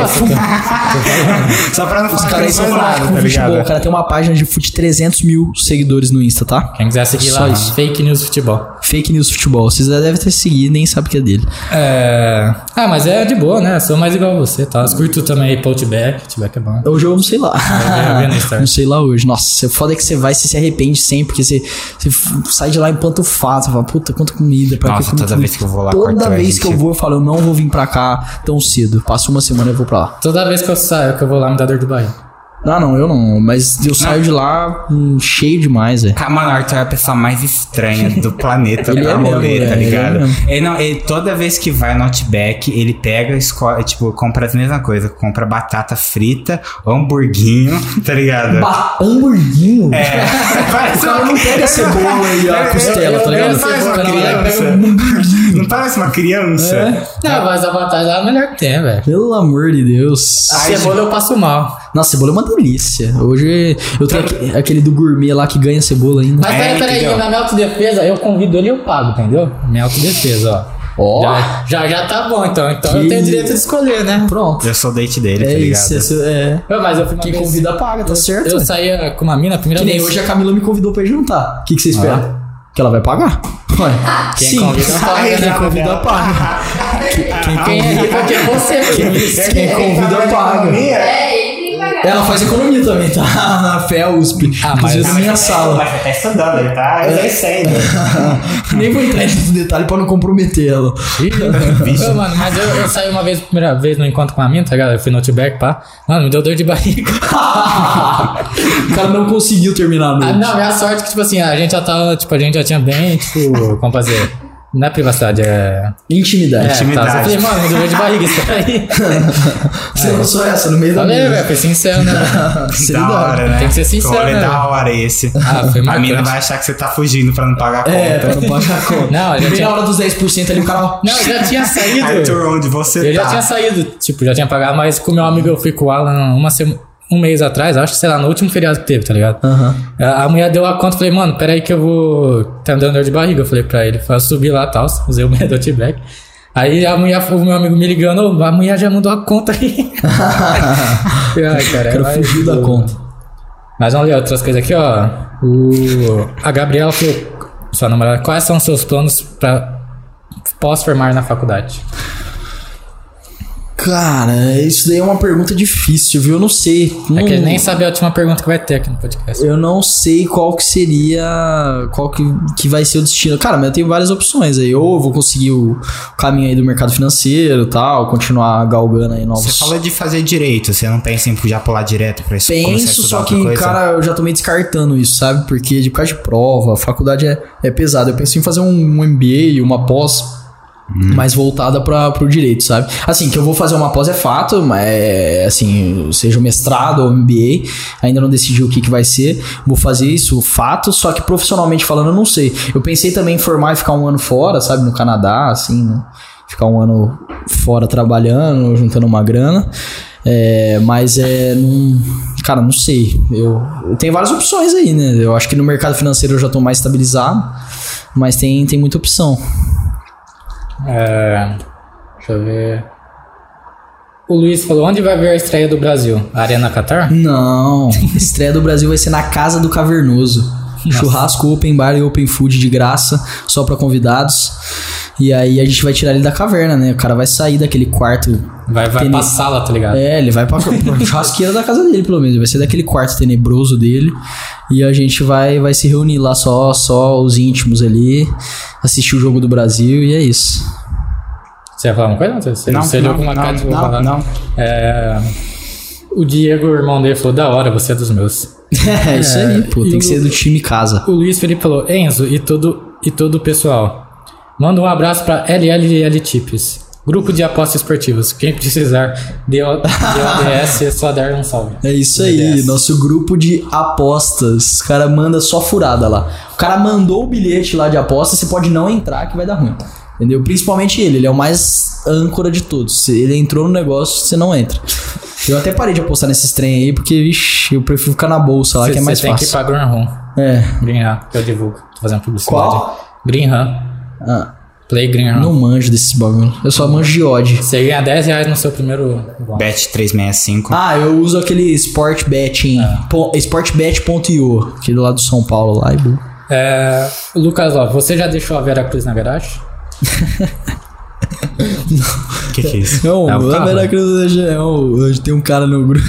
[SPEAKER 3] só
[SPEAKER 1] Só pra não
[SPEAKER 3] Os
[SPEAKER 1] falar
[SPEAKER 3] caras aí
[SPEAKER 1] que
[SPEAKER 3] são
[SPEAKER 1] não faz
[SPEAKER 3] fracos
[SPEAKER 1] nada,
[SPEAKER 3] com
[SPEAKER 1] tá
[SPEAKER 3] futebol.
[SPEAKER 1] ligado?
[SPEAKER 3] O cara tem uma página de fute trezentos mil seguidores no Insta, tá?
[SPEAKER 2] Quem quiser seguir
[SPEAKER 3] Só
[SPEAKER 2] lá,
[SPEAKER 3] isso.
[SPEAKER 2] Fake News Futebol.
[SPEAKER 3] Fake News Futebol. Vocês já devem ter seguido, nem sabem que é dele.
[SPEAKER 2] É... Ah, mas é de boa, né? Sou mais igual a você, tá? Eu curto também Outback, Outback é bom.
[SPEAKER 3] Hoje eu não sei lá.
[SPEAKER 2] eu vi no Instagram.
[SPEAKER 3] Não sei lá hoje. Nossa, o foda é que você vai e você se arrepende sempre, porque você, você f- sai de lá empantufado. Você fala, puta, quanta comida. Pra
[SPEAKER 1] Nossa,
[SPEAKER 3] que comer
[SPEAKER 1] toda
[SPEAKER 3] comida?
[SPEAKER 1] vez que eu vou lá
[SPEAKER 3] Toda
[SPEAKER 1] cortar,
[SPEAKER 3] vez
[SPEAKER 1] gente.
[SPEAKER 3] que eu vou, eu falo, eu não vou vir pra cá tão cedo. Passa uma semana e eu vou pra lá.
[SPEAKER 2] Toda vez que eu saio, que eu vou lá, me dá dor de barriga.
[SPEAKER 3] Ah, não, eu não. Mas eu saio de lá hum, cheio demais, velho.
[SPEAKER 1] Cara, mano, o Arthur é a pessoa mais estranha do planeta
[SPEAKER 3] Ele
[SPEAKER 1] pra
[SPEAKER 3] é mesmo,
[SPEAKER 1] rolê, tá
[SPEAKER 3] é, ele
[SPEAKER 1] ligado?
[SPEAKER 3] é mesmo.
[SPEAKER 1] Ele não, ele, toda vez que vai no Outback, ele pega, escolhe, tipo, compra a mesma coisa. Compra batata frita, hamburguinho, tá ligado?
[SPEAKER 3] Ba- hamburguinho?
[SPEAKER 1] É.
[SPEAKER 3] O cara não pega a cebola e a costela, tá ligado?
[SPEAKER 1] Não parece uma
[SPEAKER 3] O cara vai lá e
[SPEAKER 1] criança.
[SPEAKER 3] pega um-
[SPEAKER 1] Não parece uma criança?
[SPEAKER 2] Não, mas a batata é a melhor que tem, velho.
[SPEAKER 3] Pelo amor de Deus.
[SPEAKER 2] A cebola eu passo mal.
[SPEAKER 3] Nossa, cebola é uma delícia. Hoje eu tenho aque- aquele do gourmet lá que ganha cebola ainda.
[SPEAKER 2] Mas
[SPEAKER 1] É,
[SPEAKER 2] peraí, peraí,
[SPEAKER 1] entendeu?
[SPEAKER 2] na minha autodefesa, eu convido ele e eu pago, entendeu? Minha autodefesa, ó.
[SPEAKER 3] Ó.
[SPEAKER 2] Já, já, já tá bom, então. Então
[SPEAKER 3] Que-
[SPEAKER 2] eu tenho direito de escolher, né?
[SPEAKER 3] Pronto.
[SPEAKER 1] Eu sou o date dele,
[SPEAKER 3] É
[SPEAKER 1] tá ligado?
[SPEAKER 3] isso. esse- é.
[SPEAKER 2] Eu, mas eu fui uma
[SPEAKER 3] Quem
[SPEAKER 2] vez-
[SPEAKER 3] convida paga, tá certo?
[SPEAKER 2] Eu
[SPEAKER 3] ué.
[SPEAKER 2] saía com uma mina a primeira
[SPEAKER 3] Que nem
[SPEAKER 2] vez.
[SPEAKER 3] hoje a Camila me convidou pra ir jantar. O que, que você espera? Que ela vai pagar? Ué.
[SPEAKER 2] Quem
[SPEAKER 3] Sim.
[SPEAKER 2] convida paga, né?
[SPEAKER 3] Quem convida paga.
[SPEAKER 2] Quem é rico aqui é você, filho.
[SPEAKER 3] Quem convida paga.
[SPEAKER 4] É, ele tem que pagar.
[SPEAKER 3] Ela faz economia também, tá? Na F E A U S P.
[SPEAKER 2] Ah,
[SPEAKER 3] Inclusive
[SPEAKER 2] mas-
[SPEAKER 3] na minha sala.
[SPEAKER 1] Mas você tá estudando, ele tá exercendo.
[SPEAKER 3] Nem vou entrar nesse detalhe pra não comprometer ela.
[SPEAKER 2] Ô, mano, mas eu, eu saí uma vez, primeira vez no encontro com a mina, tá ligado? Eu fui no Outback, pá. Mano, me deu dor de barriga.
[SPEAKER 3] O cara não conseguiu terminar a
[SPEAKER 2] Ah,
[SPEAKER 3] noite.
[SPEAKER 2] não, minha sorte é que, tipo assim, a gente já tava, tipo, a gente já tinha bem, tipo, como fazer? Não é privacidade, é...
[SPEAKER 3] Intimidade.
[SPEAKER 2] É,
[SPEAKER 1] Intimidade.
[SPEAKER 2] tá. Eu falei, mano, me deu dor de barriga, isso aí.
[SPEAKER 3] Você lançou essa no meio da
[SPEAKER 2] Falei,
[SPEAKER 3] mesa.
[SPEAKER 2] velho, foi sincero, né?
[SPEAKER 1] Da hora, né?
[SPEAKER 2] Tem que ser sincero,
[SPEAKER 1] Rolê
[SPEAKER 2] né?
[SPEAKER 1] da hora esse.
[SPEAKER 2] Ah, foi
[SPEAKER 1] A
[SPEAKER 2] marcante.
[SPEAKER 1] mina vai achar que você tá fugindo pra não pagar a conta.
[SPEAKER 3] É, pra não pagar a conta.
[SPEAKER 2] Não, já
[SPEAKER 3] Bem
[SPEAKER 2] tinha-
[SPEAKER 3] na hora dos dez por cento ali, o cara... ó,
[SPEAKER 2] Não, eu já tinha saído.
[SPEAKER 1] Arthur, onde você
[SPEAKER 2] Eu
[SPEAKER 1] tá?
[SPEAKER 2] já tinha saído, tipo, já tinha pagado, mas com meu amigo eu fui com o Alan uma semana, um mês atrás, acho que, sei lá, no último feriado que teve, tá ligado?
[SPEAKER 3] Aham.
[SPEAKER 2] A a mulher deu a conta, falei, mano, peraí que eu vou... Tá me dando dor de barriga, eu falei pra ele. Eu subi lá e tal, usei o meu do Outback. Aí a mulher, o meu amigo me ligando, "Ô, a mulher já mandou a conta aí. Ai, cara,
[SPEAKER 3] O cara
[SPEAKER 2] mas-
[SPEAKER 3] fugiu da conta.
[SPEAKER 2] Mas vamos ler outras coisas aqui, ó. O... A Gabriela falou, sua namorada, quais são os seus planos pra pós-formar na faculdade?
[SPEAKER 3] Cara, isso daí é uma pergunta difícil, viu? Eu não sei.
[SPEAKER 2] É
[SPEAKER 3] Não-
[SPEAKER 2] que ele nem sabe a última pergunta que vai ter aqui no podcast.
[SPEAKER 3] Eu não sei qual que seria. Qual que, que vai ser o destino. Cara, mas eu tenho várias opções aí. Ou eu vou conseguir o caminho aí do mercado financeiro e tal, continuar galgando aí novos.
[SPEAKER 1] Você falou de fazer direito, você não pensa em já pular direto pra isso? começar a
[SPEAKER 3] Penso,
[SPEAKER 1] estudar
[SPEAKER 3] só
[SPEAKER 1] outra
[SPEAKER 3] que,
[SPEAKER 1] coisa?
[SPEAKER 3] cara, eu já tô meio descartando isso, sabe? Porque de causa de prova, a faculdade é, é pesada. Eu penso em fazer um, um M B A, uma pós mais voltada para pro direito, sabe? Assim, que eu vou fazer uma pós é fato, mas é, assim, seja o mestrado ou M B A, ainda não decidi o que que vai ser. Vou fazer isso, fato, só que profissionalmente falando, eu não sei. Eu pensei também em formar e ficar um ano fora, sabe? No Canadá, assim, né? Ficar um ano fora trabalhando, juntando uma grana. É, mas é. Não, cara, não sei. Eu, eu tenho várias opções aí, né? Eu acho que no mercado financeiro eu já tô mais estabilizado, mas tem, tem muita opção.
[SPEAKER 2] É, deixa eu ver. O Luiz falou, onde vai ver a estreia do Brasil? Arena Qatar?
[SPEAKER 3] Não, a estreia do Brasil vai ser na Casa do Cavernoso. Churrasco, open bar e open food de graça, só pra convidados. E aí a gente vai tirar ele da caverna, né? O cara vai sair daquele quarto.
[SPEAKER 2] Vai, vai
[SPEAKER 3] tene-
[SPEAKER 2] pra sala, tá ligado?
[SPEAKER 3] É, ele vai pra, pra churrasqueira da casa dele, pelo menos. Vai ser daquele quarto tenebroso dele. E a gente vai, vai se reunir lá só, só os íntimos ali, assistir o jogo do Brasil e é isso.
[SPEAKER 2] Você ia falar uma coisa? Você,
[SPEAKER 1] Não,
[SPEAKER 2] você
[SPEAKER 1] não,
[SPEAKER 2] olhou com uma
[SPEAKER 1] não,
[SPEAKER 2] cara de
[SPEAKER 1] não,
[SPEAKER 2] falar.
[SPEAKER 1] não.
[SPEAKER 2] É, O Diego, o irmão dele, falou, da hora, você é dos meus.
[SPEAKER 3] É, isso
[SPEAKER 2] É,
[SPEAKER 3] aí, pô.
[SPEAKER 2] e
[SPEAKER 3] Tem que
[SPEAKER 2] o-
[SPEAKER 3] ser do time casa.
[SPEAKER 2] O Luiz Felipe falou, Enzo e todo, e todo o pessoal, manda um abraço pra L L L Tips, grupo de apostas esportivas. Quem precisar de O D S é só dar um salve.
[SPEAKER 3] É isso
[SPEAKER 2] D
[SPEAKER 3] aí,
[SPEAKER 2] S.
[SPEAKER 3] nosso grupo de apostas. O cara manda só furada lá. O cara mandou o bilhete lá de aposta, você pode não entrar que vai dar ruim. Entendeu? Principalmente ele, ele é o mais âncora de todos. Se ele entrou no negócio, você não entra. Eu até parei de apostar nesses trem aí, porque, vixi, eu prefiro ficar na bolsa lá,
[SPEAKER 2] Cê,
[SPEAKER 3] que é mais
[SPEAKER 2] cê tem
[SPEAKER 3] fácil.
[SPEAKER 2] que ir pra Green Room.
[SPEAKER 3] É.
[SPEAKER 2] Green Room, que eu divulgo. Tô fazendo publicidade.
[SPEAKER 3] Qual?
[SPEAKER 2] Green Room.
[SPEAKER 3] Ah,
[SPEAKER 2] Play Green Room.
[SPEAKER 3] não manjo desses bagulho. Eu só manjo de odd.
[SPEAKER 2] Você ganha dez reais no seu primeiro voto.
[SPEAKER 1] Bet trezentos e sessenta e cinco.
[SPEAKER 3] Ah, eu uso aquele Sport Betting, po- sportbet ponto i o, aquele lá do São Paulo lá, é bom.
[SPEAKER 2] É, Lucas Love, você já deixou a Vera Cruz na garagem?
[SPEAKER 1] O que, que é isso?
[SPEAKER 3] Não,
[SPEAKER 2] É um
[SPEAKER 3] lá
[SPEAKER 2] carro,
[SPEAKER 3] na
[SPEAKER 2] né?
[SPEAKER 3] Veracruz é um- hoje tem um cara no grupo.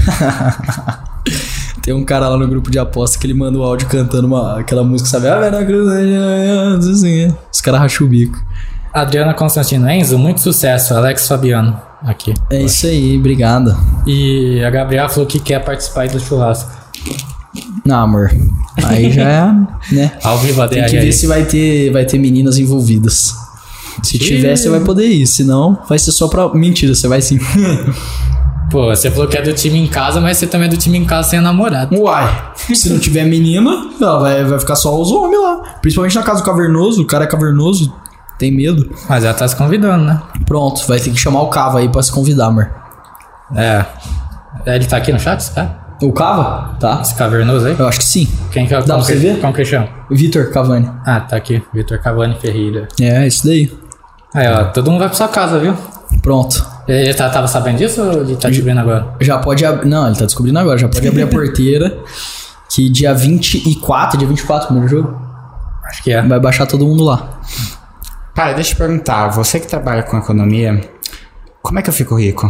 [SPEAKER 3] Tem um cara lá no grupo de aposta que ele manda o áudio cantando uma, aquela música, sabe? Ah, Veracruz, assim, os caras racham o bico.
[SPEAKER 2] Adriana Constantino, Enzo, muito sucesso. Alex Fabiano, aqui.
[SPEAKER 3] É isso aí, obrigado.
[SPEAKER 2] E a Gabriela falou que quer participar aí do churrasco.
[SPEAKER 3] Não, amor. Aí já é, né?
[SPEAKER 2] Ao vivo a
[SPEAKER 3] Tem que ver se vai ter, vai ter meninas envolvidas. Se tiver, você vai poder ir. Se não, vai ser só pra... Mentira, você vai sim.
[SPEAKER 2] Pô, você falou que é do time em casa, mas você também é do time em casa sem a namorada.
[SPEAKER 3] Uai, se não tiver menina, ela vai, vai ficar só os homens lá. Principalmente na casa do cavernoso, o cara é cavernoso, tem medo.
[SPEAKER 2] Mas ela tá se convidando, né?
[SPEAKER 3] Pronto, vai ter que chamar o Cava aí pra se convidar, amor.
[SPEAKER 2] É. Ele tá aqui no chat, esse cara?
[SPEAKER 3] O Cava? Tá.
[SPEAKER 2] Esse cavernoso aí?
[SPEAKER 3] Eu acho que sim.
[SPEAKER 2] Quem que é o
[SPEAKER 3] Dá
[SPEAKER 2] como
[SPEAKER 3] pra
[SPEAKER 2] que,
[SPEAKER 3] você ver?
[SPEAKER 2] Como que chama?
[SPEAKER 3] Vitor Cavani.
[SPEAKER 2] Ah, tá aqui. Vitor Cavani Ferreira.
[SPEAKER 3] É, isso daí.
[SPEAKER 2] Aí, ó. Todo mundo vai pra sua casa, viu?
[SPEAKER 3] Pronto.
[SPEAKER 2] Ele tá, tava sabendo disso ou ele tá descobrindo agora?
[SPEAKER 3] Já pode abrir... Não, ele tá descobrindo agora. Já pode abrir a porteira. Que dia vinte e quatro, dia vinte e quatro, primeiro jogo,
[SPEAKER 2] Acho que é.
[SPEAKER 3] vai baixar todo mundo lá.
[SPEAKER 1] Cara, deixa eu perguntar. Você que trabalha com economia, como é que eu fico rico?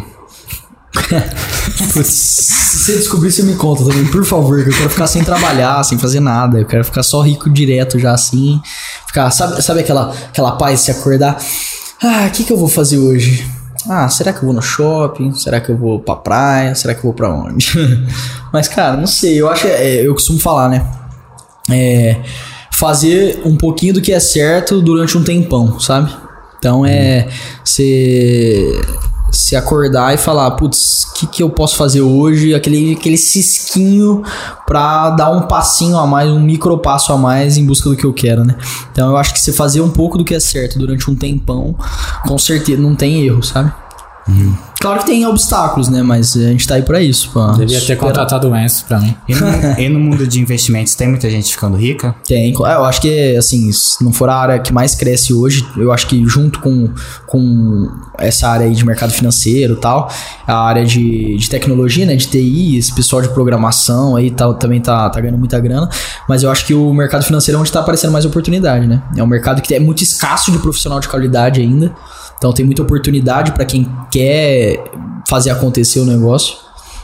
[SPEAKER 3] Putz, se você descobrir, você me conta também, por favor, que eu quero ficar sem trabalhar, sem fazer nada. Eu quero ficar só rico direto já assim. Ficar, sabe, sabe aquela, aquela paz de se acordar? Ah, o que, que eu vou fazer hoje? Ah, será que eu vou no shopping? Será que eu vou pra praia? Será que eu vou pra onde? Mas, cara, não sei. Eu acho, é, eu costumo falar, né? É, fazer um pouquinho do que é certo durante um tempão, sabe? Então é você se acordar e falar, putz, o que, que eu posso fazer hoje? Aquele, aquele cisquinho pra dar um passinho a mais, um micro passo a mais em busca do que eu quero, né? Então eu acho que você fazer um pouco do que é certo durante um tempão, com certeza não tem erro, sabe? Uhum. Claro que tem obstáculos, né? Mas a gente tá aí pra isso. Pra
[SPEAKER 2] Devia ter
[SPEAKER 3] superar.
[SPEAKER 2] contratado o Enzo pra mim.
[SPEAKER 1] E no, e no mundo de investimentos, tem muita gente ficando rica?
[SPEAKER 3] Tem, é, eu acho que, assim, se não for a área que mais cresce hoje, eu acho que junto com, com essa área aí de mercado financeiro e tal, a área de, de tecnologia, né, de T I, esse pessoal de programação aí tá, também tá, tá ganhando muita grana, mas eu acho que o mercado financeiro é onde tá aparecendo mais oportunidade, né? É um mercado que é muito escasso de profissional de qualidade ainda, então tem muita oportunidade para quem quer fazer acontecer o negócio.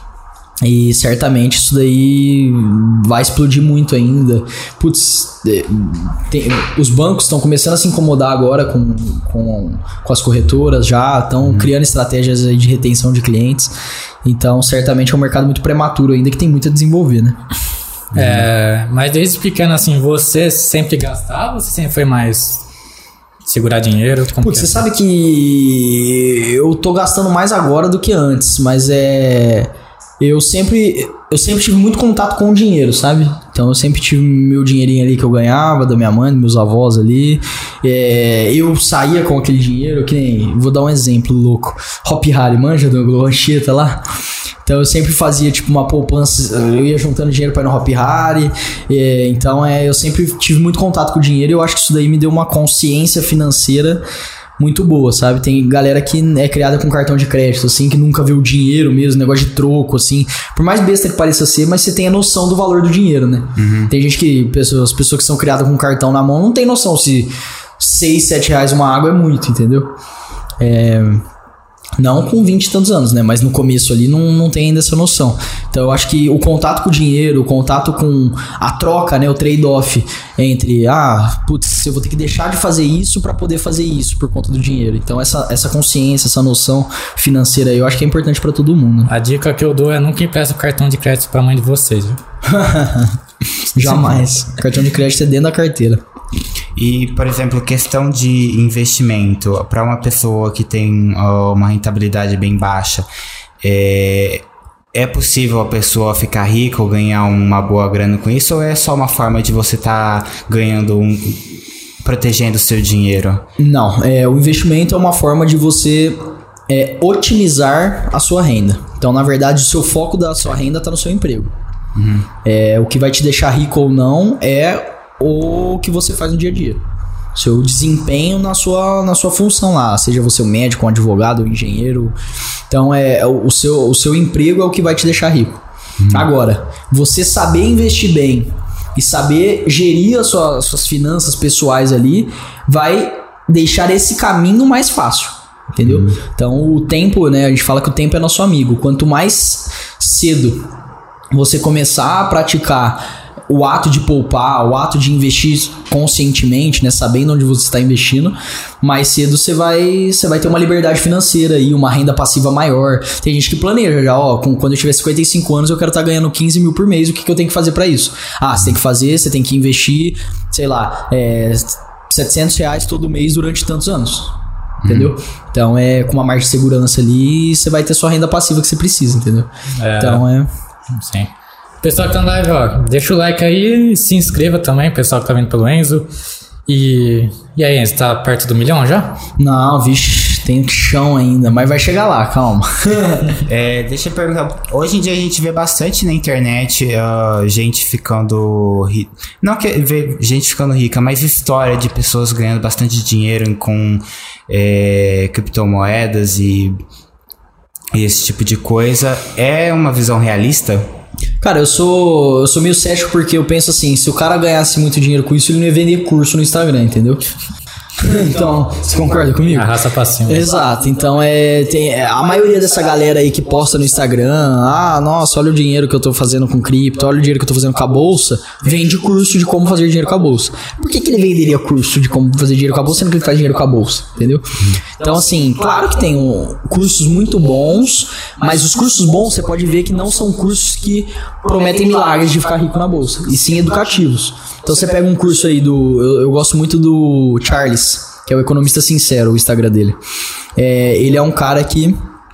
[SPEAKER 3] E certamente isso daí vai explodir muito ainda. Putz, tem, os bancos estão começando a se incomodar agora com, com, com as corretoras já, estão uhum. criando estratégias aí de retenção de clientes. Então, certamente é um mercado muito prematuro ainda que tem muito a desenvolver, né?
[SPEAKER 2] É, mas desde pequeno, assim, você sempre gastava ou você sempre foi mais segurar dinheiro? Como
[SPEAKER 3] Putz,
[SPEAKER 2] que
[SPEAKER 3] você
[SPEAKER 2] é?
[SPEAKER 3] sabe que eu tô gastando mais agora do que antes, mas é... Eu sempre, eu sempre tive muito contato com o dinheiro, sabe? Então eu sempre tive meu dinheirinho ali que eu ganhava, da minha mãe, dos meus avós ali. É, eu saía com aquele dinheiro, que nem... Vou dar um exemplo louco. Hop Harry, manja do Lancheta lá? Então eu sempre fazia tipo uma poupança, eu ia juntando dinheiro pra ir no Hop Harry. É, então é, eu sempre tive muito contato com o dinheiro e eu acho que isso daí me deu uma consciência financeira muito boa, sabe? Tem galera que é criada com cartão de crédito, assim, que nunca viu dinheiro mesmo, negócio de troco, assim. Por mais besta que pareça ser, mas você tem a noção do valor do dinheiro, né? Uhum. Tem gente que, pessoas, pessoas que são criadas com cartão na mão, não tem noção se seis, sete reais uma água é muito, entendeu? É... Não com vinte e tantos anos, né? Mas no começo ali não, não tem ainda essa noção. Então eu acho que o contato com o dinheiro, o contato com a troca, né? O trade-off entre, ah, putz, eu vou ter que deixar de fazer isso pra poder fazer isso por conta do dinheiro. Então essa, essa consciência, essa noção financeira aí, eu acho que é importante pra todo mundo.
[SPEAKER 2] A dica que eu dou é nunca empresta o cartão de crédito pra mãe de vocês, viu?
[SPEAKER 3] Jamais. O cartão de crédito é dentro da carteira.
[SPEAKER 1] E, por exemplo, questão de investimento para uma pessoa que tem uh, uma rentabilidade bem baixa, é, é possível a pessoa ficar rica ou ganhar uma boa grana com isso, ou é só uma forma de você estar tá ganhando um, protegendo o seu dinheiro?
[SPEAKER 3] Não, é, o investimento é uma forma de você é, otimizar a sua renda. Então, na verdade, o seu foco da sua renda está no seu emprego. Uhum. É, o que vai te deixar rico ou não é o que você faz no dia a dia. Seu desempenho na sua, na sua função lá, seja você um médico, um advogado, um engenheiro. Então, é, o, seu, o seu emprego é o que vai te deixar rico. Uhum. Agora, você saber investir bem e saber gerir as suas, as suas finanças pessoais ali vai deixar esse caminho mais fácil. Entendeu? Uhum. Então, o tempo, né? A gente fala que o tempo é nosso amigo. Quanto mais cedo você começar a praticar o ato de poupar, o ato de investir conscientemente, né, sabendo onde você está investindo, mais cedo você vai, você vai ter uma liberdade financeira e uma renda passiva maior. Tem gente que planeja já, ó, com, quando eu tiver cinquenta e cinco anos eu quero estar tá ganhando quinze mil por mês, o que, que eu tenho que fazer para isso? Ah, você tem que fazer, você tem que investir, sei lá, é, setecentos reais todo mês durante tantos anos. Entendeu? Hum. Então é com uma margem de segurança ali, você vai ter sua renda passiva que você precisa, entendeu? É, então é...
[SPEAKER 2] Sim. Pessoal que tá na live, ó, deixa o like aí, se inscreva também, pessoal que tá vendo pelo Enzo. E, e aí, Enzo, tá perto do milhão já?
[SPEAKER 3] Não, vixe, tem chão ainda, mas vai chegar lá, calma.
[SPEAKER 1] é, deixa eu perguntar, hoje em dia a gente vê bastante na internet uh, gente ficando rica, não que vê gente ficando rica, mas história de pessoas ganhando bastante dinheiro com é, criptomoedas e, e esse tipo de coisa. É uma visão realista?
[SPEAKER 3] Cara, eu sou, eu sou meio cético porque eu penso assim, se o cara ganhasse muito dinheiro com isso, ele não ia vender curso no Instagram, entendeu? Então, você concorda comigo?
[SPEAKER 2] A raça pra cima.
[SPEAKER 3] Exato, então é, tem, a maioria dessa galera aí que posta no Instagram, ah, nossa, olha o dinheiro que eu tô fazendo com cripto, olha o dinheiro que eu tô fazendo com a bolsa, vende curso de como fazer dinheiro com a bolsa. Por que que ele venderia curso de como fazer dinheiro com a bolsa, sendo que ele faz dinheiro com a bolsa, entendeu? Então assim, claro que tem um, cursos muito bons, mas os cursos bons você pode ver que não são cursos que prometem milagres de ficar rico na bolsa, e sim educativos. Então você pega um curso aí do, eu, eu gosto muito do Charles, que é o Economista Sincero, o Instagram dele. É, ele é um cara que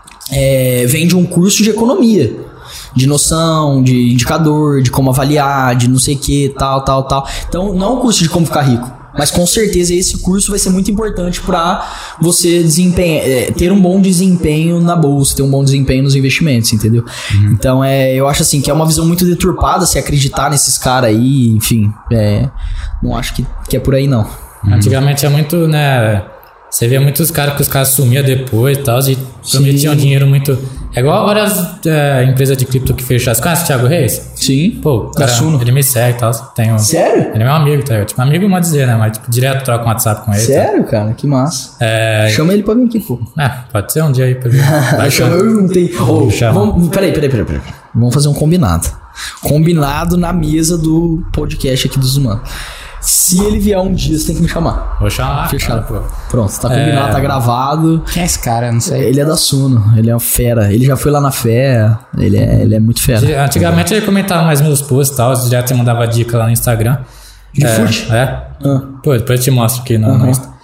[SPEAKER 3] é, vende um curso de economia, de noção, de indicador, de como avaliar, de não sei o que, tal, tal, tal. Então não é um curso de como ficar rico, mas com certeza esse curso vai ser muito importante para você desempenhar, é, ter um bom desempenho na bolsa, ter um bom desempenho nos investimentos, entendeu? Uhum. Então é, eu acho assim que é uma visão muito deturpada se acreditar nesses caras aí, enfim, é, não acho que, que é por aí não.
[SPEAKER 2] Antigamente é muito, né? Você via muitos caras que os caras sumiam depois e tal, e prometiam dinheiro muito. É igual várias é, empresas de cripto que fecharam. Você conhece o Thiago Reis?
[SPEAKER 3] Sim.
[SPEAKER 2] Pô, o cara, ele me segue e tal. Tem um,
[SPEAKER 3] Sério?
[SPEAKER 2] Ele é meu amigo, tá? Tipo, amigo não dizer, né? Mas tipo, direto troca um WhatsApp com ele.
[SPEAKER 3] Sério, tá? Cara? Que massa.
[SPEAKER 2] É...
[SPEAKER 3] Chama ele pra vir aqui, pô.
[SPEAKER 2] É, pode ser um dia aí pra vir. Vai
[SPEAKER 3] chama eu juntei. Oh, vamos, peraí, peraí, peraí, peraí. Vamos fazer um combinado. Combinado na mesa do podcast aqui dos humanos. Se ele vier um dia, você tem que me chamar.
[SPEAKER 2] Vou chamar.
[SPEAKER 3] Fechado. Cara, pronto, tá combinado, é... tá gravado.
[SPEAKER 1] Quem é esse cara? Não sei.
[SPEAKER 3] Ele é da Suno, ele é uma fera. Ele já foi lá na fé, ele é, ele é muito fera.
[SPEAKER 2] Antigamente ele comentava mais meus posts e tal, já te mandava dica lá no Instagram.
[SPEAKER 3] De
[SPEAKER 2] é,
[SPEAKER 3] fute?
[SPEAKER 2] É.
[SPEAKER 3] Ah.
[SPEAKER 2] Pô, depois eu te mostro aqui no,
[SPEAKER 3] uhum.
[SPEAKER 2] no Insta.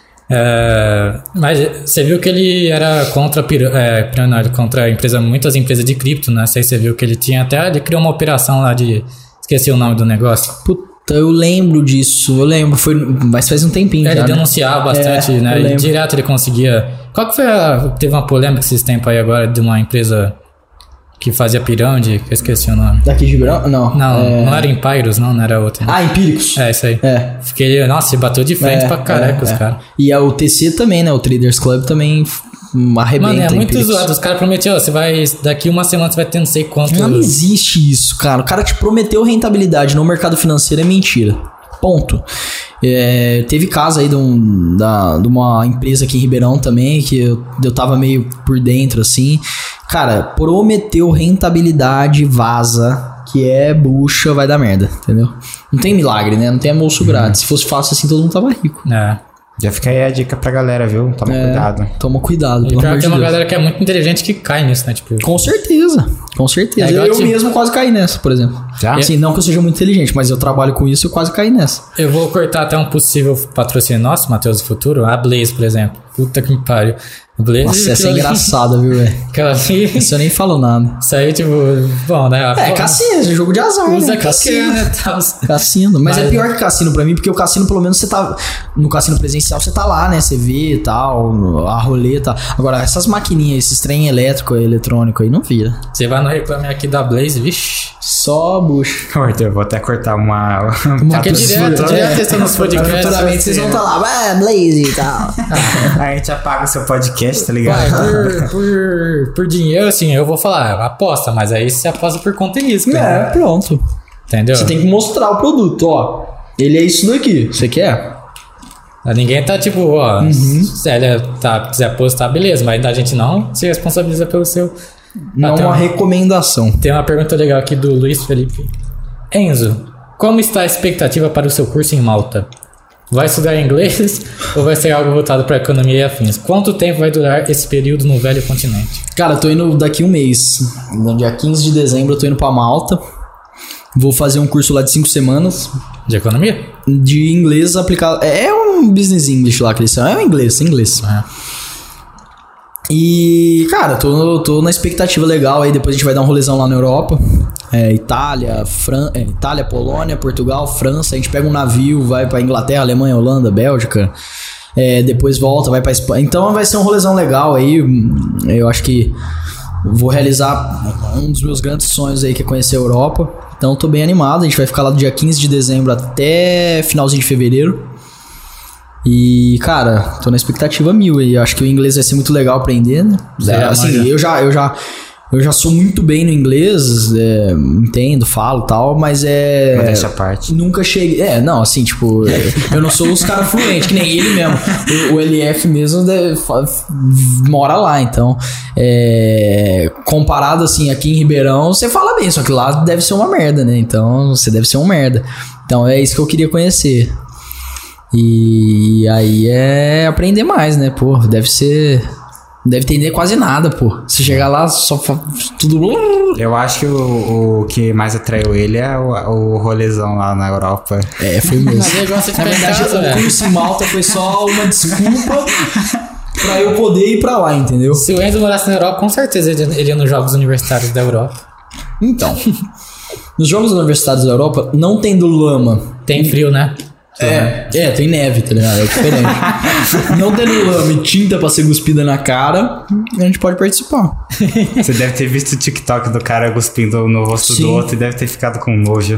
[SPEAKER 2] É, mas você viu que ele era contra, é, contra empresa, muitas empresas de cripto, né? Sei se você viu que ele tinha até, ele criou uma operação lá de... Esqueci o nome do negócio.
[SPEAKER 3] Puta. Eu lembro disso, eu lembro, foi, mas faz um tempinho
[SPEAKER 2] é,
[SPEAKER 3] já.
[SPEAKER 2] Ele denunciava bastante,
[SPEAKER 3] é,
[SPEAKER 2] né? E direto ele conseguia. Qual que foi a. Teve uma polêmica esses tempos aí agora de uma empresa que fazia pirâmide, que eu esqueci o nome.
[SPEAKER 3] Daqui de Ribeirão? Não.
[SPEAKER 2] Não,
[SPEAKER 3] é...
[SPEAKER 2] não era Empires, não, não era outra. Né?
[SPEAKER 3] Ah, Empíricos.
[SPEAKER 2] É, isso aí.
[SPEAKER 3] É.
[SPEAKER 2] Fiquei, nossa, ele bateu de frente
[SPEAKER 3] é,
[SPEAKER 2] pra caraca
[SPEAKER 3] é,
[SPEAKER 2] os
[SPEAKER 3] é.
[SPEAKER 2] caras.
[SPEAKER 3] E a o T C também, né? O Traders Club também arrebenta.
[SPEAKER 2] Mano, é muito
[SPEAKER 3] Empíricos.
[SPEAKER 2] zoado. Os caras prometiam, ó, você vai. Daqui uma semana você vai ter não sei quanto.
[SPEAKER 3] Não existe isso, cara. O cara te prometeu rentabilidade no mercado financeiro, é mentira. Ponto. É, teve caso aí de, um, da, de uma empresa aqui em Ribeirão também, que eu, eu tava meio por dentro, assim. Cara, prometeu rentabilidade, vaza, que é bucha, vai dar merda, entendeu? Não tem milagre, né? Não tem almoço grátis. Se fosse fácil assim, todo mundo tava rico.
[SPEAKER 2] É.
[SPEAKER 1] Já fica aí a dica pra galera, viu? Toma
[SPEAKER 3] É,
[SPEAKER 1] cuidado.
[SPEAKER 3] Toma cuidado,
[SPEAKER 2] E
[SPEAKER 3] pelo
[SPEAKER 2] pior
[SPEAKER 3] amor
[SPEAKER 2] que
[SPEAKER 3] de
[SPEAKER 2] tem uma
[SPEAKER 3] Deus.
[SPEAKER 2] galera que é muito inteligente que cai nisso, né? Tipo,
[SPEAKER 3] Com certeza, com certeza.
[SPEAKER 2] É igual
[SPEAKER 3] eu
[SPEAKER 2] tipo-
[SPEAKER 3] mesmo quase caí nessa, por exemplo.
[SPEAKER 1] Já?
[SPEAKER 3] Assim, não que eu seja muito inteligente, mas eu trabalho com isso e eu quase caí nessa.
[SPEAKER 2] eu vou cortar até um possível patrocínio nosso, Matheus do Futuro, a Blaze, por exemplo. Puta que me pariu. A Blaze,
[SPEAKER 3] Nossa, essa é
[SPEAKER 2] aquilo ali-
[SPEAKER 3] engraçada, viu, velho?
[SPEAKER 2] Aquela ali,
[SPEAKER 3] Isso eu nem falo nada.
[SPEAKER 2] isso aí, tipo, bom, né?
[SPEAKER 3] É, cassino, é jogo de azar,
[SPEAKER 2] Usa
[SPEAKER 3] né?
[SPEAKER 2] cassino, né? Tal.
[SPEAKER 3] Cassino. Mas,
[SPEAKER 2] Mas-
[SPEAKER 3] é pior que cassino pra mim, porque o cassino, pelo menos, você tá. No cassino presencial, você tá lá, né? Você vê e tal, a roleta. Agora, essas maquininhas, esses trem elétrico, eletrônico aí, não vira.
[SPEAKER 2] Você vai no reclame aqui da Blaze, vixi.
[SPEAKER 3] Só bucha.
[SPEAKER 1] Arthur, eu vou até cortar uma.
[SPEAKER 2] Porque é direto, direto testando os podcasts.
[SPEAKER 3] Futuramente vocês vão estar lá, ah, Blaze e tal.
[SPEAKER 1] A gente apaga o seu podcast, tá ligado?
[SPEAKER 2] Vai, por, por, por dinheiro, assim, eu vou falar, aposta, mas aí você aposta por conta e risco,
[SPEAKER 3] É,
[SPEAKER 2] né?
[SPEAKER 3] pronto.
[SPEAKER 2] Entendeu?
[SPEAKER 3] Você tem que mostrar o produto, ó. Ele é isso daqui. Você quer?
[SPEAKER 2] Ninguém tá tipo, ó,
[SPEAKER 3] Uhum.
[SPEAKER 2] se ele tá, quiser apostar, beleza, mas a gente não se responsabiliza pelo seu.
[SPEAKER 3] Não
[SPEAKER 2] Ah, tem
[SPEAKER 3] uma
[SPEAKER 2] uma-
[SPEAKER 3] recomendação.
[SPEAKER 2] Tem uma pergunta legal aqui do Luiz Felipe. Enzo, como está a expectativa para o seu curso em Malta? Vai estudar inglês ou vai ser algo voltado para economia e afins? Quanto tempo vai durar esse período no velho continente?
[SPEAKER 3] Cara, eu tô indo daqui um mês. No dia quinze de dezembro eu tô indo pra Malta. Vou fazer um curso lá de cinco semanas
[SPEAKER 2] De economia?
[SPEAKER 3] de inglês aplicado. É um business English lá que eles são. É um inglês, inglês.
[SPEAKER 2] É.
[SPEAKER 3] E, cara, tô, tô na expectativa legal aí. Depois a gente vai dar um rolezão lá na Europa. É, Itália, Fran... é, Itália, Polônia, Portugal, França. A gente pega um navio, vai pra Inglaterra, Alemanha, Holanda, Bélgica. É, depois volta, vai pra Espanha. Então vai ser um rolezão legal aí. Eu acho que vou realizar um dos meus grandes sonhos aí, que é conhecer a Europa. Então tô bem animado. A gente vai ficar lá do dia quinze de dezembro até finalzinho de fevereiro. E, cara, tô na expectativa mil aí. Acho que o inglês vai ser muito legal aprender, né?
[SPEAKER 2] Você
[SPEAKER 3] É,
[SPEAKER 2] já
[SPEAKER 3] assim,
[SPEAKER 2] manja?
[SPEAKER 3] eu já, eu já, eu já sou muito bem no inglês, é, entendo, falo e tal, mas é.
[SPEAKER 1] Modéstia à parte.
[SPEAKER 3] Nunca cheguei. É, não, assim, tipo, eu não sou os caras fluentes, que nem ele mesmo. O, o L F mesmo deve- fa- mora lá, então. É, comparado assim, aqui em Ribeirão, você fala bem, só que lá deve ser uma merda, né? Então, você deve ser um merda. Então, é isso que eu queria conhecer. E aí é aprender mais, né? Pô, deve ser. Não deve entender quase nada, pô. Se chegar lá, só fa- tudo.
[SPEAKER 1] Eu acho que o, o que mais atraiu ele é o, o rolezão lá na Europa.
[SPEAKER 3] É, foi mesmo.
[SPEAKER 2] Mas ele gosta de
[SPEAKER 3] Na
[SPEAKER 2] ficar em
[SPEAKER 3] verdade,
[SPEAKER 2] casa,
[SPEAKER 3] o
[SPEAKER 2] velho.
[SPEAKER 3] curso em Malta foi só uma desculpa pra eu poder ir pra lá, entendeu?
[SPEAKER 2] Se o Enzo morasse na Europa, com certeza ele ele ia nos Jogos Universitários da Europa.
[SPEAKER 3] Então, nos Jogos Universitários da Europa, não tendo lama.
[SPEAKER 2] Tem frio, né?
[SPEAKER 3] É, é, tem neve, tá ligado? É diferente. Não tendo lama e tinta pra ser cuspida na cara, a gente pode participar.
[SPEAKER 1] Você deve ter visto o TikTok do cara cuspindo no rosto
[SPEAKER 3] Sim.
[SPEAKER 1] do outro e deve ter ficado com nojo.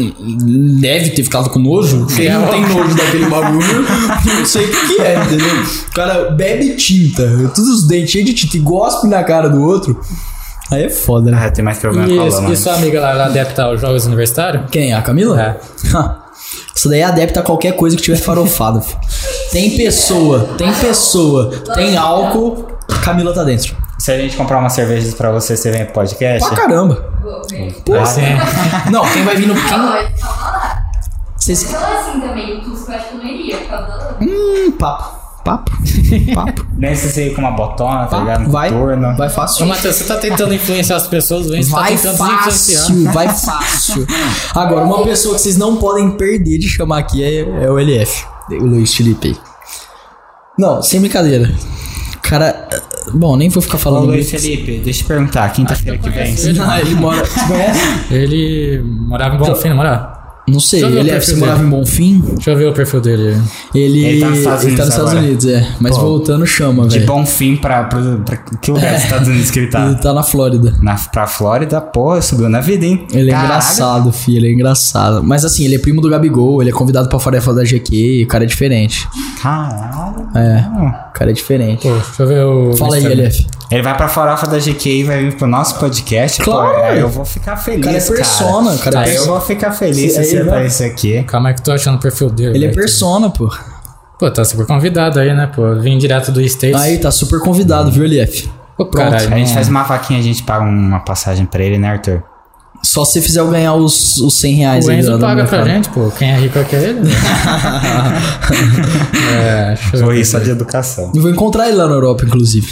[SPEAKER 3] Deve ter ficado com nojo. Quem não tem nojo daquele bagulho, não sei o que, que é, entendeu? O cara bebe tinta, todos os dentes cheios de tinta e gospe na cara do outro. Aí é foda, né?
[SPEAKER 1] Ah, tem mais problema com a
[SPEAKER 2] E,
[SPEAKER 1] lama.
[SPEAKER 2] e sua amiga lá, ela adepta aos Jogos Universitários?
[SPEAKER 3] Quem? A Camila?
[SPEAKER 2] É.
[SPEAKER 3] Isso daí é adepta a qualquer coisa que tiver farofado. filho. Tem pessoa, tem pessoa, tem álcool, Camila tá dentro.
[SPEAKER 1] Se a gente comprar uma cerveja pra você, você vem pro podcast?
[SPEAKER 3] Pra caramba.
[SPEAKER 2] Assim,
[SPEAKER 3] Não, quem vai vir no.
[SPEAKER 4] Não,
[SPEAKER 3] Quem...
[SPEAKER 4] mas calma lá.
[SPEAKER 3] Vocês...
[SPEAKER 4] Fala assim também, o Tusco eu acho que eu não iria, por causa da...
[SPEAKER 3] Hum, papo. Papo. Papo.
[SPEAKER 1] Nem se você ir com uma botona, tá ligado?
[SPEAKER 3] Papo.
[SPEAKER 1] Um
[SPEAKER 3] Vai.
[SPEAKER 1] coturno.
[SPEAKER 3] Vai
[SPEAKER 2] ô
[SPEAKER 3] fácil.
[SPEAKER 2] Matheus, você tá tentando influenciar as pessoas, o Enzo tá
[SPEAKER 3] Vai
[SPEAKER 2] tentando desinfluenciar.
[SPEAKER 3] fácil, vai fácil. Agora, uma pessoa que vocês não podem perder de chamar aqui é, é o L F, o Luiz Felipe. Não, sem brincadeira. Cara, bom, nem vou ficar
[SPEAKER 1] Ô
[SPEAKER 3] falando
[SPEAKER 1] Luiz
[SPEAKER 3] muito.
[SPEAKER 1] Felipe, deixa eu te perguntar, quinta-feira que vem.
[SPEAKER 2] conheço ele.
[SPEAKER 3] Não, ele mora. Você conhece?
[SPEAKER 2] Ele morava em Bonfim, não morava?
[SPEAKER 3] Não sei,
[SPEAKER 2] Deixa eu ver o
[SPEAKER 3] ele é,
[SPEAKER 2] perfil
[SPEAKER 3] você morava
[SPEAKER 2] dele.
[SPEAKER 3] em Bonfim?
[SPEAKER 2] Deixa eu ver o perfil dele.
[SPEAKER 3] Ele,
[SPEAKER 1] Ele tá nos Estados
[SPEAKER 3] ele tá nos
[SPEAKER 1] Unidos
[SPEAKER 3] Estados
[SPEAKER 1] agora.
[SPEAKER 3] Unidos, é. Mas
[SPEAKER 1] Pô,
[SPEAKER 3] voltando, chama,
[SPEAKER 1] De
[SPEAKER 3] velho.
[SPEAKER 1] bom fim pra, pra, pra que lugar dos Estados Unidos que ele tá?
[SPEAKER 3] Ele tá na Flórida.
[SPEAKER 1] Na, pra Flórida, pô, subiu na vida, hein?
[SPEAKER 3] Ele é
[SPEAKER 1] Caralho.
[SPEAKER 3] engraçado, filho, ele é engraçado. Mas assim, ele é primo do Gabigol, ele é convidado pra farefa da G Q, o cara é diferente.
[SPEAKER 1] Caralho.
[SPEAKER 3] É, o cara é diferente.
[SPEAKER 2] Pô, deixa eu ver o.
[SPEAKER 3] Fala aí,
[SPEAKER 2] Instagram.
[SPEAKER 3] L F.
[SPEAKER 1] Ele vai pra farofa da G Q e vai vir pro nosso podcast.
[SPEAKER 3] Claro.
[SPEAKER 1] Pô, aí eu vou ficar feliz,
[SPEAKER 3] O cara é persona,
[SPEAKER 1] cara.
[SPEAKER 3] o cara é
[SPEAKER 1] Aí eu
[SPEAKER 3] persona.
[SPEAKER 1] vou ficar feliz se
[SPEAKER 3] Aí
[SPEAKER 1] você
[SPEAKER 3] ele vai-
[SPEAKER 1] aparecer aqui.
[SPEAKER 2] Calma aí que eu tô achando o perfil dele.
[SPEAKER 3] Ele é
[SPEAKER 2] velho.
[SPEAKER 3] persona, pô.
[SPEAKER 2] Pô, tá super convidado aí, né, pô? Vim direto do States.
[SPEAKER 3] Aí, tá super convidado, viu, L F?
[SPEAKER 2] Pô,
[SPEAKER 3] pronto.
[SPEAKER 2] caralho,
[SPEAKER 1] A gente
[SPEAKER 2] não-
[SPEAKER 1] faz uma vaquinha, a gente paga uma passagem pra ele, né, Arthur?
[SPEAKER 3] Só se você fizer eu ganhar os, os cem reais
[SPEAKER 2] O
[SPEAKER 3] aí.
[SPEAKER 2] Enzo
[SPEAKER 3] da- da
[SPEAKER 2] paga
[SPEAKER 3] minha
[SPEAKER 2] pra
[SPEAKER 3] cara.
[SPEAKER 2] gente, pô. Quem é rico é que ele. né? é, deixa eu
[SPEAKER 1] Foi
[SPEAKER 2] ver.
[SPEAKER 1] isso de educação.
[SPEAKER 3] Eu vou encontrar ele lá na Europa, inclusive.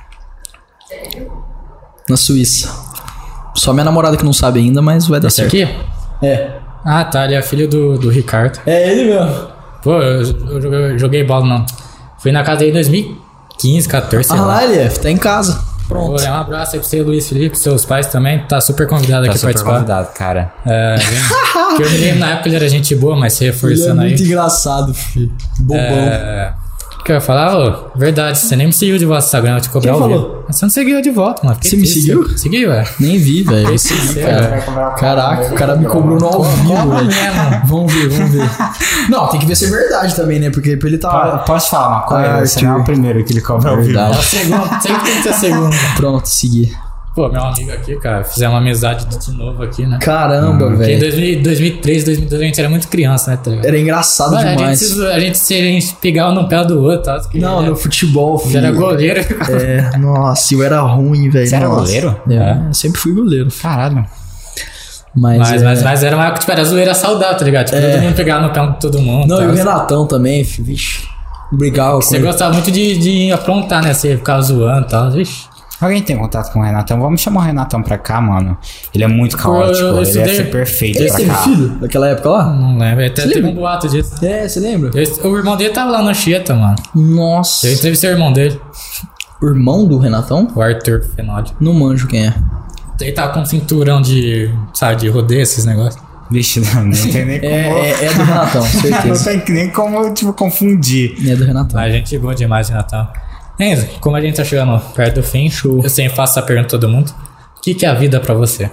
[SPEAKER 3] Na Suíça. Só minha namorada que não sabe ainda, mas vai dar
[SPEAKER 2] Esse
[SPEAKER 3] certo.
[SPEAKER 2] aqui?
[SPEAKER 3] É.
[SPEAKER 2] Ah, tá. Ele é filho do, do Ricardo.
[SPEAKER 3] É ele mesmo.
[SPEAKER 2] Pô, eu, eu joguei, joguei bola, não. Fui na casa dele em dois mil e quinze, catorze, sei
[SPEAKER 3] Ah
[SPEAKER 2] lá.
[SPEAKER 3] lá, L F, tá em casa.
[SPEAKER 2] Pô,
[SPEAKER 3] Pronto.
[SPEAKER 2] um abraço aí pra você, Luiz Felipe, seus pais também. Tá super convidado
[SPEAKER 1] Tá
[SPEAKER 2] aqui
[SPEAKER 1] super
[SPEAKER 2] participar.
[SPEAKER 1] convidado, cara.
[SPEAKER 2] É, vem. Que eu me lembro na época ele era gente boa, mas se
[SPEAKER 3] Ele é
[SPEAKER 2] reforçando aí.
[SPEAKER 3] muito engraçado, filho. Bobão.
[SPEAKER 2] É, o que eu ia falar? Ô, verdade, você nem me seguiu de volta no Instagram, eu te cobrar
[SPEAKER 3] Quem
[SPEAKER 2] ao
[SPEAKER 3] falou?
[SPEAKER 2] vivo. Mas você não seguiu de volta, mano. Fiquei
[SPEAKER 3] Você me
[SPEAKER 2] triste.
[SPEAKER 3] seguiu?
[SPEAKER 2] Segui, ué.
[SPEAKER 3] Nem vi, velho. Eu segui,
[SPEAKER 2] Você,
[SPEAKER 3] cara.
[SPEAKER 2] velho.
[SPEAKER 3] Caraca, o cara me cobrou no ao vivo,
[SPEAKER 2] Cobra
[SPEAKER 3] velho.
[SPEAKER 2] mesmo.
[SPEAKER 3] Vamos ver, vamos ver. Não, tem que ver se é verdade também, né? Porque pra ele
[SPEAKER 1] Po-
[SPEAKER 3] tá.
[SPEAKER 1] Posso falar uma coisa?
[SPEAKER 3] Ah,
[SPEAKER 1] Você não é o
[SPEAKER 3] Arthur.
[SPEAKER 1] primeiro que ele cobra ao vivo.
[SPEAKER 2] É o
[SPEAKER 3] Verdade.
[SPEAKER 2] segundo, sempre tem que ser segundo.
[SPEAKER 3] Pronto, segui.
[SPEAKER 2] Pô, meu amigo aqui, cara, fizemos uma amizade de novo aqui, né?
[SPEAKER 3] Caramba,
[SPEAKER 2] Porque em
[SPEAKER 3] velho.
[SPEAKER 2] dois mil, dois mil e três, dois mil e dois a gente era muito criança, né? Tá ligado?
[SPEAKER 3] Era engraçado
[SPEAKER 2] Mano, a, gente
[SPEAKER 3] demais.
[SPEAKER 2] se, a, gente se, a gente pegava no pé do outro, tá? Que
[SPEAKER 3] Não,
[SPEAKER 2] ele
[SPEAKER 3] no futebol,
[SPEAKER 2] ele
[SPEAKER 3] filho.
[SPEAKER 2] era goleiro.
[SPEAKER 3] É, nossa, eu era ruim, velho.
[SPEAKER 1] Você era
[SPEAKER 3] nossa.
[SPEAKER 1] goleiro?
[SPEAKER 3] É, eu sempre fui goleiro.
[SPEAKER 1] Caralho.
[SPEAKER 3] Mas,
[SPEAKER 2] Mas,
[SPEAKER 3] é...
[SPEAKER 2] mas, mas era uma época que tipo, era zoeira saudável, tá ligado? Tipo,
[SPEAKER 3] É.
[SPEAKER 2] todo mundo pegava no pé de todo mundo.
[SPEAKER 3] Não,
[SPEAKER 2] tá?
[SPEAKER 3] e o Renatão também, filho. Vixe. Brigava com
[SPEAKER 2] Você
[SPEAKER 3] ele.
[SPEAKER 2] gostava muito de, de aprontar, né? Você ficava zoando e tal. Vixe.
[SPEAKER 1] Alguém tem contato com o Renatão? Vamos chamar o Renatão pra cá, mano. Ele é muito caótico.
[SPEAKER 2] eu
[SPEAKER 1] Ele ia
[SPEAKER 2] estudei-
[SPEAKER 1] ser perfeito
[SPEAKER 3] Ele
[SPEAKER 1] pra
[SPEAKER 3] teve
[SPEAKER 1] cá.
[SPEAKER 3] filho daquela época lá?
[SPEAKER 2] Não lembro. Até
[SPEAKER 3] Você
[SPEAKER 2] teve
[SPEAKER 3] lembra?
[SPEAKER 2] um boato disso.
[SPEAKER 3] É, você lembra?
[SPEAKER 2] Eu- o irmão dele tava lá no Chieta, mano.
[SPEAKER 3] Nossa.
[SPEAKER 2] Eu entrevistei o irmão dele,
[SPEAKER 3] O irmão do Renatão?
[SPEAKER 2] o Arthur Fenódio.
[SPEAKER 3] Não manjo quem é.
[SPEAKER 2] Ele tava com um cinturão de, sabe, de rodeio, esses negócios.
[SPEAKER 1] Vixe, não, não tem nem como...
[SPEAKER 3] É, é, é do Renatão,
[SPEAKER 1] Não
[SPEAKER 3] certeza.
[SPEAKER 1] tem nem como, tipo, confundir.
[SPEAKER 3] É do Renatão.
[SPEAKER 2] Mas a gente boa demais de Natal. Enzo, como a gente tá chegando perto do fim, eu sempre faço essa pergunta pra todo mundo. O que, que é a vida pra você?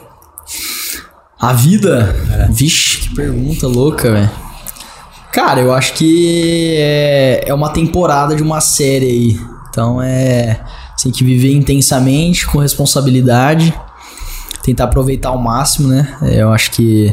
[SPEAKER 3] A vida? Vixe, que pergunta louca, velho. Cara, eu acho que é, é uma temporada de uma série aí. Então é. Você tem que viver intensamente, com responsabilidade. Tentar aproveitar ao máximo, né? É, eu acho que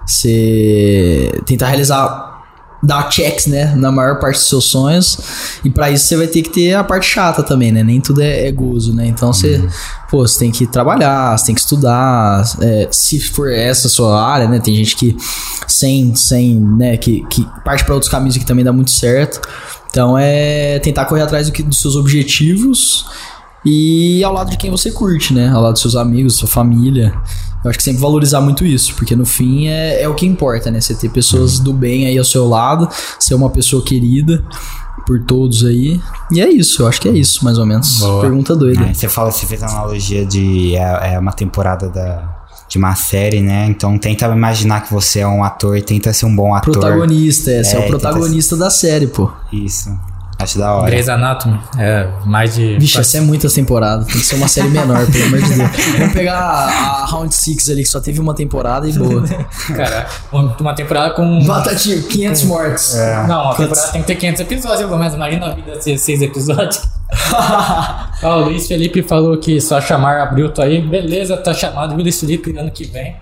[SPEAKER 3] você tentar realizar. Dar checks, né? Na maior parte dos seus sonhos. E pra isso você vai ter que ter a parte chata também, né? Nem tudo é, é gozo, né? Então você, pô, você tem que trabalhar, você tem que estudar. É, se for essa a sua área, né? Tem gente que sem, sem, né? Que, que parte pra outros caminhos que também dá muito certo. Então é tentar correr atrás do que, dos seus objetivos e ao lado de quem você curte, né? Ao lado dos seus amigos, sua família. Eu acho que sempre valorizar muito isso, porque no fim é, é o que importa, né? Você ter pessoas do bem aí ao seu lado, ser uma pessoa querida por todos aí. E é isso, eu acho que é isso, mais ou menos.
[SPEAKER 2] Boa.
[SPEAKER 3] Pergunta doida.
[SPEAKER 1] É, você fala, você fez a analogia de... É, é uma temporada da, de uma série, né? Então tenta imaginar que você é um ator, tenta ser um bom ator.
[SPEAKER 3] Protagonista, é, você é,
[SPEAKER 1] É,
[SPEAKER 3] o protagonista da série, pô.
[SPEAKER 1] Isso. Acho da hora.
[SPEAKER 2] Grey's Anatomy. É, mais de...
[SPEAKER 3] Vixe, essa é muitas temporadas. Tem que ser uma série menor, pelo amor de Deus. Vamos pegar a, a Round seis ali, que só teve uma temporada e boa.
[SPEAKER 2] Cara, uma temporada com...
[SPEAKER 3] Batatinha, quinhentos mortes.
[SPEAKER 2] Não, uma temporada tem que ter quinhentos episódios, mas imagina a vida ser seis episódios. Ó, o Luiz Felipe falou que só chamar abril, tô aí. Beleza, tá chamado Luiz Felipe ano que vem.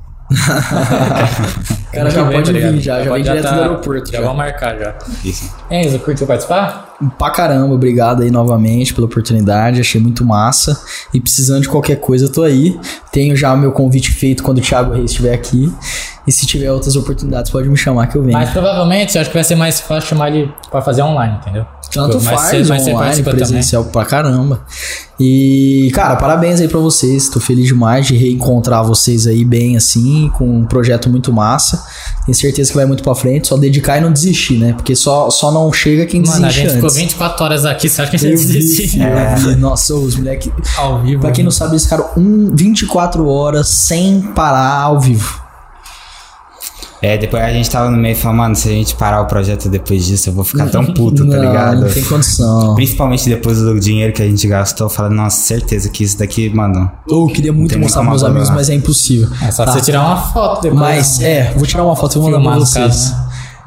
[SPEAKER 3] Cara, já pode vir, já, já vem direto do aeroporto.
[SPEAKER 2] Já
[SPEAKER 3] já.
[SPEAKER 2] vamos marcar já.
[SPEAKER 1] Isso.
[SPEAKER 2] Enzo, curtiu participar?
[SPEAKER 3] Pra caramba, obrigado aí novamente pela oportunidade, achei muito massa. E precisando de qualquer coisa, eu tô aí. Tenho já o meu convite feito quando o Thiago Reis estiver aqui. E se tiver outras oportunidades, pode me chamar que eu venho.
[SPEAKER 2] Mas provavelmente, eu acho que vai ser mais fácil chamar ele pra fazer online, entendeu?
[SPEAKER 3] Tanto
[SPEAKER 2] Mas
[SPEAKER 3] faz,
[SPEAKER 2] você- mas você
[SPEAKER 3] online,
[SPEAKER 2] participa
[SPEAKER 3] presencial pra caramba. E, cara, parabéns aí pra vocês. Tô feliz demais de reencontrar vocês aí bem assim, com um projeto muito massa. Tenho certeza que vai muito pra frente. Só dedicar e não desistir, né? Porque só, só não chega quem
[SPEAKER 2] Mano, a
[SPEAKER 3] desiste
[SPEAKER 2] gente ficou
[SPEAKER 3] antes.
[SPEAKER 2] vinte e quatro horas aqui, você acha que a gente
[SPEAKER 3] Eu vi,
[SPEAKER 2] desistir?
[SPEAKER 3] filho, eu vi. Nossa, os moleques...
[SPEAKER 2] Ao vivo.
[SPEAKER 3] Pra quem não sabe, eles ficaram um, vinte e quatro horas sem parar ao vivo.
[SPEAKER 1] É, depois a gente tava no meio e falou, mano, se a gente parar o projeto depois disso, eu vou ficar tão puto,
[SPEAKER 3] não,
[SPEAKER 1] tá ligado?
[SPEAKER 3] Não tem condição.
[SPEAKER 1] Principalmente depois do dinheiro que a gente gastou, falando, nossa, certeza que isso daqui, mano...
[SPEAKER 3] Eu queria muito
[SPEAKER 1] tem nem
[SPEAKER 3] mostrar
[SPEAKER 1] como
[SPEAKER 3] pros meus amigos,
[SPEAKER 1] abandonar.
[SPEAKER 3] mas é impossível.
[SPEAKER 2] É só
[SPEAKER 3] Tá.
[SPEAKER 2] você tirar uma foto depois.
[SPEAKER 3] Mas, é, vou tirar uma foto e vou mandar pra
[SPEAKER 2] Filmar no
[SPEAKER 3] vocês.
[SPEAKER 2] caso, né?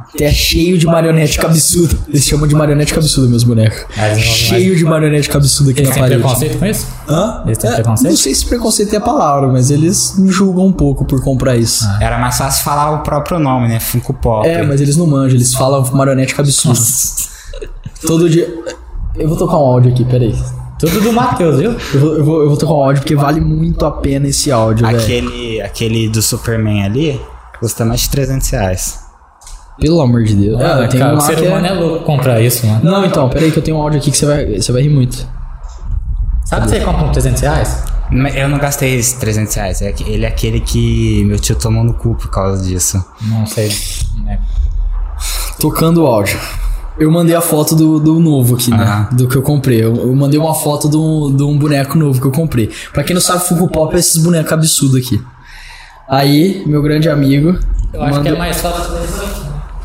[SPEAKER 3] É cheio de marionete cabeçudo. Eles chamam de marionete cabeçudo, meus bonecos.
[SPEAKER 2] Ah, eles não-
[SPEAKER 3] Cheio de marionete cabeçudo aqui
[SPEAKER 2] Eles
[SPEAKER 3] na
[SPEAKER 2] têm
[SPEAKER 3] parede.
[SPEAKER 2] preconceito com isso?
[SPEAKER 3] Hã?
[SPEAKER 2] Eles têm
[SPEAKER 3] É,
[SPEAKER 2] preconceito?
[SPEAKER 3] Não sei se preconceito é a palavra, mas eles me julgam um pouco por comprar isso.
[SPEAKER 1] Era mais fácil falar o próprio nome, né? Funko Pop.
[SPEAKER 3] É, mas eles não manjam, eles falam marionete cabeçudo. Todo dia. Eu vou tocar um áudio aqui, peraí.
[SPEAKER 2] Tudo do Matheus, viu?
[SPEAKER 3] Eu vou, eu vou, eu vou tocar um áudio porque vale muito a pena esse áudio, velho.
[SPEAKER 1] Aquele, aquele do Superman ali custa mais de trezentos reais.
[SPEAKER 3] Pelo amor de Deus.
[SPEAKER 2] Ah,
[SPEAKER 3] Ah, tem
[SPEAKER 2] cara,
[SPEAKER 3] um
[SPEAKER 2] o
[SPEAKER 3] lá
[SPEAKER 2] ser
[SPEAKER 3] que é-
[SPEAKER 2] humano é louco comprar isso, mano.
[SPEAKER 3] Não, então, peraí que eu tenho um áudio aqui que você vai, você vai rir muito.
[SPEAKER 2] Sabe que você compra um trezentos reais?
[SPEAKER 1] Eu não gastei esses trezentos reais. É que- Ele é aquele que meu tio tomou no cu por causa disso.
[SPEAKER 2] Não sei. Né?
[SPEAKER 3] Tocando o áudio. Eu mandei a foto do, do novo aqui, né?
[SPEAKER 1] Aham.
[SPEAKER 3] Do que eu comprei. Eu, eu mandei uma foto de um, de um boneco novo que eu comprei. Pra quem não sabe, Funko Pop é esses bonecos absurdos aqui. Aí, meu grande amigo.
[SPEAKER 2] Eu acho que
[SPEAKER 3] mandou-
[SPEAKER 2] é mais fácil fazer isso aqui.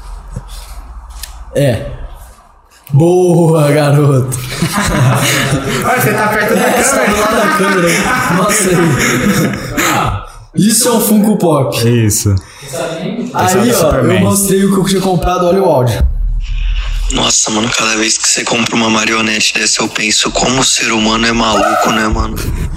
[SPEAKER 3] É. Boa, garoto.
[SPEAKER 1] Olha, você tá perto da
[SPEAKER 3] Você tá do lado da câmera aí. Nossa aí. Isso é um Funko Pop.
[SPEAKER 1] Isso.
[SPEAKER 3] Aí,
[SPEAKER 1] do
[SPEAKER 3] ó,
[SPEAKER 1] Superman.
[SPEAKER 3] eu mostrei o que eu tinha comprado, olha o áudio.
[SPEAKER 5] Nossa, mano, cada vez que você compra uma marionete dessa, eu penso como o ser humano é maluco, né, mano?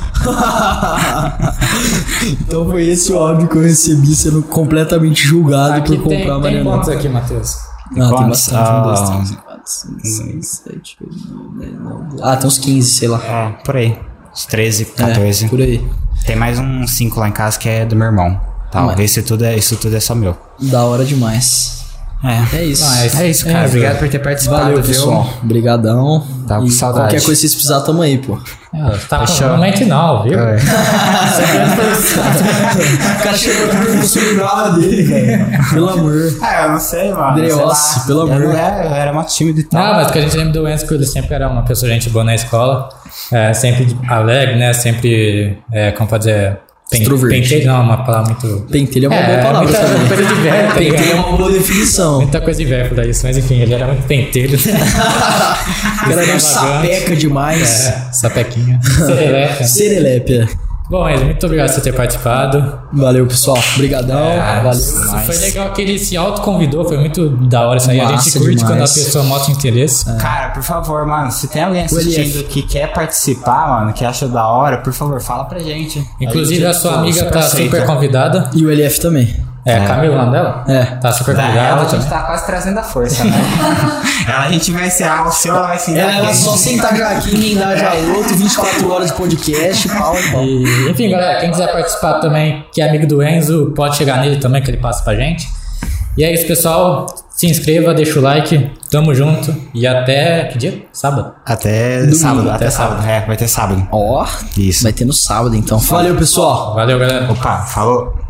[SPEAKER 3] Então foi esse o áudio que eu recebi sendo completamente julgado
[SPEAKER 2] Aqui
[SPEAKER 3] por
[SPEAKER 2] tem,
[SPEAKER 3] comprar
[SPEAKER 2] tem
[SPEAKER 3] marionete.
[SPEAKER 2] quantos aqui, Matheus?
[SPEAKER 3] Ah, tem
[SPEAKER 1] Quantos?
[SPEAKER 3] bastante. Um, dois,
[SPEAKER 1] Ah.
[SPEAKER 3] três, quatro, cinco, seis, sete, oito, nove, dez, onze. Ah, tem uns quinze, sei lá.
[SPEAKER 1] É, por aí. Uns treze,
[SPEAKER 3] É,
[SPEAKER 1] quatorze.
[SPEAKER 3] por aí.
[SPEAKER 1] Tem mais uns cinco lá em casa que é do meu irmão. Tal.
[SPEAKER 3] Ué.
[SPEAKER 1] Esse tudo é, isso tudo é só meu.
[SPEAKER 3] Da hora demais.
[SPEAKER 1] É.
[SPEAKER 3] É isso.
[SPEAKER 2] Não, é isso.
[SPEAKER 1] É isso, cara.
[SPEAKER 2] É,
[SPEAKER 1] Obrigado
[SPEAKER 2] viu?
[SPEAKER 1] por ter participado,
[SPEAKER 3] Valeu,
[SPEAKER 1] viu?
[SPEAKER 3] pessoal. Obrigadão.
[SPEAKER 1] Tava com
[SPEAKER 3] E
[SPEAKER 1] saudade.
[SPEAKER 3] qualquer coisa que vocês precisarem, tamo aí, pô.
[SPEAKER 2] É, tá com
[SPEAKER 1] Fechou.
[SPEAKER 2] não mente não, viu?
[SPEAKER 1] É.
[SPEAKER 3] O cara chegou aqui e perguntou sobre o grava dele, velho. Pelo amor.
[SPEAKER 1] Ah, eu não sei, mano.
[SPEAKER 3] Dreossi,
[SPEAKER 1] Sei lá.
[SPEAKER 3] pelo amor.
[SPEAKER 1] Eu, não era, eu era mó tímido e tal.
[SPEAKER 2] Não, mas o que a gente lembra do Enzo, que ele sempre era uma pessoa gente boa na escola, é, sempre alegre, né? Sempre, é, como pode dizer, pen-
[SPEAKER 3] Extrovertido.
[SPEAKER 2] pentelho, não, uma palavra muito...
[SPEAKER 3] Pentelho é uma boa palavra
[SPEAKER 2] muita
[SPEAKER 3] também.
[SPEAKER 2] coisa de velho, tá
[SPEAKER 3] Pentelho é
[SPEAKER 2] ligado?
[SPEAKER 3] uma boa definição.
[SPEAKER 2] Muita coisa de velho pra isso, mas enfim, ele era muito pentelho.
[SPEAKER 3] O cara era um sapeca demais.
[SPEAKER 2] É, sapequinha. Serelepe, né?
[SPEAKER 3] Serelépia.
[SPEAKER 2] Bom, Enzo, muito obrigado por você ter participado.
[SPEAKER 3] Valeu, pessoal. Obrigadão.
[SPEAKER 2] É,
[SPEAKER 3] Valeu.
[SPEAKER 2] Foi legal que ele se autoconvidou, foi muito da hora isso aí. A gente
[SPEAKER 3] Massa
[SPEAKER 2] curte
[SPEAKER 3] demais.
[SPEAKER 2] quando a pessoa mostra interesse.
[SPEAKER 1] Cara, por favor, mano, se tem alguém
[SPEAKER 3] L F.
[SPEAKER 1] assistindo que quer participar, mano, que acha da hora, por favor, fala pra gente.
[SPEAKER 2] Inclusive,
[SPEAKER 1] Aí
[SPEAKER 2] a sua
[SPEAKER 1] gente
[SPEAKER 2] amiga tá
[SPEAKER 1] aceita.
[SPEAKER 2] super convidada.
[SPEAKER 3] E o L F também.
[SPEAKER 2] É, Camila o nome dela?
[SPEAKER 3] É.
[SPEAKER 2] Tá super
[SPEAKER 1] Da
[SPEAKER 2] convidada
[SPEAKER 1] ela, a
[SPEAKER 2] também.
[SPEAKER 1] gente tá quase trazendo a força, né? ela, a gente vai ser o seu, ela vai ser
[SPEAKER 3] Ela era só sentar já aqui, emendar já outro, vinte e quatro horas de podcast, pau e pau.
[SPEAKER 2] E, enfim, galera, quem quiser participar também, que é amigo do Enzo, pode chegar nele também, que ele passa pra gente. E é isso, pessoal. Se inscreva, deixa o like. Tamo junto. E até. Que dia? Sábado.
[SPEAKER 1] Até
[SPEAKER 3] Domingo,
[SPEAKER 1] sábado,
[SPEAKER 3] até
[SPEAKER 1] até sábado. É, vai ter sábado.
[SPEAKER 3] Ó,
[SPEAKER 1] Isso.
[SPEAKER 3] vai ter no sábado então. Valeu, pessoal.
[SPEAKER 2] Valeu, galera.
[SPEAKER 1] Opa, falou.